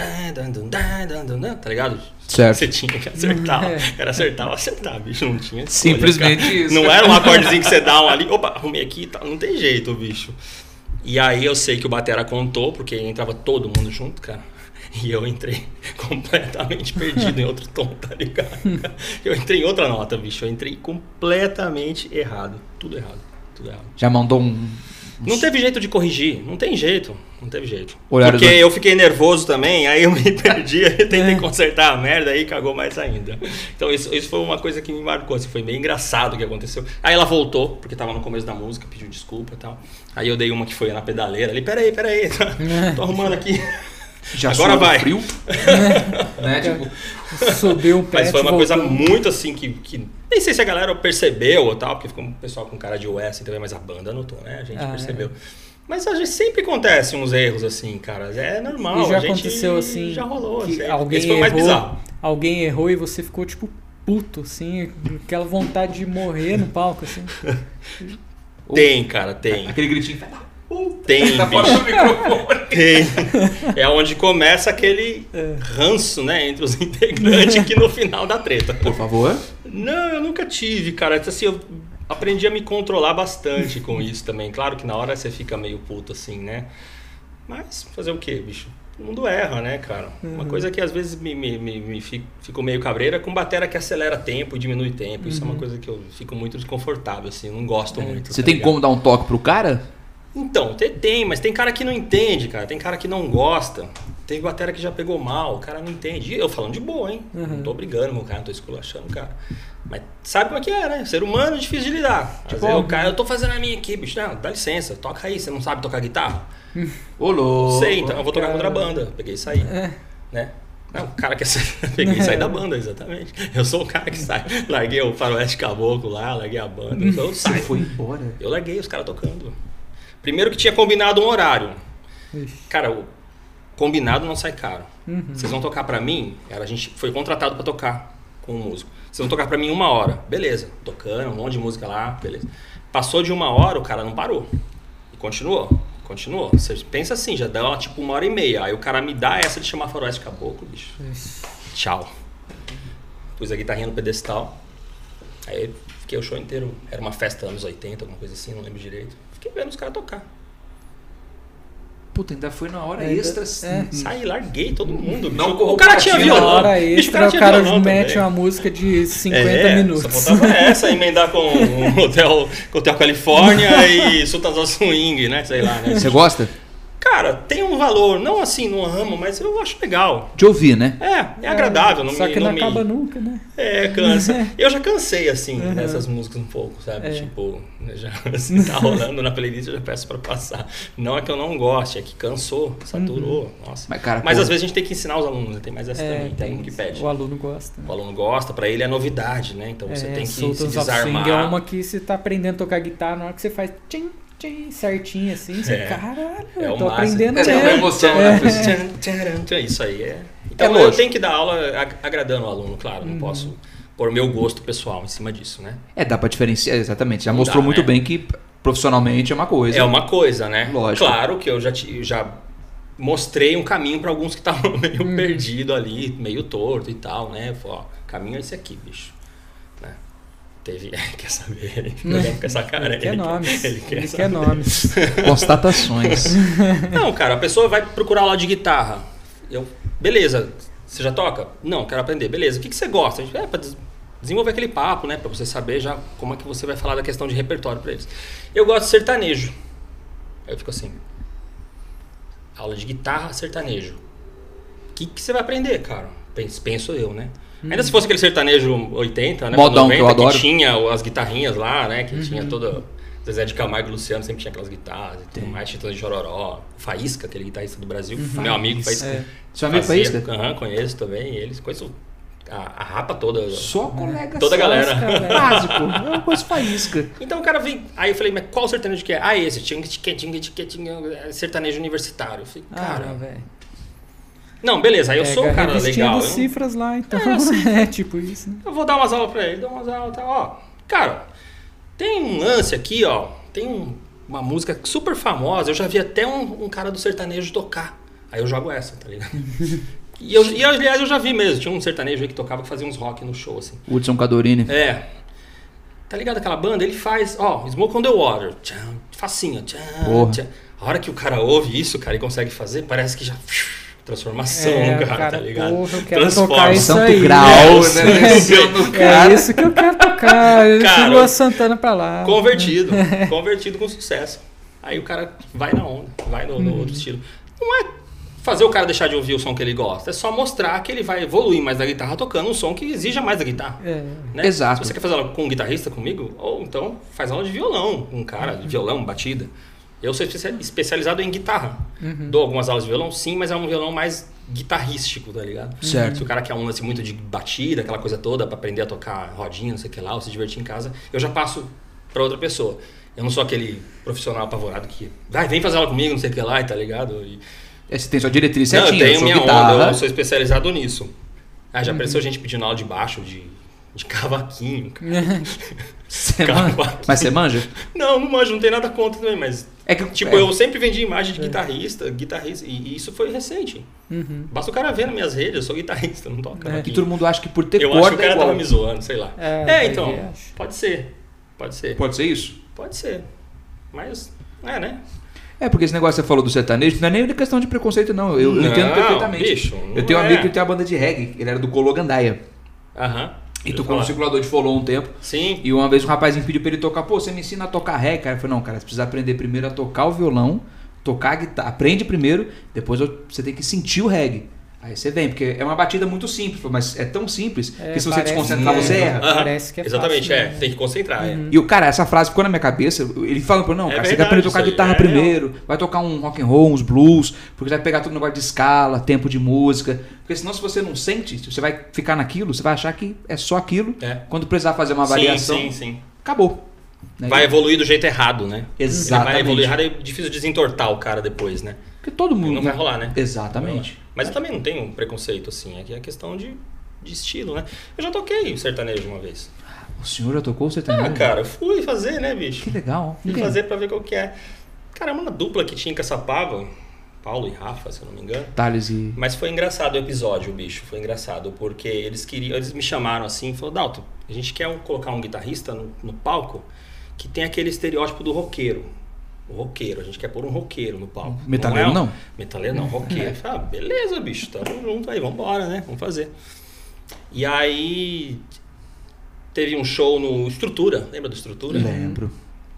ligado? Certo. Você tinha que acertar, era acertar ou acertar, bicho, não tinha escolha, simplesmente cara. Isso. Não era um acordezinho que você dá um ali, opa, arrumei aqui, tá, não tem jeito, bicho. E aí eu sei que o batera contou, porque entrava todo mundo junto, cara. E eu entrei completamente perdido em outro tom, tá ligado? Eu entrei em outra nota, bicho. Eu entrei completamente errado. Tudo errado, tudo errado. Já mandou um... Não teve jeito de corrigir, não tem jeito, não teve jeito. Olharam Porque do... eu fiquei nervoso também, aí eu me perdi, aí tentei consertar a merda, aí cagou mais ainda. Então isso, isso foi uma coisa que me marcou, assim, foi meio engraçado o que aconteceu. Aí ela voltou, porque tava no começo da música, pediu desculpa e tal. Aí eu dei uma que foi na pedaleira ali, peraí, peraí, tô arrumando aqui. Já agora vai. Frio. né? Tipo... Subiu um pé. Mas foi uma coisa muito assim que, que. Nem sei se a galera percebeu ou tal, porque ficou um pessoal com cara de U S também, mas a banda notou, né? A gente ah, percebeu. É. Mas a gente sempre acontece uns erros assim, cara. É normal. E já a gente aconteceu assim. Já rolou. Que assim, alguém esse foi o mais errou, bizarro. Alguém errou e você ficou tipo puto, assim, aquela vontade de morrer no palco, assim. Tem, cara, tem. Aquele gritinho. Tem, tá fora do microfone. Tem. É onde começa aquele ranço, né, entre os integrantes que no final da treta. Por favor. Não, eu nunca tive, cara. Assim, eu aprendi a me controlar bastante com isso também. Claro que na hora você fica meio puto assim, né? Mas fazer o quê, bicho? O mundo erra, né, cara? Uhum. Uma coisa que às vezes me, me, me, me fico meio cabreira é com batera que acelera tempo e diminui tempo. Isso uhum. é uma coisa que eu fico muito desconfortável, assim. Não gosto é. muito. Você tá tem ligado? como dar um toque pro cara? Então, tem, mas tem cara que não entende, cara. Tem cara que não gosta. Teve batera que já pegou mal, o cara não entende. E eu falando de boa, hein? Uhum. Não tô brigando com o cara, não tô esculachando o cara. Mas sabe como é que é, né? Ser humano é difícil de lidar. Tipo, o cara, eu tô fazendo a minha aqui, bicho. Não, dá licença, toca aí. Você não sabe tocar guitarra? Ô, louco. Sei, então eu vou tocar contra a banda. Peguei e saí. É. Né? Não, o cara quer sair. Peguei e saí da banda, exatamente. Eu sou o cara que sai. Larguei o Faroeste Caboclo lá, larguei a banda. Eu saí. Você foi embora? Eu larguei os caras tocando. Primeiro que tinha combinado um horário. Ixi. Cara, o combinado não sai caro. Uhum. Vocês vão tocar pra mim? A gente foi contratado pra tocar com o músico. Vocês vão tocar pra mim uma hora. Beleza. Tocando, um monte de música lá. Beleza. Passou de uma hora, o cara não parou. E continuou. Continuou. Você pensa assim, já dá tipo uma hora e meia. Aí o cara me dá essa de chamar Faroeste Caboclo, bicho. Isso. Tchau. Pus a guitarrinha no pedestal. Aí fiquei o show inteiro. Era uma festa anos oitenta, alguma coisa assim, não lembro direito. Fiquei vendo os caras tocar. Puta, ainda foi na hora é, extra. É. Saí, larguei todo mundo. Não, o, o cara tinha violão. Na hora extra, bicho, o cara, cara mete uma música de cinquenta é, minutos. Só faltava essa, emendar com o Hotel, Hotel Califórnia e Sultans Swing, né? Sei lá, né? Você gosta? Cara, tem um valor, não assim, não amo, mas eu acho legal. De ouvir, né? É, é agradável. Não Só me, que não, não acaba me... nunca, né? É, cansa. Eu já cansei, assim, uhum. nessas músicas um pouco, sabe? É. Tipo, já assim, tá rolando na playlist, eu já peço pra passar. Não é que eu não goste, é que cansou, saturou. Uhum. Nossa. Mas, cara, mas pô... às vezes a gente tem que ensinar os alunos, né? Tem mais essa é, também, tem, tem um que pede. O aluno gosta. Né? O aluno gosta, pra ele é novidade, né? Então você é, tem que Sultans se desarmar. Swing é uma que você tá aprendendo a tocar guitarra, na hora que você faz tchim, tchim, certinho assim, você, é. caralho, é eu tô massa. aprendendo mesmo. É uma emoção, é. né? Isso aí é... Então é eu tenho que dar aula agradando o aluno, claro, não uhum. posso pôr meu gosto pessoal em cima disso, né? É, dá pra diferenciar, exatamente. Já não mostrou dá, muito né? bem que profissionalmente é uma coisa. É uma coisa, né? Lógico. Claro que eu já, já mostrei um caminho para alguns que estavam meio hum. perdido ali, meio torto e tal, né? Falei, ó, caminho é esse aqui, bicho. Né? Teve... Quer saber? Ele fica olhando com essa cara. Ele quer ele nomes. Quer, ele quer, ele quer nomes. Constatações. Não, cara, a pessoa vai procurar aula de guitarra. Eu, beleza, você já toca? Não, quero aprender. Beleza, o que, que você gosta? A gente, é, pra desenvolver aquele papo, né? Pra você saber já como é que você vai falar da questão de repertório pra eles. Eu gosto de sertanejo. Aí eu fico assim... Aula de guitarra, sertanejo. O que, que você vai aprender, cara? Penso, penso eu, né? Hum. Ainda se fosse aquele sertanejo oitenta, né? Modão, noventa, que eu adoro. Que tinha as guitarrinhas lá, né? Que uhum. tinha toda... Zezé de Camargo e Luciano sempre tinha aquelas guitarras e tudo mais. Titãs de Chororó. Faísca, aquele guitarrista do Brasil. Uhum. Meu amigo Faísca. É. Seu amigo Faísca? Aham, uhum, conheço também. Eles conheço a, a rapa toda. Só colega Toda a galera. Básico. Eu conheço Faísca. Então o cara vem... Aí eu falei, mas qual sertanejo que é? Ah, esse. Tinha, tinha, tinha, tinha, tinha sertanejo universitário. Eu falei, cara... Ah, velho. Não, beleza, aí eu Pega sou um cara legal. Dos eu... cifras lá, então. É, assim, é tipo isso, né? Eu vou dar umas aulas pra ele, dou umas aulas e tal. Ó, cara, tem um lance aqui, ó. Tem um, uma música super famosa. Eu já vi até um, um cara do sertanejo tocar. Aí eu jogo essa, tá ligado? e, eu, e aliás, eu já vi mesmo. Tinha um sertanejo aí que tocava, que fazia uns rock no show, assim. Hudson Cadorini. É. Tá ligado aquela banda? Ele faz, ó, Smoke on the Water. Tchan, facinho. Tchan, tchan. A hora que o cara ouve isso, cara, e consegue fazer, parece que já... Transformação, é, cara, cara, tá ligado? Porra, eu quero Transforma. tocar isso Santo aí. grau, é, né? É isso que eu quero tocar. Eu cara, Lua Santana pra lá. Convertido. Convertido com sucesso. Aí o cara vai na onda, vai no, no uhum. outro estilo. Não é fazer o cara deixar de ouvir o som que ele gosta, é só mostrar que ele vai evoluir mais da guitarra tocando um som que exija mais da guitarra. É. Né? Exato. Se você quer fazer aula com um guitarrista comigo, ou então faz aula de violão com um cara, de violão, batida. Eu sou especia- especializado em guitarra. Uhum. Dou algumas aulas de violão, sim, mas é um violão mais guitarrístico, tá ligado? Certo. Se o cara quer um lance muito de batida, aquela coisa toda, pra aprender a tocar rodinha, não sei o que lá, ou se divertir em casa, eu já passo pra outra pessoa. Eu não sou aquele profissional apavorado que vai, vem fazer aula comigo, não sei o que lá, tá ligado? E... É, você tem sua diretriz Não, eu certinha, tenho sua minha guitarra. onda, eu sou especializado nisso. Ah, já apareceu gente pedindo aula de baixo, de, de cavaquinho, cara. Você Cavaquinho. manja? Mas você manja? Não, não manjo, não tem nada contra também, mas... É que, Tipo, é, eu sempre vendi imagem de guitarrista, guitarrista, e, e isso foi recente. Uhum. Basta o cara ver nas minhas redes, eu sou guitarrista, não toco que cavaquinho. todo mundo acha que por ter Eu corda acho que o cara é igual. tava me zoando, sei lá. É, É, vai então, ver, acho. pode ser, pode ser, Pode ser isso? pode ser. Mas, é, né? É, porque esse negócio que você falou do sertanejo não é nem questão de preconceito, não. Eu, eu Não, entendo perfeitamente. bicho, não eu tenho um é. amigo que tem uma banda de reggae, ele era do Cologandaia. Aham. E Deixa eu tocou no falar. circulador de Follow um tempo. Sim, E uma vez um rapazinho pediu pra ele tocar, pô, você me ensina a tocar reggae? Cara, eu falei, não, cara, você precisa aprender primeiro a tocar o violão, tocar a guitarra. Aprende primeiro, depois você tem que sentir o reggae. Aí você vem, porque é uma batida muito simples, mas é tão simples É, que se você parece desconcentrar, que você é. erra. Aham. Parece que é exatamente, fácil, é, né? tem que concentrar, é. E o cara, essa frase ficou na minha cabeça, ele fala, pô, não, É cara, você tem que verdade aprender a tocar isso aí, guitarra é primeiro, vai tocar um rock and roll, uns blues, porque vai pegar todo o negócio de escala, tempo de música, porque senão se você não sente, você vai ficar naquilo, você vai achar que é só aquilo, É. quando precisar fazer uma variação, Sim, sim, sim. acabou. Né? Vai evoluir do jeito errado, né? Exatamente. Ele vai evoluir errado, é difícil desentortar o cara depois, né? Porque todo mundo... Não vai rolar, né? Exatamente. Mas eu também não tenho um preconceito, assim, é que é questão de, de estilo, né? Eu já toquei sertanejo uma vez. O senhor já tocou o sertanejo? Ah, cara, eu fui fazer, né, bicho? Que legal. Fui Quem? fazer pra ver qual que é. Cara, é uma dupla que tinha em Caçapava, Paulo e Rafa, se eu não me engano. Thales e... Mas foi engraçado o episódio, bicho. Foi engraçado, porque eles queriam. Eles me chamaram assim e falaram, Dalton, a gente quer um- colocar um guitarrista no, no palco que tem aquele estereótipo do roqueiro. O roqueiro, a gente quer pôr um roqueiro no palco. Metaleiro é um- não? Metaleiro não, roqueiro. Eu falei, ah, beleza, bicho, tamo junto aí, vambora, né? Vamos fazer. E aí teve um show no Estrutura, lembra do Estrutura? Lembro.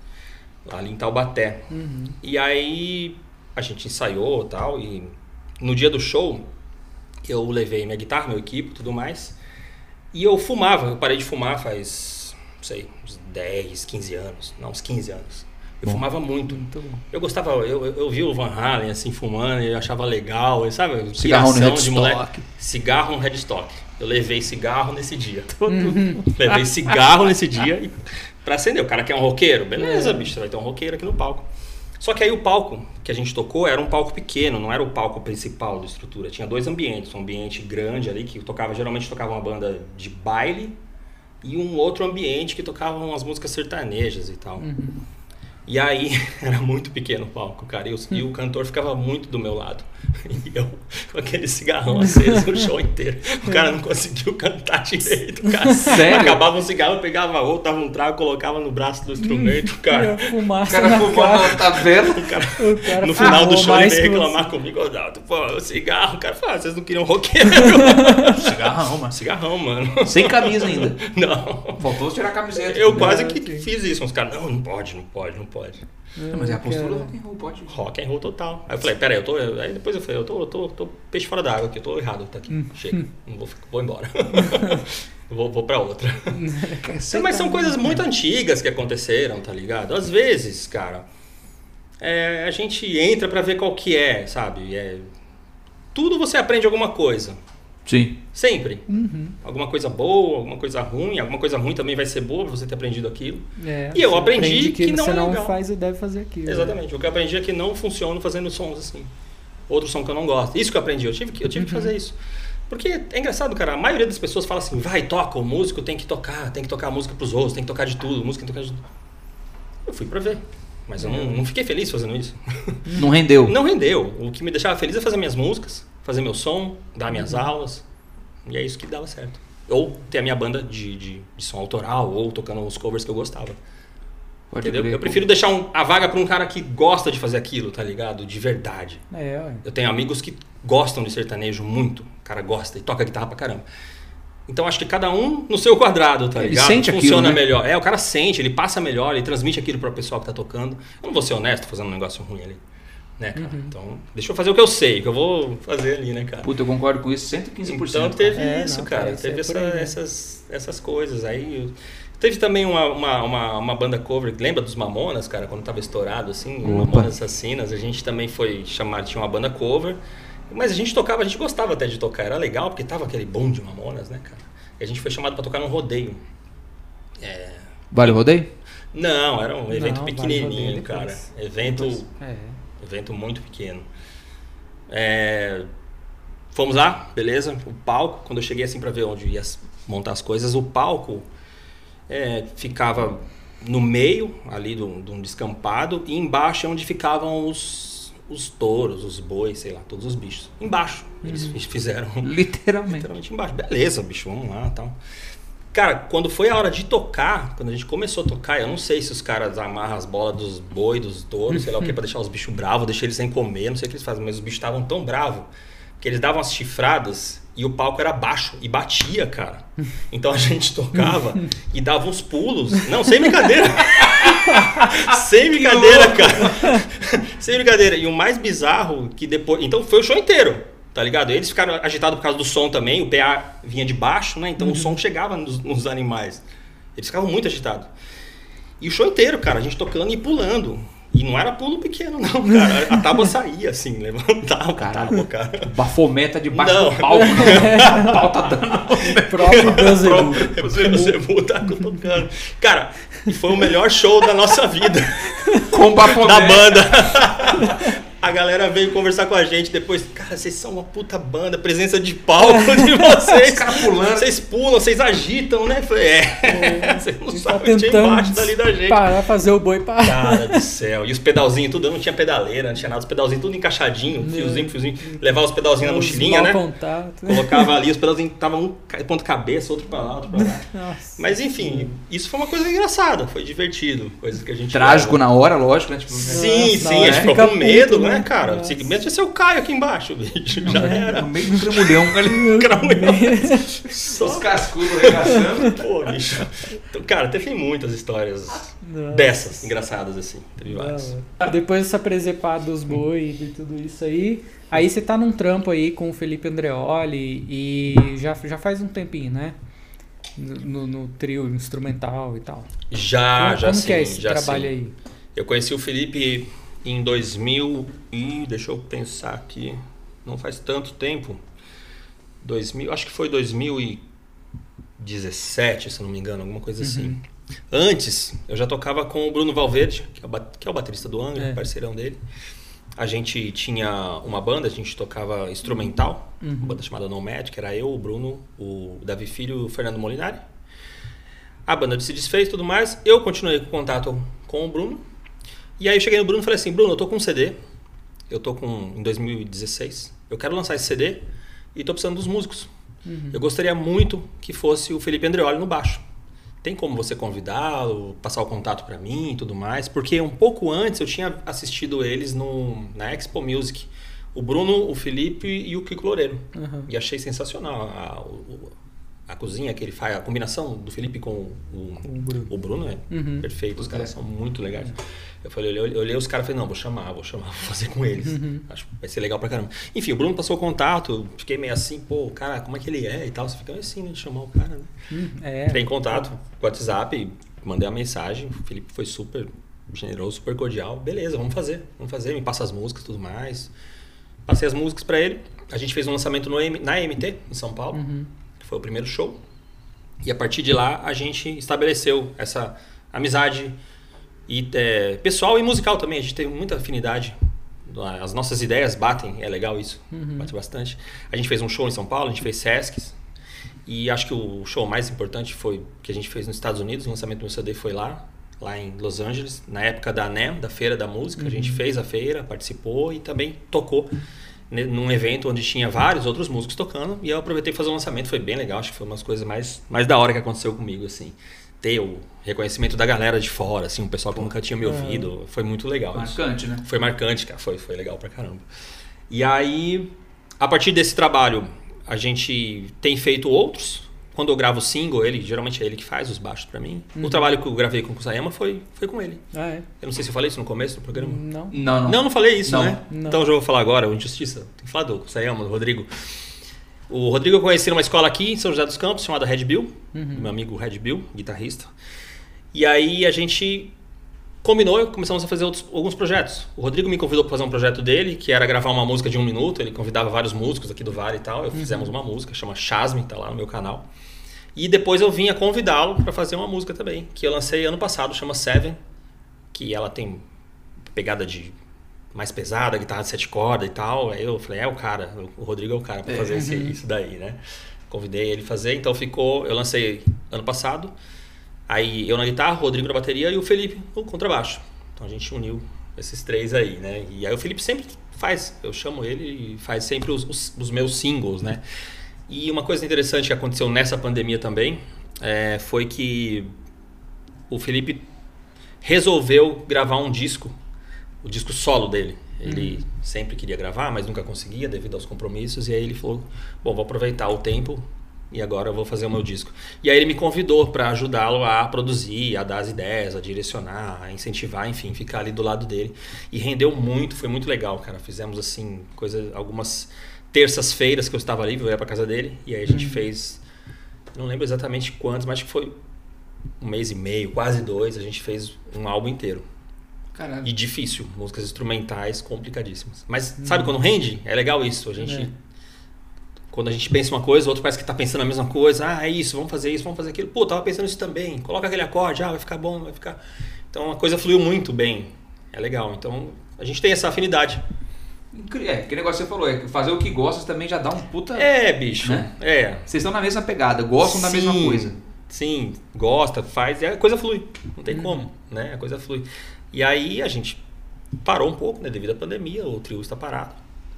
Lá ali em Taubaté. Uhum. E aí a gente ensaiou e tal, e no dia do show eu levei minha guitarra, meu equipe e tudo mais, e eu fumava, eu parei de fumar faz, não sei, uns dez, quinze anos, não, uns quinze anos. Eu Bom. fumava muito. Muito bom. Eu gostava, eu, eu, eu vi o Van Halen assim fumando e eu achava legal, sabe? Cigarrão no Piração de headstock. moleque. Cigarro no headstock. Eu levei cigarro nesse dia. Levei cigarro nesse dia e, pra acender. O cara quer um roqueiro? Beleza, bicho, você vai ter um roqueiro aqui no palco. Só que aí o palco que a gente tocou era um palco pequeno, não era o palco principal da estrutura. Tinha dois ambientes, um ambiente grande ali que tocava, geralmente tocava uma banda de baile e um outro ambiente que tocava umas músicas sertanejas e tal. E aí era muito pequeno o palco, cara, e o, e o cantor ficava muito do meu lado. E eu com aquele cigarrão aceso o show inteiro. O cara não conseguiu cantar direito, cara. Sério? Acabava um cigarro, eu pegava outro, dava um trago, colocava no braço do instrumento, cara. E a fumaça O cara na fumando, cara. tá vendo? O cara, O cara no final do fumou show ele mais veio que reclamar você. comigo, ô Dalton, pô, o cigarro, o cara falou, ah, vocês não queriam roqueiro. Cigarrão, mano. Cigarrão, mano. Sem camisa ainda. Não. Faltou tirar a camiseta. Eu quase Ah, que sim. fiz isso, uns caras, não, não pode, não pode, não pode. Não, mas é a postura do Cara. rock and roll, pode. Rock and roll total. Aí eu falei, peraí, eu tô. Aí depois eu falei, eu tô, eu tô, tô peixe fora d'água aqui, eu tô errado, tá aqui. Chega, não vou, vou embora. vou, vou pra outra. Mas são coisas muito antigas que aconteceram, tá ligado? Às vezes, cara, é, a gente entra pra ver qual que é, sabe? É, tudo você aprende alguma coisa. Sim. Sempre. Uhum. Alguma coisa boa, alguma coisa ruim. Alguma coisa ruim também vai ser boa pra você ter aprendido aquilo. É, E eu você aprendi aprende que não você é não legal. faz e deve fazer aquilo. Exatamente. O que eu aprendi é que não funciona fazendo sons assim. Outro som que eu não gosto. Isso que eu aprendi. Eu tive que, eu tive que fazer isso. Porque é engraçado, cara. A maioria das pessoas fala assim, vai, toca. O músico tem que tocar. Tem que tocar música pros outros. Tem que tocar de tudo. Música tem que tocar de tudo. Eu fui pra ver. Mas eu não, não fiquei feliz fazendo isso. Não rendeu. Não rendeu. O que me deixava feliz é fazer minhas músicas. Fazer meu som. Dar minhas aulas. E é isso que dava certo. Ou ter a minha banda de, de, de som autoral. Ou tocando os covers que eu gostava. Pode Entendeu? crer, Eu pô. prefiro deixar um- a vaga pra um cara que gosta de fazer aquilo, tá ligado? De verdade. É, ué. Eu tenho amigos que gostam de sertanejo muito. O cara gosta e toca guitarra pra caramba. Então acho que cada um no seu quadrado, tá Ele ligado? sente aquilo, Funciona né? melhor. É, o cara sente, ele passa melhor, ele transmite aquilo pro pessoal que tá tocando. Eu não vou ser honesto fazendo um negócio ruim ali. Né, cara? Então, deixa eu fazer o que eu sei, que eu vou fazer ali, né, cara? Puta, eu concordo com isso cento e quinze por cento. Então teve É, isso, não, cara. cara, isso teve é por essa- aí, né? essas, essas coisas. Aí eu, Teve também uma, uma, uma, uma banda cover, lembra dos Mamonas, cara, quando tava estourado, assim, Opa. Mamonas Assassinas, a gente também foi chamar, tinha uma banda cover, mas a gente tocava, a gente gostava até de tocar, era legal, porque tava aquele boom de Mamonas, né, cara? E a gente foi chamado pra tocar num rodeio. É... Vale o rodeio? Não, era um evento Não, pequenininho, Vale cara. depois. Evento, É. evento muito pequeno. É... Fomos lá, beleza, o palco, quando eu cheguei assim pra ver onde ia montar as coisas, o palco é, ficava no meio ali de um descampado e embaixo é onde ficavam os, os touros, os bois, sei lá, todos os bichos. Embaixo, eles Uhum. fizeram Literalmente. literalmente embaixo. Beleza, bicho, vamos lá e tal. Cara, quando foi a hora de tocar, quando a gente começou a tocar, eu não sei se os caras amarram as bolas dos boi, dos touros, sei lá o que, pra deixar os bichos bravos, deixar eles sem comer, não sei o que eles fazem, mas os bichos estavam tão bravos que eles davam as chifradas e o palco era baixo e batia, cara. Então a gente tocava e dava uns pulos. Não, sem brincadeira. Sem brincadeira, cara. Sem brincadeira. E o mais bizarro que depois... Então foi o show inteiro, tá ligado? Eles ficaram agitados por causa do som também. O P A vinha de baixo, né? Então uhum. o som chegava nos, nos animais. Eles ficavam muito agitados. E o show inteiro, cara. A gente tocando e pulando. E não era pulo pequeno, não, cara. A tábua saía, assim, levantava a tábua, cara. Bafometa debaixo Não. do palco, não. A pau tá dando. O próprio Beelzebub. Você, você tá tocando. Cara, e foi o melhor show da nossa vida. Com bafometa. Da banda. A galera veio conversar com a gente depois. Cara, vocês são uma puta banda, presença de palco de vocês. Os caras pulando. Vocês pulam, vocês agitam, né? Falei, é. Vocês não sabem o que tinha tentando embaixo dali da gente. parar, fazer o boi parar. Cara do céu. E os pedalzinhos, tudo, não tinha pedaleira, não tinha nada. Os pedalzinhos tudo encaixadinho, fiozinho, fiozinho. Levava os pedalzinhos na Os mochilinha, mau né? contato. Colocava ali, os pedalzinhos estavam um ponto cabeça, outro pra lá, outro pra lá. Nossa. Mas enfim, isso foi uma coisa engraçada, foi divertido. Coisas que a gente... Trágico leva. na hora, lógico, né? Tipo, Sim, Nossa, sim, na a hora gente ficou fica com medo, puto, né, né? cara? Nossa. O segmento ia ser o Caio aqui embaixo, bicho. Já era. no meio do gramulhão. Ali. Cramulhão. Os cascudos arregaçando. Pô, bicho. Então, cara, teve muitas histórias Nossa. dessas, engraçadas, assim. Teve várias. Não, depois dessa presepada dos boi e tudo isso aí, aí você tá num trampo aí com o Felipe Andreoli e já, já faz um tempinho, né? No, no trio instrumental e tal. Já, como já como sim. que é esse já trabalho sim. aí? Eu conheci o Felipe em dois mil e... Deixa eu pensar aqui. Não faz tanto tempo. dois mil, acho que foi dois mil e dezessete, se não me engano, alguma coisa assim. Uhum. Antes, eu já tocava com o Bruno Valverde, que é o, ba- que é o baterista do Angra, É. parceirão dele. A gente tinha uma banda, a gente tocava instrumental, Uhum. uma banda chamada Nomad, que era eu, o Bruno, o Davi Filho e o Fernando Molinari. A banda se desfez e tudo mais. Eu continuei com contato com o Bruno. E aí eu cheguei no Bruno e falei assim, Bruno, eu tô com um C D. Eu tô com em dois mil e dezesseis. Eu quero lançar esse C D e tô precisando dos músicos. Uhum. Eu gostaria muito que fosse o Felipe Andreoli no baixo. Tem como você convidá-lo, passar o contato pra mim e tudo mais? Porque um pouco antes eu tinha assistido eles no, na Expo Music. O Bruno, o Felipe e o Kiko Loureiro. Uhum. E achei sensacional a, o- a cozinha que ele faz, a combinação do Felipe com o, O Bruno. o Bruno é Uhum. perfeito. Os caras são muito legais. Eu falei, eu olhei, eu olhei os caras e falei, não, vou chamar, vou chamar, vou fazer com eles. Uhum. Acho que vai ser legal pra caramba. Enfim, o Bruno passou o contato, eu fiquei meio assim, pô, cara, como é que ele é e tal. Você fica assim, né, de chamar o cara, né? Hum, é. Entrei em contato com o WhatsApp, mandei a mensagem, o Felipe foi super generoso, super cordial. Beleza, vamos fazer, vamos fazer, me passa as músicas e tudo mais. Passei as músicas pra ele, a gente fez um lançamento no, M- na M T, em São Paulo, Uhum. que foi o primeiro show. E a partir de lá a gente estabeleceu essa amizade e, é, pessoal e musical também. A gente tem muita afinidade. As nossas ideias batem, é legal isso, Uhum. bate bastante. A gente fez um show em São Paulo, a gente fez Sescs. E acho que o show mais importante foi que a gente fez nos Estados Unidos. O lançamento do meu C D foi lá, lá em Los Angeles, na época da N E M, da Feira da Música. A gente fez a feira, participou e também tocou ne- num evento onde tinha vários outros músicos tocando. E eu aproveitei para fazer o lançamento, foi bem legal. Acho que foi uma das coisas mais, mais da hora que aconteceu comigo, assim. Ter o reconhecimento da galera de fora, assim, um pessoal que nunca tinha me ouvido. Foi muito legal isso. Marcante, né? Foi marcante, cara. Foi, foi legal pra caramba. E aí, a partir desse trabalho, a gente tem feito outros. Quando eu gravo single, ele, geralmente é ele que faz os baixos pra mim. O trabalho que eu gravei com o Kusayama foi, foi com ele. Ah, é? Eu não sei se eu falei isso no começo do programa. Não. Não, não. Não, não falei isso, Não. né? Não. Então eu já vou falar agora, o Injustiça. Tem que falar do Kusayama, do Rodrigo. O Rodrigo eu conheci numa escola aqui em São José dos Campos, chamada Red Bill. Uhum. Meu amigo Red Bill, guitarrista. E aí a gente combinou e começamos a fazer outros, alguns projetos. O Rodrigo me convidou para fazer um projeto dele, que era gravar uma música de um minuto. Ele convidava vários músicos aqui do Vale e tal. Eu uhum. fizemos uma música, chama Chasme, tá lá no meu canal. E depois eu vim a convidá-lo para fazer uma música também, que eu lancei ano passado, chama Seven, que ela tem pegada de mais pesada, guitarra de sete cordas e tal. Aí eu falei, é o cara, o Rodrigo é o cara para fazer é. esse, isso daí, né? Convidei ele a fazer, então ficou, eu lancei ano passado. Aí eu na guitarra, o Rodrigo na bateria e o Felipe no contrabaixo. Então a gente uniu esses três aí, né? E aí o Felipe sempre faz, eu chamo ele e faz sempre os, os, os meus singles, né? E uma coisa interessante que aconteceu nessa pandemia também é, foi que o Felipe resolveu gravar um disco, o disco solo dele. Ele uhum. sempre queria gravar, mas nunca conseguia devido aos compromissos. E aí ele falou, bom, vou aproveitar o tempo e agora eu vou fazer o meu disco. E aí ele me convidou para ajudá-lo a produzir, a dar as ideias, a direcionar, a incentivar, enfim, ficar ali do lado dele. E rendeu muito, foi muito legal, cara. Fizemos assim, coisa, algumas terças-feiras que eu estava livre, eu ia pra casa dele. E aí a gente uhum. fez, não lembro exatamente quantos, mas acho que foi um mês e meio, quase dois, a gente fez um álbum inteiro. Caralho. E difícil, músicas instrumentais complicadíssimas. Mas hum. sabe quando rende? É legal isso. A gente, é. Quando a gente pensa uma coisa, o outro parece que tá pensando a mesma coisa. Ah, é isso, vamos fazer isso, vamos fazer aquilo. Pô, tava pensando isso também. Coloca aquele acorde, ah, vai ficar bom, vai ficar... Então a coisa fluiu muito bem. É legal. Então a gente tem essa afinidade. É, que negócio que você falou, é fazer o que gosta também já dá um puta... É, bicho. Né? É. Vocês estão na mesma pegada, gostam Sim. da mesma coisa. Sim, gosta, faz, e a coisa flui. Não tem hum. como, né? A coisa flui. E aí a gente parou um pouco, né? Devido à pandemia, o trio está parado.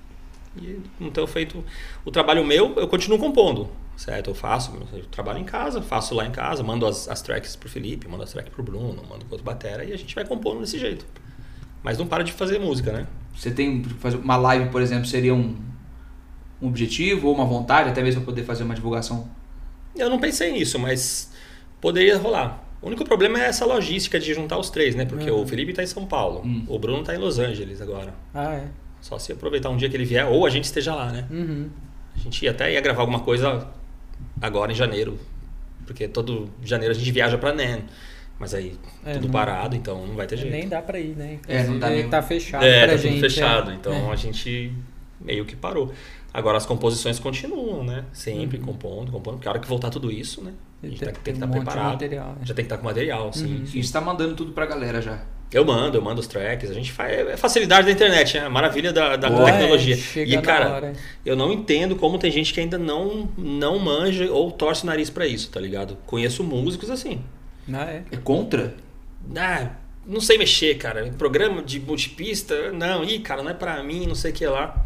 E não tenho feito o trabalho meu, eu continuo compondo, certo? Eu faço, eu trabalho em casa, faço lá em casa, mando as, as tracks pro Felipe, mando as tracks pro Bruno, mando pro outro batera e a gente vai compondo desse jeito. Mas não para de fazer música, né? Você tem, fazer uma live, por exemplo, seria um, um objetivo ou uma vontade, até mesmo para poder fazer uma divulgação? Eu não pensei nisso, mas poderia rolar. O único problema é essa logística de juntar os três, né? Porque uhum. o Felipe tá em São Paulo, hum. o Bruno tá em Los Angeles agora. Ah, é? Só se aproveitar um dia que ele vier, ou a gente esteja lá, né? Uhum. A gente ia até ia gravar alguma coisa agora em janeiro, porque todo janeiro a gente viaja pra N E N. Mas aí, é, tudo não, parado, então não vai ter jeito. Nem dá pra ir, né? É, não dá tá fechado é, pra tá gente. tudo fechado, é. então é. a gente meio que parou. Agora as composições continuam, né? Sempre uhum. compondo, compondo, porque a hora que voltar tudo isso, né? A gente tem, tem, tem que estar um preparado. Material, né? Já tem que estar com material, sim. Uhum. E você tá mandando tudo pra galera já? Eu mando, eu mando os tracks, a gente faz. É facilidade da internet, né? Maravilha da, da Boa, tecnologia. É, e, cara, eu não entendo como tem gente que ainda não, não manja ou torce o nariz pra isso, tá ligado? Conheço músicos assim. Ah, é? É contra? Ah, não sei mexer, cara. Programa de multipista, não. Ih, cara, não é pra mim, não sei o que lá.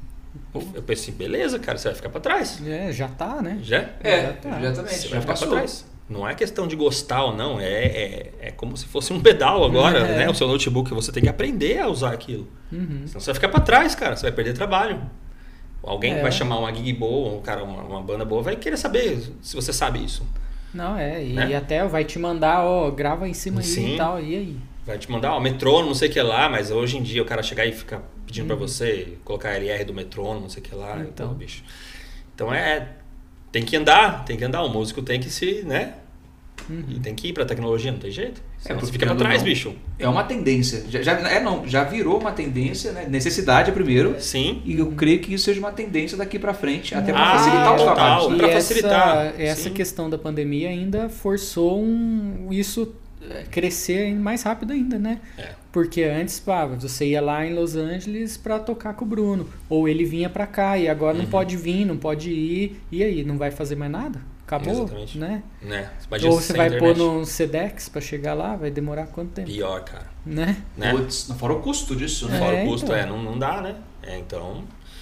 Eu pensei, beleza, cara, você vai ficar pra trás. É, já tá, né? Já? É, já tá. exatamente. Você Já vai ficar passou. pra trás. Não é questão de gostar ou não, é, é, é como se fosse um pedal agora, é. né? O seu notebook, você tem que aprender a usar aquilo. Uhum. Senão você vai ficar pra trás, cara, você vai perder trabalho. Alguém É. que vai chamar uma gig boa, um cara, uma, uma banda boa, vai querer saber se você sabe isso. Não, é, e Né? até vai te mandar, ó, grava em cima aí Sim. e tal, e aí? Vai te mandar, ó, metrônomo, não sei o que lá, mas hoje em dia o cara chegar e ficar pedindo Uhum. pra você colocar L R do metrônomo, não sei o que lá, Então. então, bicho. Então é, tem que andar, tem que andar, o músico tem que se, né? Uhum. E tem que ir pra tecnologia, não tem jeito. Senão É, você fica pra trás, não, bicho. É uma tendência. Já, já, é, não, já virou uma tendência, né? Necessidade primeiro. Sim. E eu creio que isso seja uma tendência daqui pra frente, até pra Ah, facilitar os total. trabalhos. E Pra essa, facilitar, essa sim. questão da pandemia ainda forçou um, isso é, crescer mais rápido ainda, né? É. Porque antes, pá, você ia lá em Los Angeles pra tocar com o Bruno, ou ele vinha pra cá e agora Uhum. não pode vir, não pode ir, e aí, não vai fazer mais nada? Acabou, Exatamente. né? Né? Imagina Ou você sem vai internet. pôr num Sedex pra chegar lá, vai demorar quanto tempo? Pior, cara. Né? Né? Putz, fora o custo disso, né? Fora É, o custo, então. é, não, não dá, né? É, então,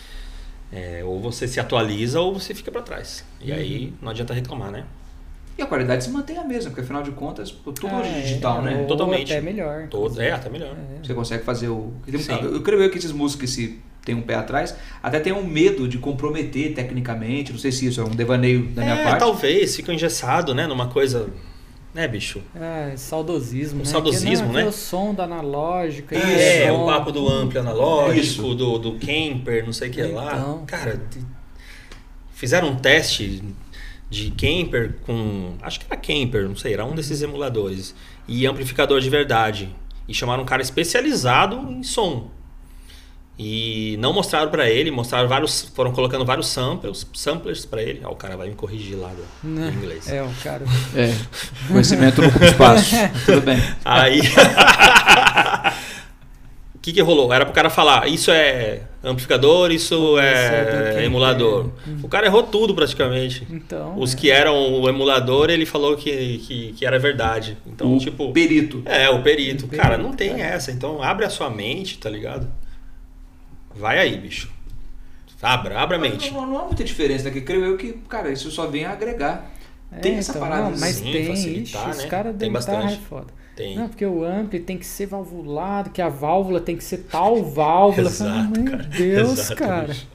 é, ou você se atualiza ou você fica pra trás. E Uhum. aí não adianta reclamar, né? E a qualidade se mantém a mesma, porque afinal de contas, tudo Ah, hoje é é, digital, né? ou Totalmente. até melhor. Todo, é, até melhor. É. Você consegue fazer o... Sim. Eu creio eu que esses músicos que se tem um pé atrás, até tem um medo de comprometer tecnicamente, não sei se isso é um devaneio da minha É, parte. talvez, fica engessado, né? Numa coisa, né, bicho? É, saudosismo, Um né? saudosismo, que, não, né? O som da analógica. É, e o som- papo do amplo analógico, Isso. do, do Kemper, não sei o que lá. Então. Cara, de- fizeram um teste de Kemper com... Acho que era Kemper, não sei, era um desses emuladores. E amplificador de verdade. E chamaram um cara especializado em som. E não mostraram pra ele, mostraram vários, foram colocando vários samples, samplers pra ele. Ó, o cara vai me corrigir lá do, do inglês. É, o cara... É, conhecimento no espaço. Tudo bem. Aí... O que que rolou? Era pro cara falar, isso é amplificador, isso é, é emulador. Hum. O cara errou tudo praticamente. Então, Os é. que eram o emulador, ele falou que, que, que era verdade. Então, O tipo... perito. É, o perito. O Cara, perito, não tem cara. essa. Então, abre a sua mente, tá ligado? Vai aí, bicho. Abra, abra a mente. Não, não há muita diferença, né? Que creio eu que, cara, isso só vem a agregar. É, Tem essa então, parada. não, mas sim, tem, facilitar, ixi, né? os caras Tem da guitarra é bastante. foda. Tem. Não, porque o ampli tem que ser valvulado, que a válvula tem que ser tal válvula. Exato, Fala, meu cara. Deus, Exato, cara. bicho.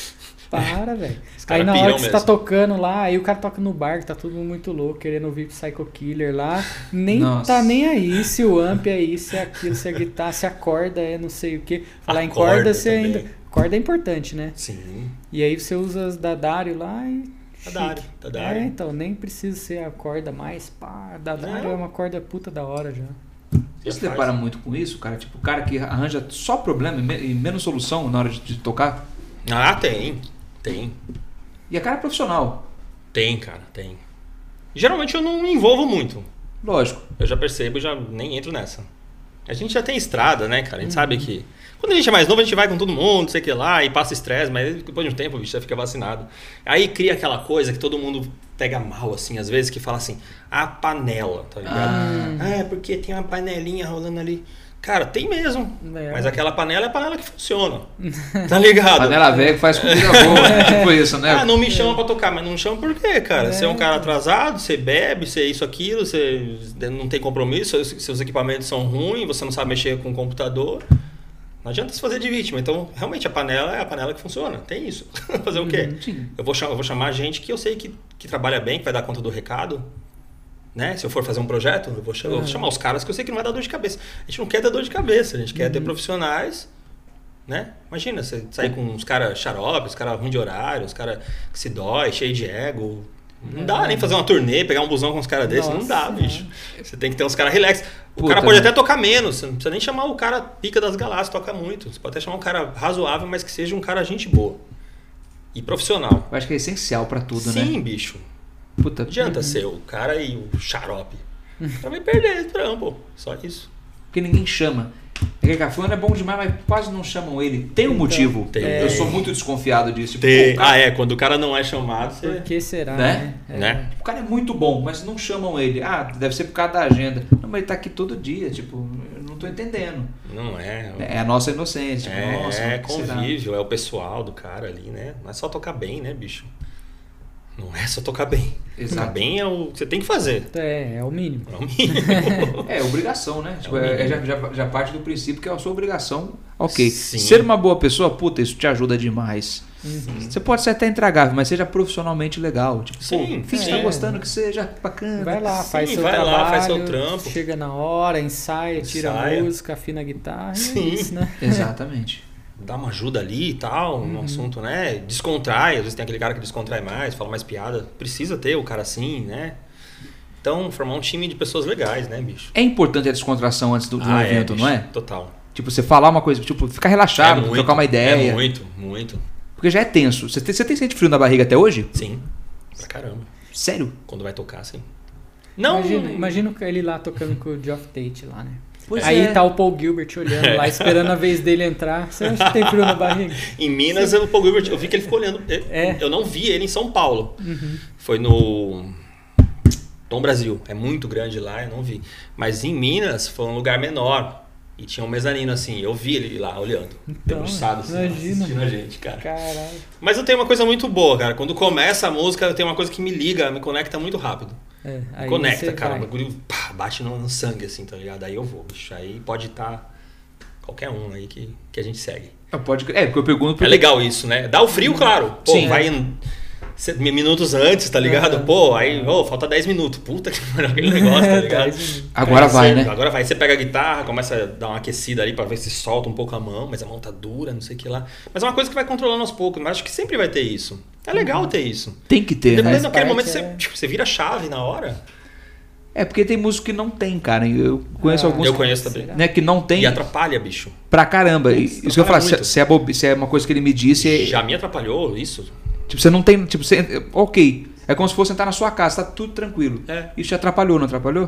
Para, velho. Os Aí caras na hora piram que você tá mesmo. tocando lá, aí o cara toca no bar, que tá todo mundo muito louco, querendo ouvir Psycho Killer lá. Nem Nossa. tá nem aí se o amp é isso, se é aquilo, se a guitarra, se a corda é não sei o que. Falar A em corda, corda você também. ainda. Corda é importante, né? Sim. E aí você usa as da Dario lá e. Dadário, chique. Dadário. É, então, nem precisa ser a corda mais pá. A Dadário Não. é uma corda puta da hora já. Você se depara muito com isso, cara? Tipo, o cara que arranja só problema e me- e menos solução na hora de, de tocar. Ah, tem. Tem. E a cara é profissional. Tem, cara, tem. Geralmente eu não me envolvo muito. Lógico. Eu já percebo, já nem entro nessa. A gente já tem estrada, né, cara? A gente Uhum. sabe que... Quando a gente é mais novo, a gente vai com todo mundo, sei que lá, e passa estresse, mas depois de um tempo, bicho, já fica vacinado. Aí cria aquela coisa que todo mundo pega mal, assim, às vezes, que fala assim, a panela, tá ligado? Ah. Ah, é porque tem uma panelinha rolando ali. Cara, tem mesmo. É. Mas aquela panela é a panela que funciona. Tá ligado? Panela velha que faz comida boa. né? Tipo isso, né? Ah, não me chama pra tocar, mas não me chama por quê, cara? É, Você é um cara então. atrasado, você bebe, você é isso, aquilo, você não tem compromisso, seus, seus equipamentos são ruins, você não sabe mexer com o computador. Não adianta se fazer de vítima. Então, realmente, a panela é a panela que funciona. Tem isso. Fazer o quê? Sim. Eu vou, chamar, eu vou chamar gente que eu sei que, que trabalha bem, que vai dar conta do recado. Né? Se eu for fazer um projeto, eu vou, chamar, eu vou chamar os caras que eu sei que não vai dar dor de cabeça. A gente não quer dar dor de cabeça, a gente quer ter profissionais. Né? Imagina, você sair com uns caras xarope, os caras ruins de horário, os caras que se dói, cheio de ego. Não dá nem fazer uma turnê, pegar um busão com uns caras desses, não dá, Nossa, bicho. Você tem que ter uns caras relax. O Puta, cara pode né? até tocar menos, você não precisa nem chamar o cara pica das galáxias, toca muito. Você pode até chamar um cara razoável, mas que seja um cara gente boa. E profissional. Eu acho que é essencial pra tudo, Sim, né? bicho. Puta. Não adianta ser o cara e o xarope. O cara vai perder o trampo, só isso. Porque ninguém chama. É que a fulano é bom demais, mas quase não chamam ele. Tem um motivo. Tem. Eu sou muito desconfiado disso. Tipo, Tem- pô, o cara- Ah, é, quando o cara não é chamado, Por você... que será, Né? né? É. Né? O cara é muito bom, mas não chamam ele. Ah, deve ser por causa da agenda. Não, mas ele tá aqui todo dia, tipo, eu não tô entendendo. Não é. É a nossa inocência. Tipo, É, nossa, é o que será? convívio, é o pessoal do cara ali, né? Não é só tocar bem, né, bicho? Não é só tocar bem. Exato. Tocar bem é o que você tem que fazer. É, é o mínimo. É o mínimo. É obrigação, né? Tipo, o é- é- já, mínimo. já, já parte do princípio que é a sua obrigação. Ok. Sim. Ser uma boa pessoa, puta, isso te ajuda demais. Uhum. Você pode ser até intragável, mas seja profissionalmente legal. Tipo, Sim, pô, finge que é. tá gostando que seja bacana. Vai lá, Sim, faz seu vai lá, trabalho, faz seu trampo. chega na hora, ensaia, tira Ensaia. a música, afina a guitarra, Sim. e é isso, né? Exatamente. Dá uma ajuda ali e tal, Uhum. no assunto, né? Descontrai, às vezes tem aquele cara que descontrai mais, fala mais piada. Precisa ter o cara assim, né? Então, formar um time de pessoas legais, né, bicho? É importante a descontração antes do, de um Ah, evento, bicho, não é? Total. Tipo, você falar uma coisa, tipo, ficar relaxado, muito, trocar uma ideia. É muito, muito. Porque já é tenso. Você tem, você tem sente frio na barriga até hoje? Sim, pra caramba. Sério? Quando vai tocar, sim. Não, Imagina, imagina ele lá tocando com o Geoff Tate lá, né? Pois Aí é. tá o Paul Gilbert olhando lá, esperando a vez dele entrar. Você acha que tem frio na barriga? Em Minas, o Paul Gilbert, eu vi que ele ficou olhando. Eu, É. eu não vi ele em São Paulo. Uhum. Foi no Tom Brasil. É muito grande lá, eu não vi. Mas em Minas foi um lugar menor. E tinha um mezanino assim. Eu vi ele lá olhando. Então, debruçado assim, imagina. assistindo a gente, cara. Caralho. Mas eu tenho uma coisa muito boa, cara. Quando começa a música, eu tenho uma coisa que me liga, me conecta muito rápido. É, aí Conecta, você cara. O vai. bagulho pá, bate no, no sangue, assim, tá ligado? Aí eu vou, bicho. Aí pode estar qualquer um aí que, que a gente segue. Ah, pode, é, porque eu pergunto porque... É legal isso, né? Dá o frio, claro. Pô, Sim. vai. em- cê- minutos antes, tá ligado? Aham. Pô, aí, ô, falta dez minutos. Puta que pariu, aquele negócio, tá ligado? dez minutos. Agora Aí vai, cê- né? Agora vai. Você pega a guitarra, começa a dar uma aquecida ali pra ver se solta um pouco a mão, mas a mão tá dura, não sei o que lá. Mas é uma coisa que vai controlando aos poucos, mas acho que sempre vai ter isso. É legal ter isso. Tem que ter, né? Dependendo Faz daquele parte, momento, é. você, tipo, você vira a chave na hora. É porque tem músico que não tem, cara. Eu conheço Ah, alguns Eu conheço também. né, que não tem E atrapalha, bicho. pra caramba. E isso que eu ia falar, atrapalha se, muito. se é bobe- se é uma coisa que ele me disse, é- Já me atrapalhou isso. tipo, você não tem. Tipo, você, ok. É como se fosse sentar na sua casa, tá tudo tranquilo. É. Isso te atrapalhou, não atrapalhou?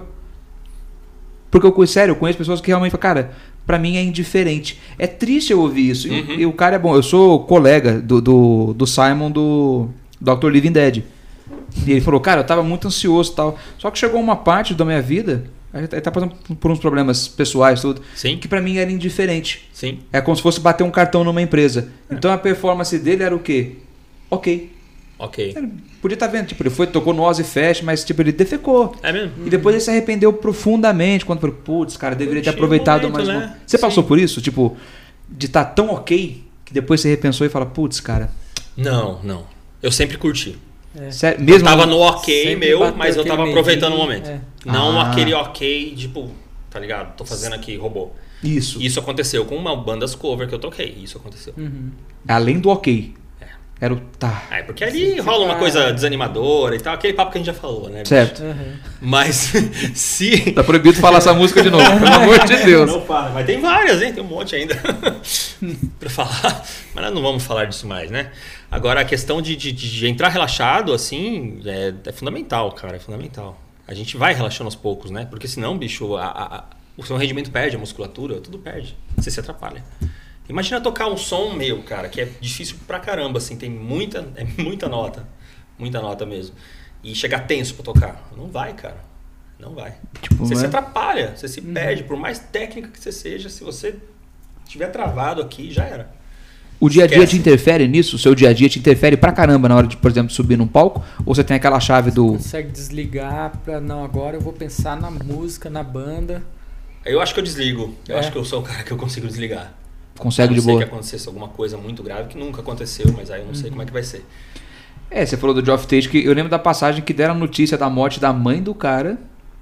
Porque eu conheço, sério, eu conheço pessoas que realmente falam, cara, pra mim é indiferente. É triste eu ouvir isso. E, Uhum. e o cara é bom. Eu sou colega do, do, do Simon do doutor Living Dead. E ele falou, cara, eu tava muito ansioso e tal. Só que chegou uma parte da minha vida, ele tá passando por uns problemas pessoais, tudo, Sim, que pra mim era indiferente. sim. É como se fosse bater um cartão numa empresa. Então a performance dele era o quê? Ok. Ok. Ele podia estar vendo, tipo, ele foi, tocou no Ozzy Fest, mas tipo, ele defecou. É mesmo? E depois ele se arrependeu profundamente quando falou, putz, cara, deveria ter Tinha um aproveitado momento, mais. né? um. Você Sim. passou por isso? Tipo, de estar tão ok que depois você repensou e fala, putz, cara, Não, não. Eu sempre curti. É. sério, Eu mesmo. tava no ok Sempre meu, bateu mas eu aquele tava aproveitando o medinho, momento. é. Não Ah. aquele ok, tipo, tá ligado? Tô fazendo aqui robô. Isso. Isso aconteceu com uma bandas cover que eu toquei. Isso aconteceu. Uhum. Além do ok. É. Era o tá. É, porque ali rola uma coisa desanimadora e tal, aquele papo que a gente já falou, né? bicho? Certo. Uhum. Mas se. Tá proibido falar essa música de novo, pelo amor de Deus. Não fala, mas tem várias, hein? Tem um monte ainda pra falar. Mas nós não vamos falar disso mais, né? Agora, a questão de, de, de entrar relaxado, assim, é, é fundamental, cara. É fundamental. A gente vai relaxando aos poucos, né? Porque senão, bicho, a, a, a, o seu rendimento perde, a musculatura, tudo perde. Você se atrapalha. Imagina tocar um som meu, cara, que é difícil pra caramba, assim. Tem muita, é muita nota. Muita nota mesmo. E chegar tenso pra tocar. Não vai, cara. Não vai. Tipo, Você né? se atrapalha, você se perde. Por mais técnica que você seja, se você estiver travado aqui, já era. O dia a dia Esquece. te interfere nisso? O seu dia a dia te interfere pra caramba na hora de, por exemplo, subir num palco? Ou você tem aquela chave do. Consegue desligar pra não, agora eu vou pensar na música, na banda. Eu acho que eu desligo. Eu É. acho que eu sou o cara que eu consigo desligar. Consegue a não de ser boa? que acontecesse alguma coisa muito grave, que nunca aconteceu, mas aí eu não sei como é que vai ser. É, você falou do Geoff Tate, que eu lembro da passagem que deram a notícia da morte da mãe do cara.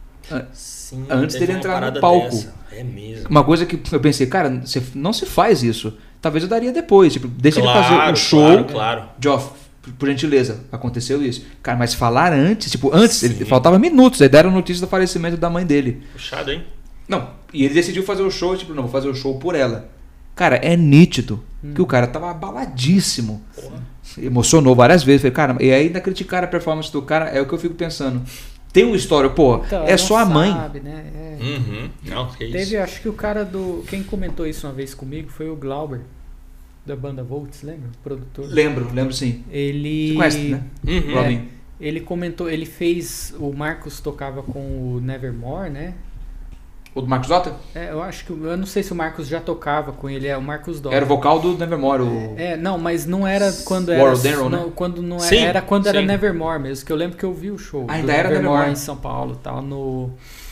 Sim, Antes teve dele uma entrar no parada palco. dessa. É mesmo. Uma coisa que eu pensei, cara, você não se faz isso. Talvez eu daria depois. Tipo, deixa ele fazer Claro, um show. claro, claro. Geoff, por gentileza, aconteceu isso. Cara, mas falar antes, tipo, antes, Sim. ele faltava minutos, aí deram a notícia do falecimento da mãe dele. Puxado, hein? Não, e ele decidiu fazer o show, tipo, não, vou fazer o show por ela. Cara, é nítido que o cara tava abaladíssimo. Porra. Emocionou várias vezes. Falei, cara, e ainda criticar a performance do cara é o que eu fico pensando. Tem uma história, pô, Então, é não só a mãe. sabe, né? É. Uhum. Não, que isso. Teve, acho que o cara do. Quem comentou isso uma vez comigo foi o Glauber, da banda Volts, lembra? O produtor. Lembro, lembro sim. Ele. Você conhece, né? Uhum. Robin. Ele comentou, ele fez. O Marcos tocava com o Nevermore, né? O do Marcos Dota? É, eu acho que. Eu não sei se o Marcos já tocava com ele, é o Marcos Dota. Era o vocal do Nevermore. O... É, não, mas não era quando War era. of Daryl, não, né? quando não era, Sim, era quando era sim. Nevermore mesmo, que eu lembro que eu vi o show. Ah, do ainda era Nevermore. em São Paulo, tal, no.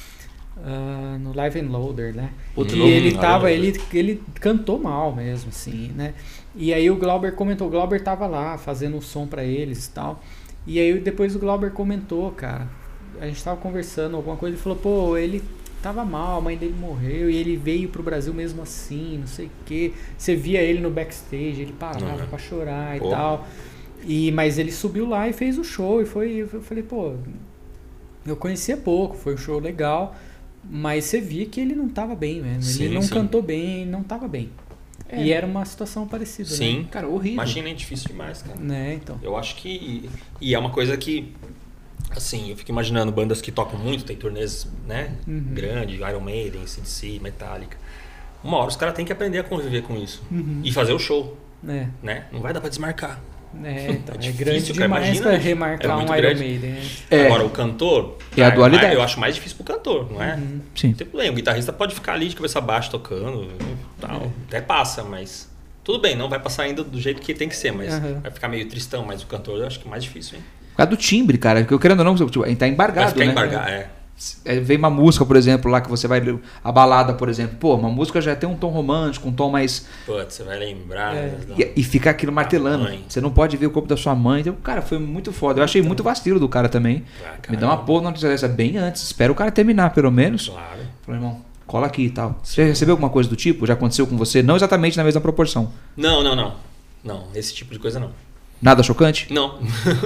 ah, no Live and Loader, né? Outro e nome, ele Live and tava, Loader. ele, ele cantou mal mesmo, assim, né? E aí o Glauber comentou, o Glauber tava lá fazendo o som pra eles e tal. E aí depois o Glauber comentou, cara, a gente tava conversando alguma coisa, ele falou, pô, ele tava mal, a mãe dele morreu e ele veio pro Brasil mesmo assim, não sei o quê. Você via ele no backstage, ele parava Uhum. pra chorar e Pô. tal. E, mas ele subiu lá e fez o show e foi, eu falei, pô, eu conhecia pouco, foi um show legal, mas você via que ele não tava bem mesmo, Sim, ele não sim. cantou bem, não tava bem. É. E era uma situação parecida, Sim. né? Cara, horrível. Imagina, é difícil demais, cara. Né, então. Eu acho que. E é uma coisa que. Assim, eu fico imaginando bandas que tocam muito, tem turnês, né? Uhum. Grande, Iron Maiden, C D C, Metallica. Uma hora os caras têm que aprender a conviver com isso. Uhum. E fazer o show, É, né? Não vai dar pra desmarcar. é, então, É é, difícil, grande cara, demais imagina, pra bicho. remarcar É um muito Iron grande. Maiden, né? É. Agora, o cantor. É a ah, dualidade. Eu acho mais difícil pro cantor, não é? Uhum. Sim. Não tem problema. O guitarrista pode ficar ali de cabeça baixa tocando, tal. Até passa, mas. Tudo bem, não vai passar ainda do jeito que tem que ser, mas Uhum. vai ficar meio tristão. Mas o cantor eu acho que é mais difícil, hein? Por causa do timbre, cara. Que eu querendo ou não, tipo, a gente tá Vai embargado, ficar né? embargado, é. É, vem uma música, por exemplo, lá que você vai... A balada, por exemplo. Pô, uma música já tem um tom romântico, um tom mais... Putz, você vai lembrar. É. Não. E, e fica aquilo martelando. mãe. Você não pode ver o corpo da sua mãe. Então, cara, foi muito foda. Eu achei muito vacilo do cara também. Ah, Me dá uma porra notícia dessa bem antes. Espera o cara terminar, pelo menos. Claro. Falei, irmão, cola aqui e tal. Você já recebeu alguma coisa do tipo? Já aconteceu com você? Não exatamente na mesma proporção. Não, não, não. Não, esse tipo de coisa não. Nada chocante? Não.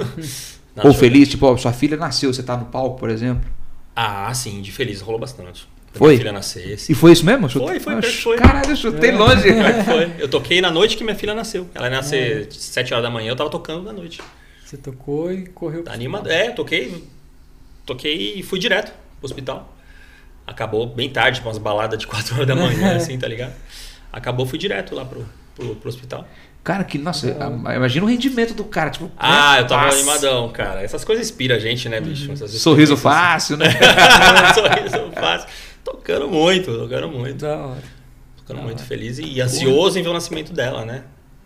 Ou feliz? Tipo, ó, sua filha nasceu, você tá no palco, por exemplo. Ah, sim, de feliz, rolou bastante. Quando Foi? Minha filha nascesse. E foi isso mesmo? Foi, foi, Ah, foi. Caralho, eu chutei longe. Foi, foi. Eu toquei na noite que minha filha nasceu. Ela ia nascer sete horas da manhã, eu tava tocando na noite. Você tocou e correu Tá pro animado. É, toquei. Toquei e fui direto pro hospital. Acabou bem tarde, com umas baladas de quatro horas da manhã, assim, tá ligado? Acabou, fui direto lá pro, pro, pro hospital. Cara, que, nossa, a- imagina o rendimento do cara, tipo... Ah, né? eu tava Passa. animadão, cara. Essas coisas inspiram a gente, né, bicho? Essas Sorriso experiências. fácil, né? Sorriso fácil. Tocando muito, tocando muito. Da hora. Ficando muito feliz e ansioso em ver o nascimento dela, né?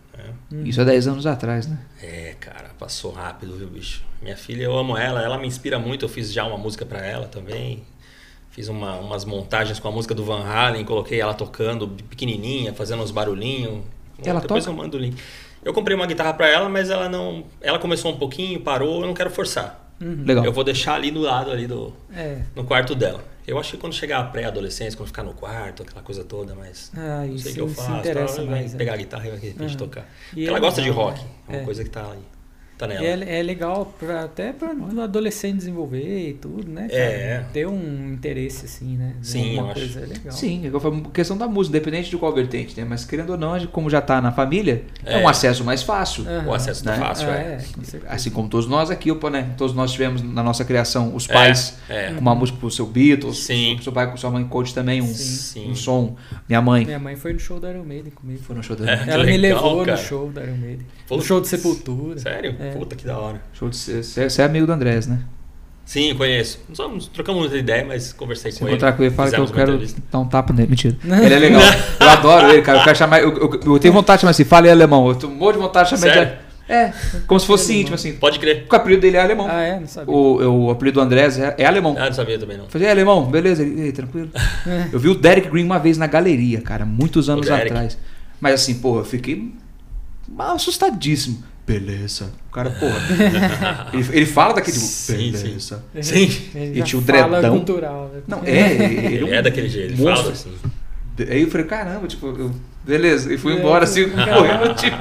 É. Isso há dez anos atrás, né? É, cara, passou rápido, viu, bicho? Minha filha, eu amo ela, ela me inspira muito. Eu fiz já uma música pra ela também. Fiz uma, umas montagens com a música do Van Halen, coloquei ela tocando pequenininha, fazendo uns barulhinhos. Ela Depois toca? eu mando o link. Eu comprei uma guitarra pra ela, mas ela não. Ela começou um pouquinho, parou, eu não quero forçar. Legal. Eu vou deixar ali do lado ali do. É. No quarto dela. Eu acho que quando chegar a pré-adolescência, quando ficar no quarto, aquela coisa toda, mas Ah, não isso sei o que eu se faço. interessa Ela vai mais, é. pegar a guitarra e vai de repente Aham. tocar. E Porque é ela gosta de legal, rock, né? é uma É. coisa que tá ali. Tá nela. E é, é legal pra, até para o adolescente desenvolver e tudo, né? cara? É. Ter um interesse assim, né? em Sim, alguma eu acho. coisa é legal. Sim, igual foi a questão da música, independente de qual vertente, né? Mas querendo ou não, a gente, como já tá na família, é, É. um acesso mais fácil. Aham. O acesso tá Né? fácil, Ah, é. é, com certeza. Assim como todos nós aqui, opa, né? Todos nós tivemos na nossa criação os pais É, é. com uma música pro seu Beatles, Sim. seu pai com sua mãe coach também, um, Sim. um som. Minha mãe Minha mãe foi no show da Iron Maiden comigo. foi no show da É. Ela me legal, levou cara. no show da Iron Maiden. No Putz. show de Sepultura. Sério? É. Puta que da hora. show de você é amigo do Andrés, né? Sim, conheço. Não somos, trocamos muita ideia, mas conversei Se com ele. encontrar com ele, fala que eu Fizemos uma quero entrevista. dar um tapa nele. Mentira. Ele é legal. Eu adoro ele, cara. Eu quero chamar. Eu, eu, eu tenho vontade de chamar assim, fala aí alemão. Eu tenho um monte de vontade de chamar Sério? ele. É, como se fosse íntimo, assim. Pode crer. Porque o apelido dele é alemão. Ah, é? Não sabia. O, eu- o apelido do Andrés é, é alemão. Ah, não sabia também não. Eu falei, é alemão, beleza? Ele, "Ei, tranquilo. Eu vi o Derek Green uma vez na galeria, cara, muitos anos Derek. atrás. Mas assim, porra, eu fiquei mal assustadíssimo. Beleza. O cara, porra. ele, ele fala daquele tipo, Sim, sim. beleza. Sim. Ele E já tinha o fala dredão. cultural, né? Não, é. Ele, Ele um é daquele jeito, ele monstro. fala assim. Aí eu falei, caramba, tipo, eu- beleza. E fui É, embora assim, cara. correndo. Tipo,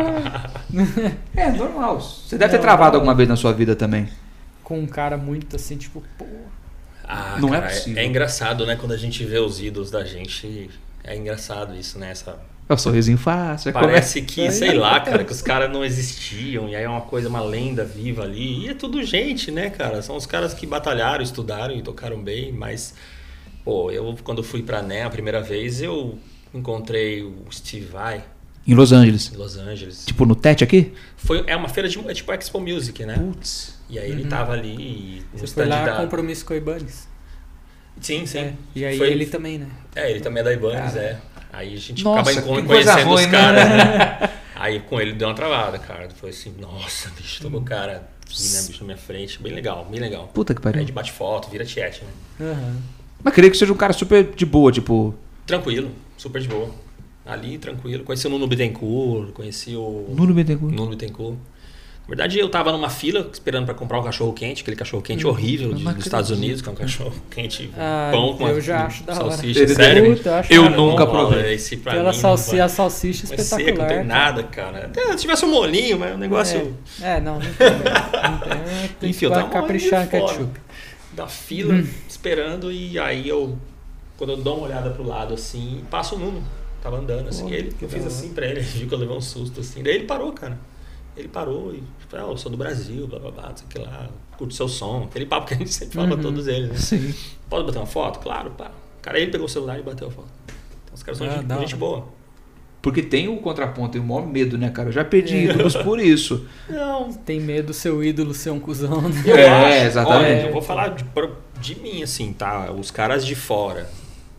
é, normal. Você deve ter Não, travado não. alguma vez na sua vida também. Com um cara muito assim, tipo, pô. Ah, Não é cara, possível. É engraçado, né? Quando a gente vê os ídolos da gente. É engraçado isso, né? Essa... É o sorrisinho fácil. é Parece que, Aí- sei lá, cara, que os caras não existiam. E aí é uma coisa, uma lenda viva ali. E é tudo gente, né, cara? São os caras que batalharam, estudaram e tocaram bem. Mas, pô, eu quando fui pra N E A a primeira vez, eu encontrei o Steve Vai Em Los Angeles. em Los Angeles. Tipo no Tete aqui? Foi, é uma feira de. É tipo Expo Music, né? Putz. E aí ele tava ali e no Você foi stand lá da... compromisso com o Ibanez. Sim, sim. É. E aí Foi- ele também, né? É, ele também é da Ibanez, Cara. é. Aí a gente Nossa, acaba que con- coisa conhecendo ruim, os né? caras, né? Aí com ele deu uma travada, cara. Foi assim, nossa, bicho, tocou o cara aqui, né, bicho, na minha frente. Bem legal, bem legal. Puta que Aí pariu. de bate foto, vira chat, né? Aham. Mas queria que seja um cara super de boa, tipo. Tranquilo, super de boa. Ali, tranquilo. Conheci o Nuno Bittencourt, conheci o... Nuno Bittencourt. Nuno Bittencourt. Na verdade, eu tava numa fila esperando pra comprar um cachorro quente, aquele cachorro quente horrível de- não dos Estados acredito. Unidos, que é um cachorro quente, Ah, pão com eu a- já acho da hora. salsicha, Ele- sério. Puta, eu acho Eu da hora. nunca Não, provei. Esse pra Aquela mim não salsicha, vai. a salsicha Mas seco, espetacular. não tem cara. nada, cara. Até se tivesse um molinho, mas o negócio... É, é não, não tem. Não tem. Tem Enfim, que eu tava caprichar no morrendo de ketchup. Da fila, esperando, e aí eu... Quando eu dou uma olhada pro lado, assim, passa o Nuno. Tava andando, assim, Pô, ele, que eu da fiz hora. assim pra ele, ele viu que eu levei um susto, assim. Daí ele parou, cara. Ele parou e falou, ah, eu sou do Brasil, blá blá blá, não sei o que lá, curto seu som. Aquele papo que a gente sempre fala Uhum. pra todos eles, né? Sim. Pode bater uma foto? Claro, pá. Cara, ele pegou o celular e bateu a foto. Então os caras são Ah, gente, da gente hora. boa. Porque tem o contraponto, tem o maior medo, né, cara? Eu já perdi É. ídolos por isso. Não, Tem medo do seu ídolo ser um cuzão, né? eu É, acho. exatamente. Olha, eu vou falar de, pro- de mim, assim, tá? Os caras de fora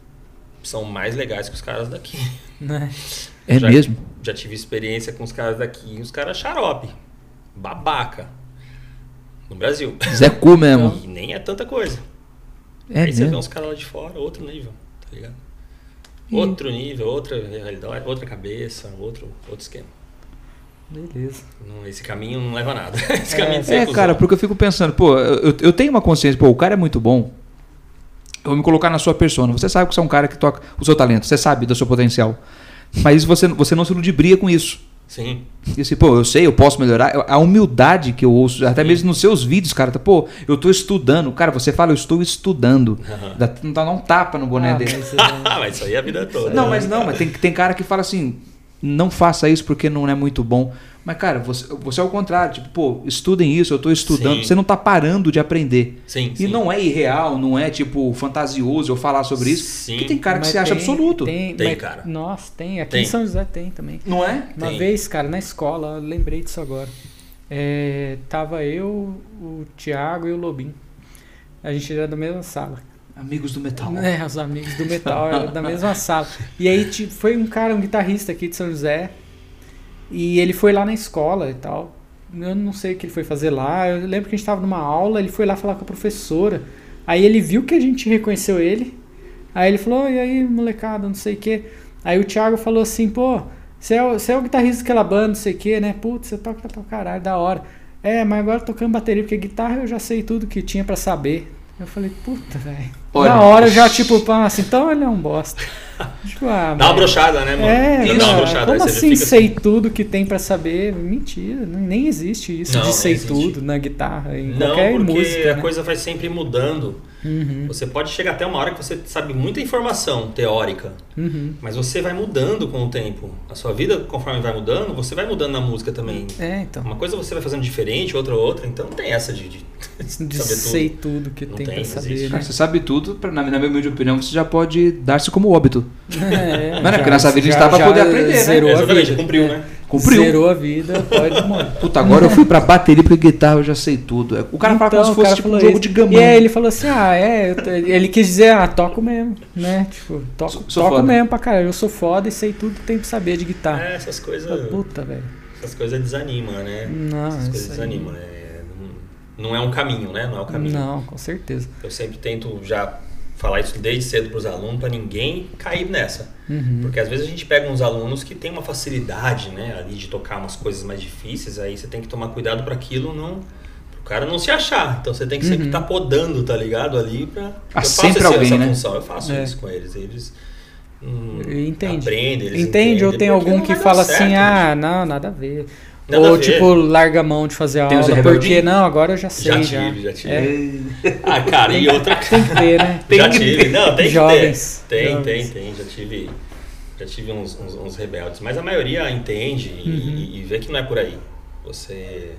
são mais legais que os caras daqui. Né? É Já- mesmo? Já tive experiência com os caras daqui, e os caras xarope, babaca, no Brasil. Zé Cu mesmo. E nem é tanta coisa. É Aí você mesmo? vê uns caras lá de fora, outro nível, tá ligado? Outro nível, outra realidade, outra cabeça, outro, outro esquema. Beleza. Não, esse caminho não leva a nada. Esse É, caminho de ser É, cuzão. cara, porque eu fico pensando, pô, eu, eu tenho uma consciência, pô, o cara é muito bom. Eu vou me colocar na sua persona. Você sabe que você é um cara que toca o seu talento, você sabe do seu potencial. Mas você, você não se ludibria com isso. Sim. E assim, pô, eu sei, eu posso melhorar. A humildade que eu ouço, até Sim. mesmo nos seus vídeos, cara, tá, pô, eu tô estudando. Cara, você fala, eu estou estudando. Aham. Dá, não dá um tapa no boné Ah, dele. mas, é, Mas isso aí é a vida toda. Não, né? mas não, mas tem, tem cara que fala assim, não faça isso porque não é muito bom. Mas, cara, você, você é o contrário, tipo, pô, estudem isso, eu tô estudando. Sim. Você não tá parando de aprender. Sim, E sim. não é irreal, não é, tipo, fantasioso eu falar sobre isso. Sim. Porque tem cara que mas se acha tem- absoluto. Tem, Tem, mas- cara. Nossa, tem. Aqui Tem. em São José tem também. Não é? Uma Tem. vez, cara, na escola, eu lembrei disso agora. É, tava eu, o Thiago e o Lobinho. A gente era da mesma sala. Amigos do metal. É, os amigos do metal, era da mesma sala. E aí tipo, foi um cara, um guitarrista aqui de São José. E ele foi lá na escola e tal. Eu não sei o que ele foi fazer lá. Eu lembro que a gente tava numa aula, ele foi lá falar com a professora. Aí ele viu que a gente reconheceu ele. Aí ele falou, e aí, molecada, não sei o que. Aí o Thiago falou assim, pô, você é, o- você é o guitarrista daquela banda, não sei o que, né? Putz, você toca pra caralho, da hora. É, mas agora tocando bateria, porque guitarra eu já sei tudo que tinha pra saber. Eu falei, puta, velho. Olha. Na hora eu já, tipo, pá, assim, então ele é um bosta. Tipo, ah, Dá uma velho. brochada, né, mano? É, Dá não, uma brochada. como aí você já assim fica sei tudo que tem pra saber? Mentira, não- nem existe isso Não, de não sei existe. tudo na guitarra, em Não, qualquer porque música. a né? coisa vai sempre mudando. Uhum, Você pode chegar até uma hora que você sabe muita informação teórica, uhum. mas você vai mudando com o tempo. A sua vida, conforme vai mudando, você vai mudando na música também. É, então. Uma coisa você vai fazendo diferente, outra outra, então não tem essa de, de De saber sei tudo. tudo que Não tem, tem, pra não saber, existe. né? Cara, você sabe tudo, pra- na, na minha humilde opinião, você já pode dar-se como óbito. É, Mas, né, porque já- nessa vida a gente já- tá pra já poder aprender, né? zerou a Exatamente, vida. cumpriu, É. né? Cumpriu. Zerou a vida, pode morrer. Puta, agora eu fui pra bateria porque guitarra eu já sei tudo. O cara fala como se Então, o fosse cara tipo um falou jogo isso. de gamão. E aí ele falou assim, ah, é, eu tô- ele quis dizer, ah, toco mesmo, né? Tipo, toco, Sou- sou toco foda. mesmo pra caralho, eu sou foda e sei tudo que tem pra saber de guitarra. É, essas coisas, Puta, velho. essas coisas desanimam, né? Não, essas coisas isso aí- desanimam, né? Não, não é um caminho, né? Não é o caminho. Não, com certeza. Eu sempre tento já falar isso desde cedo para os alunos, para ninguém cair nessa. Uhum. Porque às vezes a gente pega uns alunos que tem uma facilidade, né, ali de tocar umas coisas mais difíceis, aí você tem que tomar cuidado para aquilo não, pro cara não se achar. Então você tem que sempre Uhum. estar podando, tá ligado, ali para Ah, sempre alguém, né? função, eu faço É. isso com eles, eles hum, Entende. aprendem, eles Entende? Ou entendem, tem porque algum não que vai fala dar assim, certo, ah, bicho. não, nada a ver. Nada a Ou ver. tipo, larga a mão de fazer a Tem os aula, rebeldinhos? porque não, agora eu já sei. Já Já, tive, já tive. É, Ah, cara, e outra tem que ter, né? já tive, não, tem Jovens. que ter. Tem, Jovens. tem, tem. Já tive, já tive uns, uns, uns rebeldes. Mas a maioria entende e, Uhum. e vê que não é por aí. Você.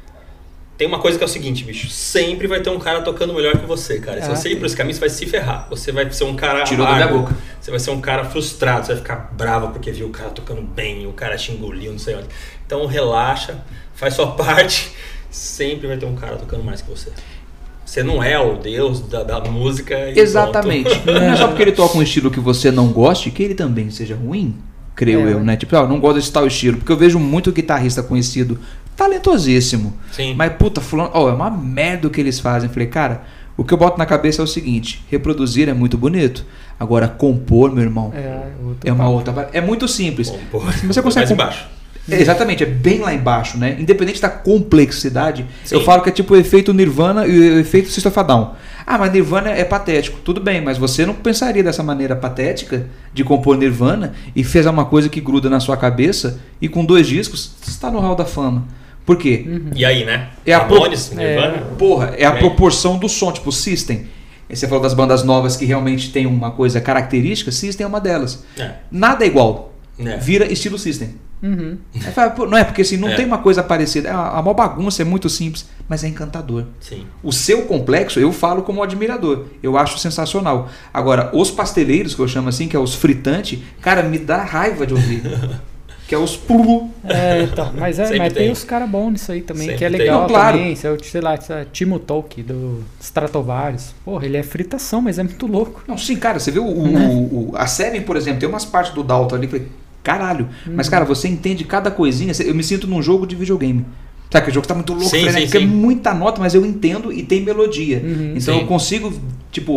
Tem uma coisa que é o seguinte, bicho. Sempre vai ter um cara tocando melhor que você, cara. Se Ah, você ir tem. por esse caminho, você vai se ferrar. Você vai ser um cara. Tirou da minha amargo, boca. Você vai ser um cara frustrado. Você vai ficar bravo porque viu o cara tocando bem, o cara te engoliu, não sei onde. Então relaxa, faz sua parte. Sempre vai ter um cara tocando mais que você. Você não é o deus da, da música. E Exatamente. pronto. Não é só porque ele toca um estilo que você não goste que ele também seja ruim, creio É. eu, né? Tipo, ah, eu não gosto desse tal estilo. Porque eu vejo muito guitarrista conhecido, talentosíssimo. Sim. Mas, puta, fulano, ó, é uma merda o que eles fazem. Falei, cara, o que eu boto na cabeça é o seguinte: reproduzir é muito bonito. Agora, compor, meu irmão, É, outro é uma papo. outra. É muito simples. Bom, pô, Você consegue mais comp- embaixo. É, exatamente, é bem lá embaixo, né? Independente da complexidade, Sim. eu falo que é tipo o efeito Nirvana e o efeito System of a Down. Ah, mas Nirvana é patético. Tudo bem, mas você não pensaria dessa maneira patética de compor Nirvana e fez uma coisa que gruda na sua cabeça e com dois discos você está no hall da fama. Por quê? Uhum. E aí, né? É a Ramones, pro- Nirvana. Porra, é a É. proporção do som, tipo System. E você falou das bandas novas que realmente tem uma coisa característica, System é uma delas. É. Nada é igual. É. Vira estilo System. Uhum. Aí fala, pô, não é porque assim, não É. tem uma coisa parecida. A, a maior bagunça é muito simples, mas é encantador. Sim. O seu complexo, eu falo como admirador. Eu acho sensacional. Agora, os pasteleiros, que eu chamo assim, que é os fritantes, cara, me dá raiva de ouvir. que é os pulu. É, então, mas é, Sempre mas tem, tem. os caras bons nisso aí também, Sempre que é tem. legal Não, claro. também. Sei, sei lá, sei lá, Timo Tolkien do Stratovarius. Porra, ele é fritação, mas é muito louco. Não, sim, cara, você viu o, Né? o- o- a Seven, por exemplo, tem umas partes do Dalton ali que eu falei, caralho. Mas, Uhum. cara, você entende cada coisinha. Eu me sinto num jogo de videogame. Sabe que o jogo tá muito louco, Sim, né? sim, Porque é sim. muita nota, mas eu entendo e tem melodia. Uhum. Então Sim. eu consigo, tipo,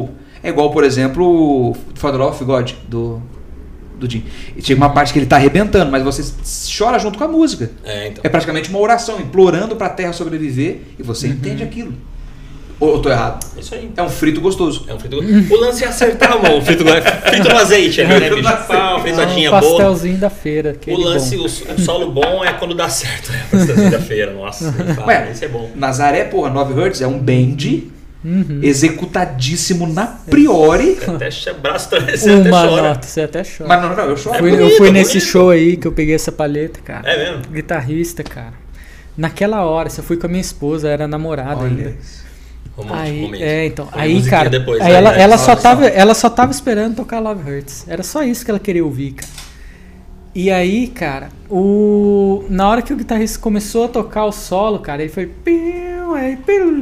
É igual, por exemplo, o Father of God, do, do Jim. E chega uma parte que ele tá arrebentando, mas você chora junto com a música. É, então. É praticamente uma oração, implorando pra terra sobreviver, e você uhum. entende aquilo. Ou eu tô errado? Isso aí. É um frito gostoso. É um frito gostoso. O lance é acertar, mano. Frito, frito no azeite ali, né, bicho? Pau, fritadinha boa. Um boa. pastelzinho da feira. O lance, o, o solo bom é quando dá certo. É, o pastelzinho da feira, nossa. Fala, isso é bom. Nazaré, porra, nove hertz é um bend uhum. executadíssimo na priori. Você até braço, você até Uma chora. nota, você até chora. Mas não, não, eu choro. É fui, bonito, eu fui é nesse bonito. show aí que eu peguei essa palheta, cara. É mesmo? Guitarrista, cara. Naquela hora, se eu fui com a minha esposa, era namorada Olha ainda. isso. Romântico Aí, momento. é, então, Põe aí, musiquinha cara, depois, aí aí, ela, aí, ela, só- só só- tava, ela só tava esperando tocar Love Hurts. Era só isso que ela queria ouvir, cara. E aí, cara, o... na hora que o guitarrista começou a tocar o solo, cara, ele foi... aí,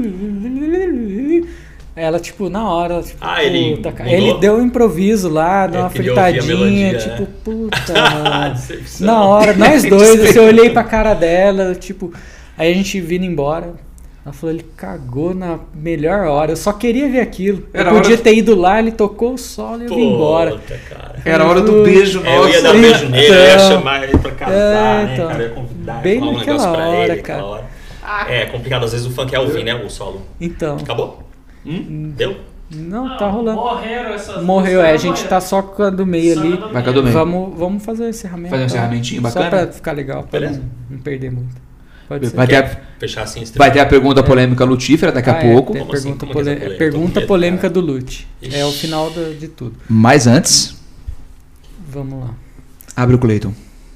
ela, tipo, na hora, tipo, Ah, ele puta, cara. mudou? Ele deu um improviso lá, deu Ele uma queria ouvir a fritadinha, melodia, tipo, né? puta, mano. Decepção. Na hora, nós dois, assim, eu olhei pra cara dela, tipo, aí a gente vindo embora. Ela falou, ele cagou na melhor hora. Eu só queria ver aquilo. Eu Era a podia hora- ter ido lá, ele tocou o solo e eu vim embora. Puta, cara. Era a hora do beijo É, eu ia nosso. dar um beijo nele, eu ia Então, chamar ele pra casar, é, né, então, cara? Eu ia convidar, bem falar um naquela negócio pra hora, ele, cara. aquela hora. É complicado, às vezes o funk é ouvir, né, o solo. Então, Acabou? Hum? Deu? não, tá rolando. Morreram essas Morreu, é, a gente músicas, tá só com a do meio Só ali. a do Vai com a do meio. Vamos, vamos fazer um encerramento. Fazer um então. encerramentinho Só bacana? pra ficar legal, pra Beleza. não, não perder muito. Pode ser. Vai ter, a, Fechar assim esse vai ter a pergunta polêmica lutífera daqui a Ah, é, pouco. tem Como assim? pergunta, Como que é polê- essa polêmica? pergunta Tô com medo, polêmica cara. do Lute. É o Ixi. final do- de tudo. Mas antes, Vamos lá. abre o Cleiton.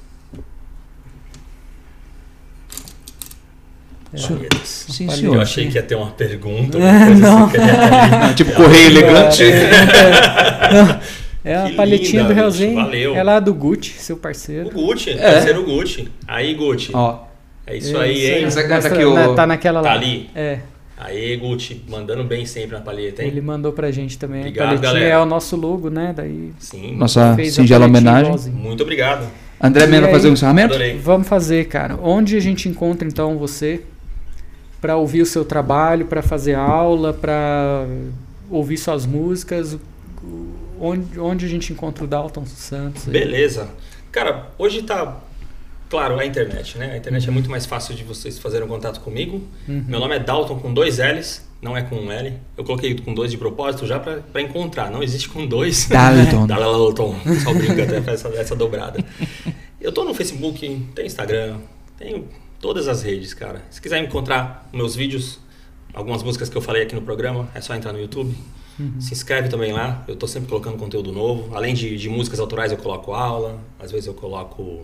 Palhetas. Sim, Palheta. senhor. Eu achei que ia ter uma pergunta, É, uma coisa não. assim que ele ia Tipo correio elegante. Não, é a Que palhetinha linda, do bicho, Realzinho. valeu. É lá do Gucci, seu parceiro. O Gucci, parceiro Gucci. Aí, Gucci. Ó, É isso aí, hein? Essa- essa Mostra- aqui, o- na- tá naquela lá. Tá ali. É, Aí, Gucci, mandando bem sempre na palheta, hein? ele mandou pra gente também. Obrigado, a palhetinha galera. é o nosso logo, né? Daí Sim. nossa fez a singela palhetinha homenagem. igualzinho. Muito obrigado. André E Mena aí? fazer o encerramento? Adorei. Vamos fazer, cara. Onde a gente encontra então você pra ouvir o seu trabalho, pra fazer aula, pra ouvir suas músicas? O- Onde, onde a gente encontra o Dalton Santos? aí? Beleza. Cara, hoje tá... Claro, a internet, né? A internet é muito mais fácil de vocês fazerem um contato comigo. Uhum. Meu nome é Dalton com dois L's, não é com um L. Eu coloquei com dois de propósito já pra, pra encontrar. Não existe com dois. Dalton. Dalton. Só brinca até pra essa, essa dobrada. Eu tô no Facebook, tem Instagram, tenho todas as redes, cara. Se quiser encontrar meus vídeos, algumas músicas que eu falei aqui no programa, é só entrar no YouTube. Uhum. Se inscreve também lá, eu tô sempre colocando conteúdo novo. Além de, de músicas autorais, eu coloco aula, às vezes eu coloco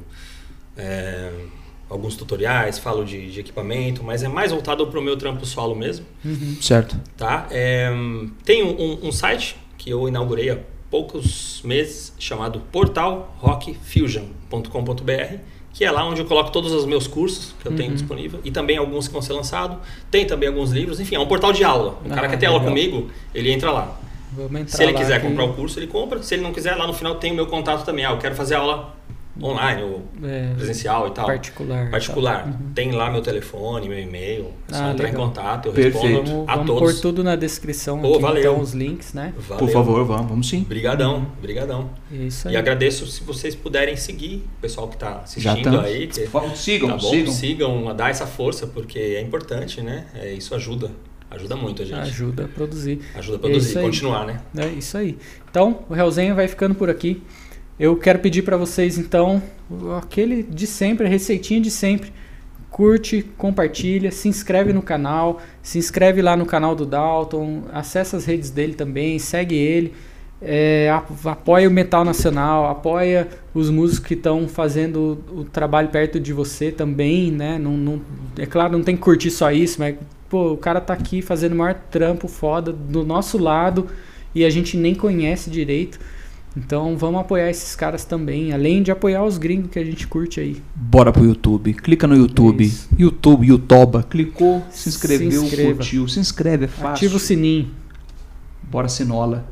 é, alguns tutoriais, falo de, de equipamento, mas é mais voltado pro meu trampo solo mesmo, Certo. tá? É, tem um, um- um site que eu inaugurei há poucos meses, chamado portal rock fusion ponto com ponto b r, que é lá onde eu coloco todos os meus cursos que eu tenho disponível e também alguns que vão ser lançados. Tem também alguns livros, enfim, é um portal de aula. O cara Ah, quer ter aula legal. comigo, ele entra lá. Vamos entrar Se ele lá quiser que- comprar o curso, ele compra. Se ele não quiser, lá no final tem o meu contato também. Ah, eu quero fazer aula online ou É, presencial e tal. particular. Particular. Tá. Uhum. Tem lá meu telefone, meu e-mail. É só Ah, entrar legal. em contato, eu Perfeito. respondo Vamos, a vamos todos. pôr tudo na descrição Pô, aqui, valeu. então, os links, né? Valeu. Por favor, vamos, vamos sim. Brigadão, brigadão. É isso aí. E agradeço se vocês puderem seguir o pessoal que está Já assistindo estamos. aí. Que, Vamos, sigam, tá bom? sigam. Sigam, dá essa força, porque é importante, né? É, isso ajuda. Ajuda muito a gente. Ajuda a produzir. Ajuda a É produzir, isso aí. continuar, né? É isso aí. Então, o Realzenha vai ficando por aqui. Eu quero pedir para vocês, então, aquele de sempre, a receitinha de sempre. Curte, compartilha, se inscreve no canal, se inscreve lá no canal do Dalton, acessa as redes dele também, segue ele, é, a- apoia o Metal Nacional, apoia os músicos que estão fazendo o, o trabalho perto de você também, né? Não, não- é claro, não tem que curtir só isso, mas pô, o cara tá aqui fazendo o maior trampo foda do nosso lado e a gente nem conhece direito. Então vamos apoiar esses caras também, além de apoiar os gringos que a gente curte aí. Bora pro YouTube. Clica no YouTube. Isso. YouTube, Youtuba. Clicou, se inscreveu, Se inscreva. curtiu. Se inscreve, é fácil. Ativa o sininho. Bora, Sinola.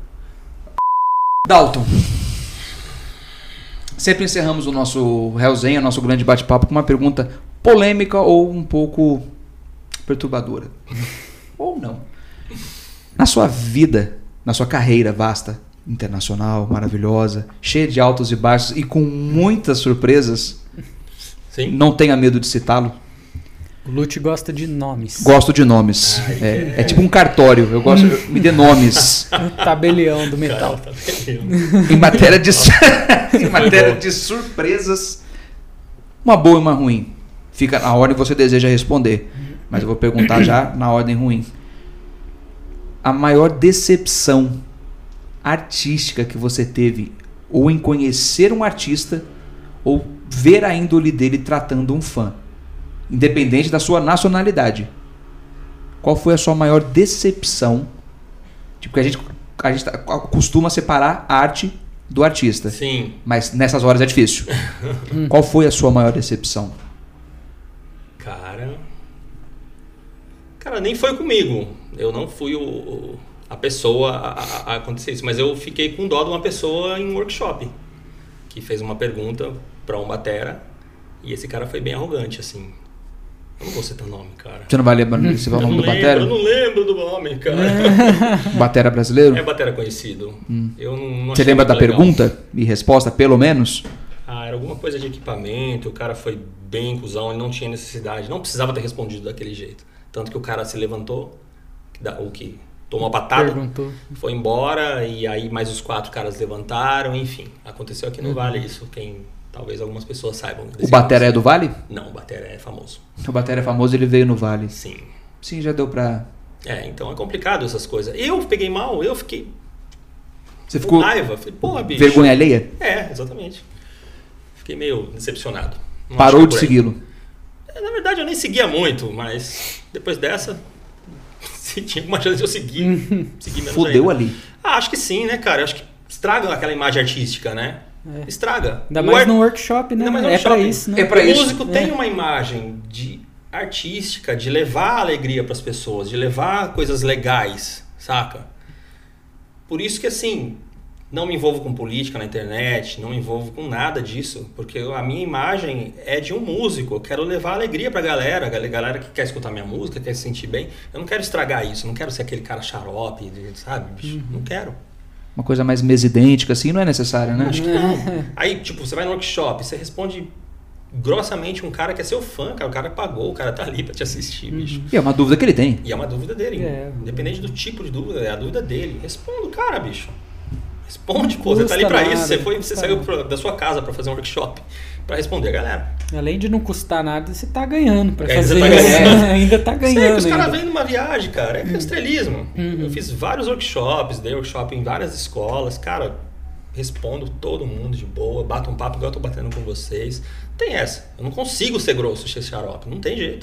Dalton. Sempre encerramos o nosso Realzenha, nosso grande bate-papo, com uma pergunta polêmica ou um pouco perturbadora. Ou não. Na sua vida, na sua carreira vasta, internacional, maravilhosa, cheia de altos e baixos e com muitas surpresas, Sim. não tenha medo de citá-lo. O Lute gosta de nomes. Gosto de nomes. Ai, é, é tipo um cartório. Eu gosto. Eu, me dê nomes. O tabelião do metal. Cara, tá Em matéria de em matéria de surpresas, uma boa e uma ruim. Fica na ordem que você deseja responder. Mas eu vou perguntar já na ordem ruim. A maior decepção artística que você teve, ou em conhecer um artista, ou ver a índole dele tratando um fã, independente da sua nacionalidade. Qual foi a sua maior decepção? Tipo, que a gente, a gente costuma separar a arte do artista. Sim. Mas nessas horas é difícil. Qual foi a sua maior decepção? Cara... Cara, nem foi comigo. Eu não fui o, o, a pessoa a, a, a acontecer isso. Mas eu fiquei com dó de uma pessoa em um workshop. Que fez uma pergunta pra um batera. E esse cara foi bem arrogante, assim. Eu não vou citar o nome, cara. Você não vai lembrar esse é o nome do lembro, batera? Eu não lembro do nome, cara. Batera brasileiro? É batera conhecido. Hum. Eu não, não Você lembra da legal. pergunta e resposta, pelo menos? Ah, era alguma coisa de equipamento. O cara foi bem cuzão, ele não tinha necessidade. Não precisava ter respondido daquele jeito. Tanto que o cara se levantou, o que tomou a patada, Perguntou. Foi embora e aí mais os quatro caras levantaram, enfim. Aconteceu aqui no uhum. Vale isso, quem talvez algumas pessoas saibam. O batera é do Vale? Não, o batera é famoso. O batera é famoso, ele veio no Vale. Sim. Sim, já deu pra... É, então é complicado essas coisas. Eu peguei mal, eu fiquei... Você ficou... com raiva, falei, porra, bicho. Vergonha alheia? É, exatamente. Fiquei meio decepcionado. Não Parou de segui-lo? Na verdade eu nem seguia muito, mas depois dessa, se tinha uma chance de eu seguir, seguir menos Fodeu ainda. ali. Ah, acho que sim, né, cara? Acho que estraga aquela imagem artística, né? É. Estraga. Ainda mais no workshop, né? Mais no é workshop. pra isso, né? É pra o isso. músico é. tem uma imagem de artística, de levar alegria pras pessoas, de levar coisas legais, saca? Por isso que, assim... Não me envolvo com política na internet, não me envolvo com nada disso, porque a minha imagem é de um músico. Eu quero levar alegria pra galera, a galera que quer escutar minha música, quer se sentir bem. Eu não quero estragar isso, não quero ser aquele cara xarope, sabe, bicho? Uhum. Não quero. Uma coisa mais mesidêntica assim não é necessária, né? Acho que não. Aí, tipo, você vai no workshop, você responde grossamente um cara que é seu fã, cara, o cara pagou, o cara tá ali pra te assistir, bicho. Uhum. E é uma dúvida que ele tem. E é uma dúvida dele, é. Independente do tipo de dúvida, é a dúvida dele. Responda o cara, bicho. Responde, pô, você tá ali pra nada, isso, você, foi, você saiu pra, da sua casa pra fazer um workshop, pra responder a galera. Além de não custar nada, você tá ganhando pra é, fazer tá isso. ganhando. Ainda tá ganhando. Sei, que os caras ainda. vêm numa viagem, cara, é Uhum. estrelismo. Uhum. Eu fiz vários workshops, dei workshop em várias escolas, cara, respondo todo mundo de boa, bato um papo igual eu tô batendo com vocês. Tem essa, eu não consigo ser grosso, ser xarope, não tem jeito.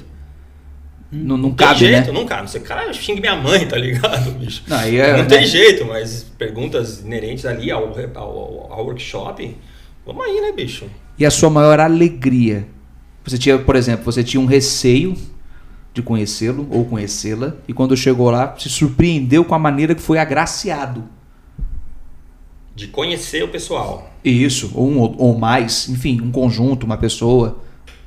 Não, não Não cabe, tem jeito, né? não cabe. Você, cara, xingue minha mãe, tá ligado, bicho? Não, aí é, não né? tem jeito, mas perguntas inerentes ali ao, ao, ao workshop, vamos aí, né, bicho? E a sua maior alegria? Você tinha, por exemplo, você tinha um receio de conhecê-lo ou conhecê-la, e quando chegou lá, se surpreendeu com a maneira que foi agraciado. De conhecer o pessoal. Isso, ou um ou mais, enfim, um conjunto, uma pessoa.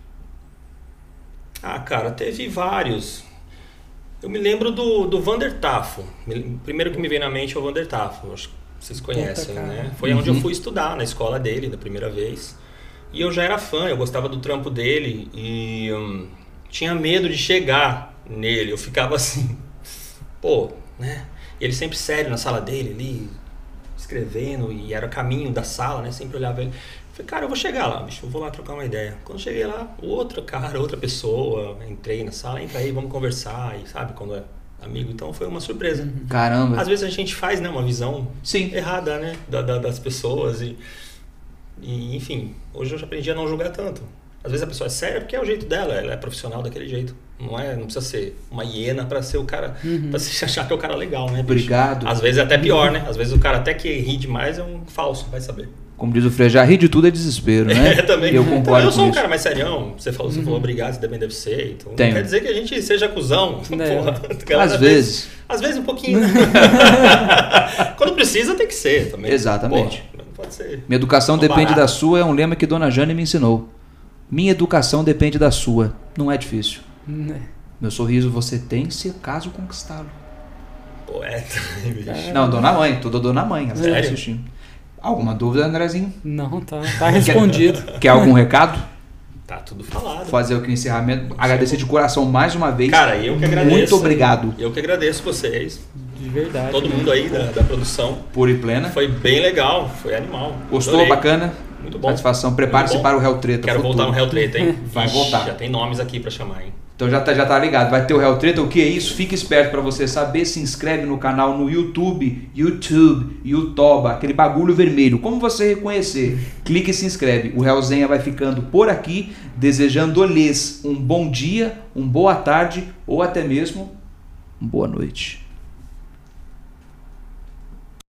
Ah, cara, teve vários. Eu me lembro do, do Vander Tafo. O primeiro que me veio na mente é o Vander Tafo. Acho que vocês conhecem, Puta, né? Foi uhum. onde eu fui estudar, na escola dele, da primeira vez. E eu já era fã, eu gostava do trampo dele e hum, tinha medo de chegar nele. Eu ficava assim, pô, né? E ele sempre sério na sala dele ali, escrevendo, e era o caminho da sala, né? Sempre olhava ele. Falei, cara, eu vou chegar lá, bicho, eu vou lá trocar uma ideia. Quando cheguei lá, outro cara, outra pessoa, entrei na sala, entra aí, vamos conversar, e sabe, quando é amigo, então foi uma surpresa. Caramba. Às vezes a gente faz, né, uma visão Sim. errada, né, da, da, das pessoas e, e, enfim, hoje eu já aprendi a não julgar tanto. Às vezes a pessoa é séria porque é o jeito dela, ela é profissional daquele jeito. Não é, não precisa ser uma hiena pra ser o cara, Uhum. pra se achar que é o cara legal, né, bicho? Obrigado. Às vezes é até pior, né? Às vezes o cara até que ri demais é um falso, vai saber. Como diz o Frejá, rir de tudo é desespero, né? É, também. E eu concordo Eu sou com um isso. cara mais serião. Você falou, você falou obrigado, você também deve ser. Então Tenho. não quer dizer que a gente seja cuzão. Não. Porra, Às vezes. Às vezes um pouquinho. Né? Quando precisa tem que ser também. Exatamente. Porra, não pode ser. Minha educação Só depende barato. da sua é um lema que Dona Jane me ensinou. Minha educação depende da sua. Não é difícil. Né? Meu sorriso você tem se caso conquistá-lo. poeta. bicho. Não, dou na mãe, tudo dou na mãe. Ela tá Sério? assistindo. Alguma dúvida, Andrezinho? Não, tá, tá respondido. Quer algum recado? Tá tudo falado. Fazer o que encerramento. Agradecer de coração mais uma vez. Cara, eu que agradeço. Muito obrigado. Eu que agradeço vocês. De verdade. Todo né? mundo aí da, da produção. Pura e plena. Foi bem legal, foi animal. Gostou? Adorei. Bacana? Muito bom. Satisfação. Prepare-se Muito bom. para o Hell Treta. Quero futuro. voltar no Hell Treta, hein? Vai Ixi, voltar. Já tem nomes aqui pra chamar, hein? Então já tá, já tá ligado, vai ter o Hell Treta, o que é isso? Fique esperto pra você saber, se inscreve no canal no YouTube, YouTube, YouTube, aquele bagulho vermelho, como você reconhecer, clique e se inscreve. O Hellzenha vai ficando por aqui, desejando-lhes um bom dia, uma boa tarde ou até mesmo uma boa noite.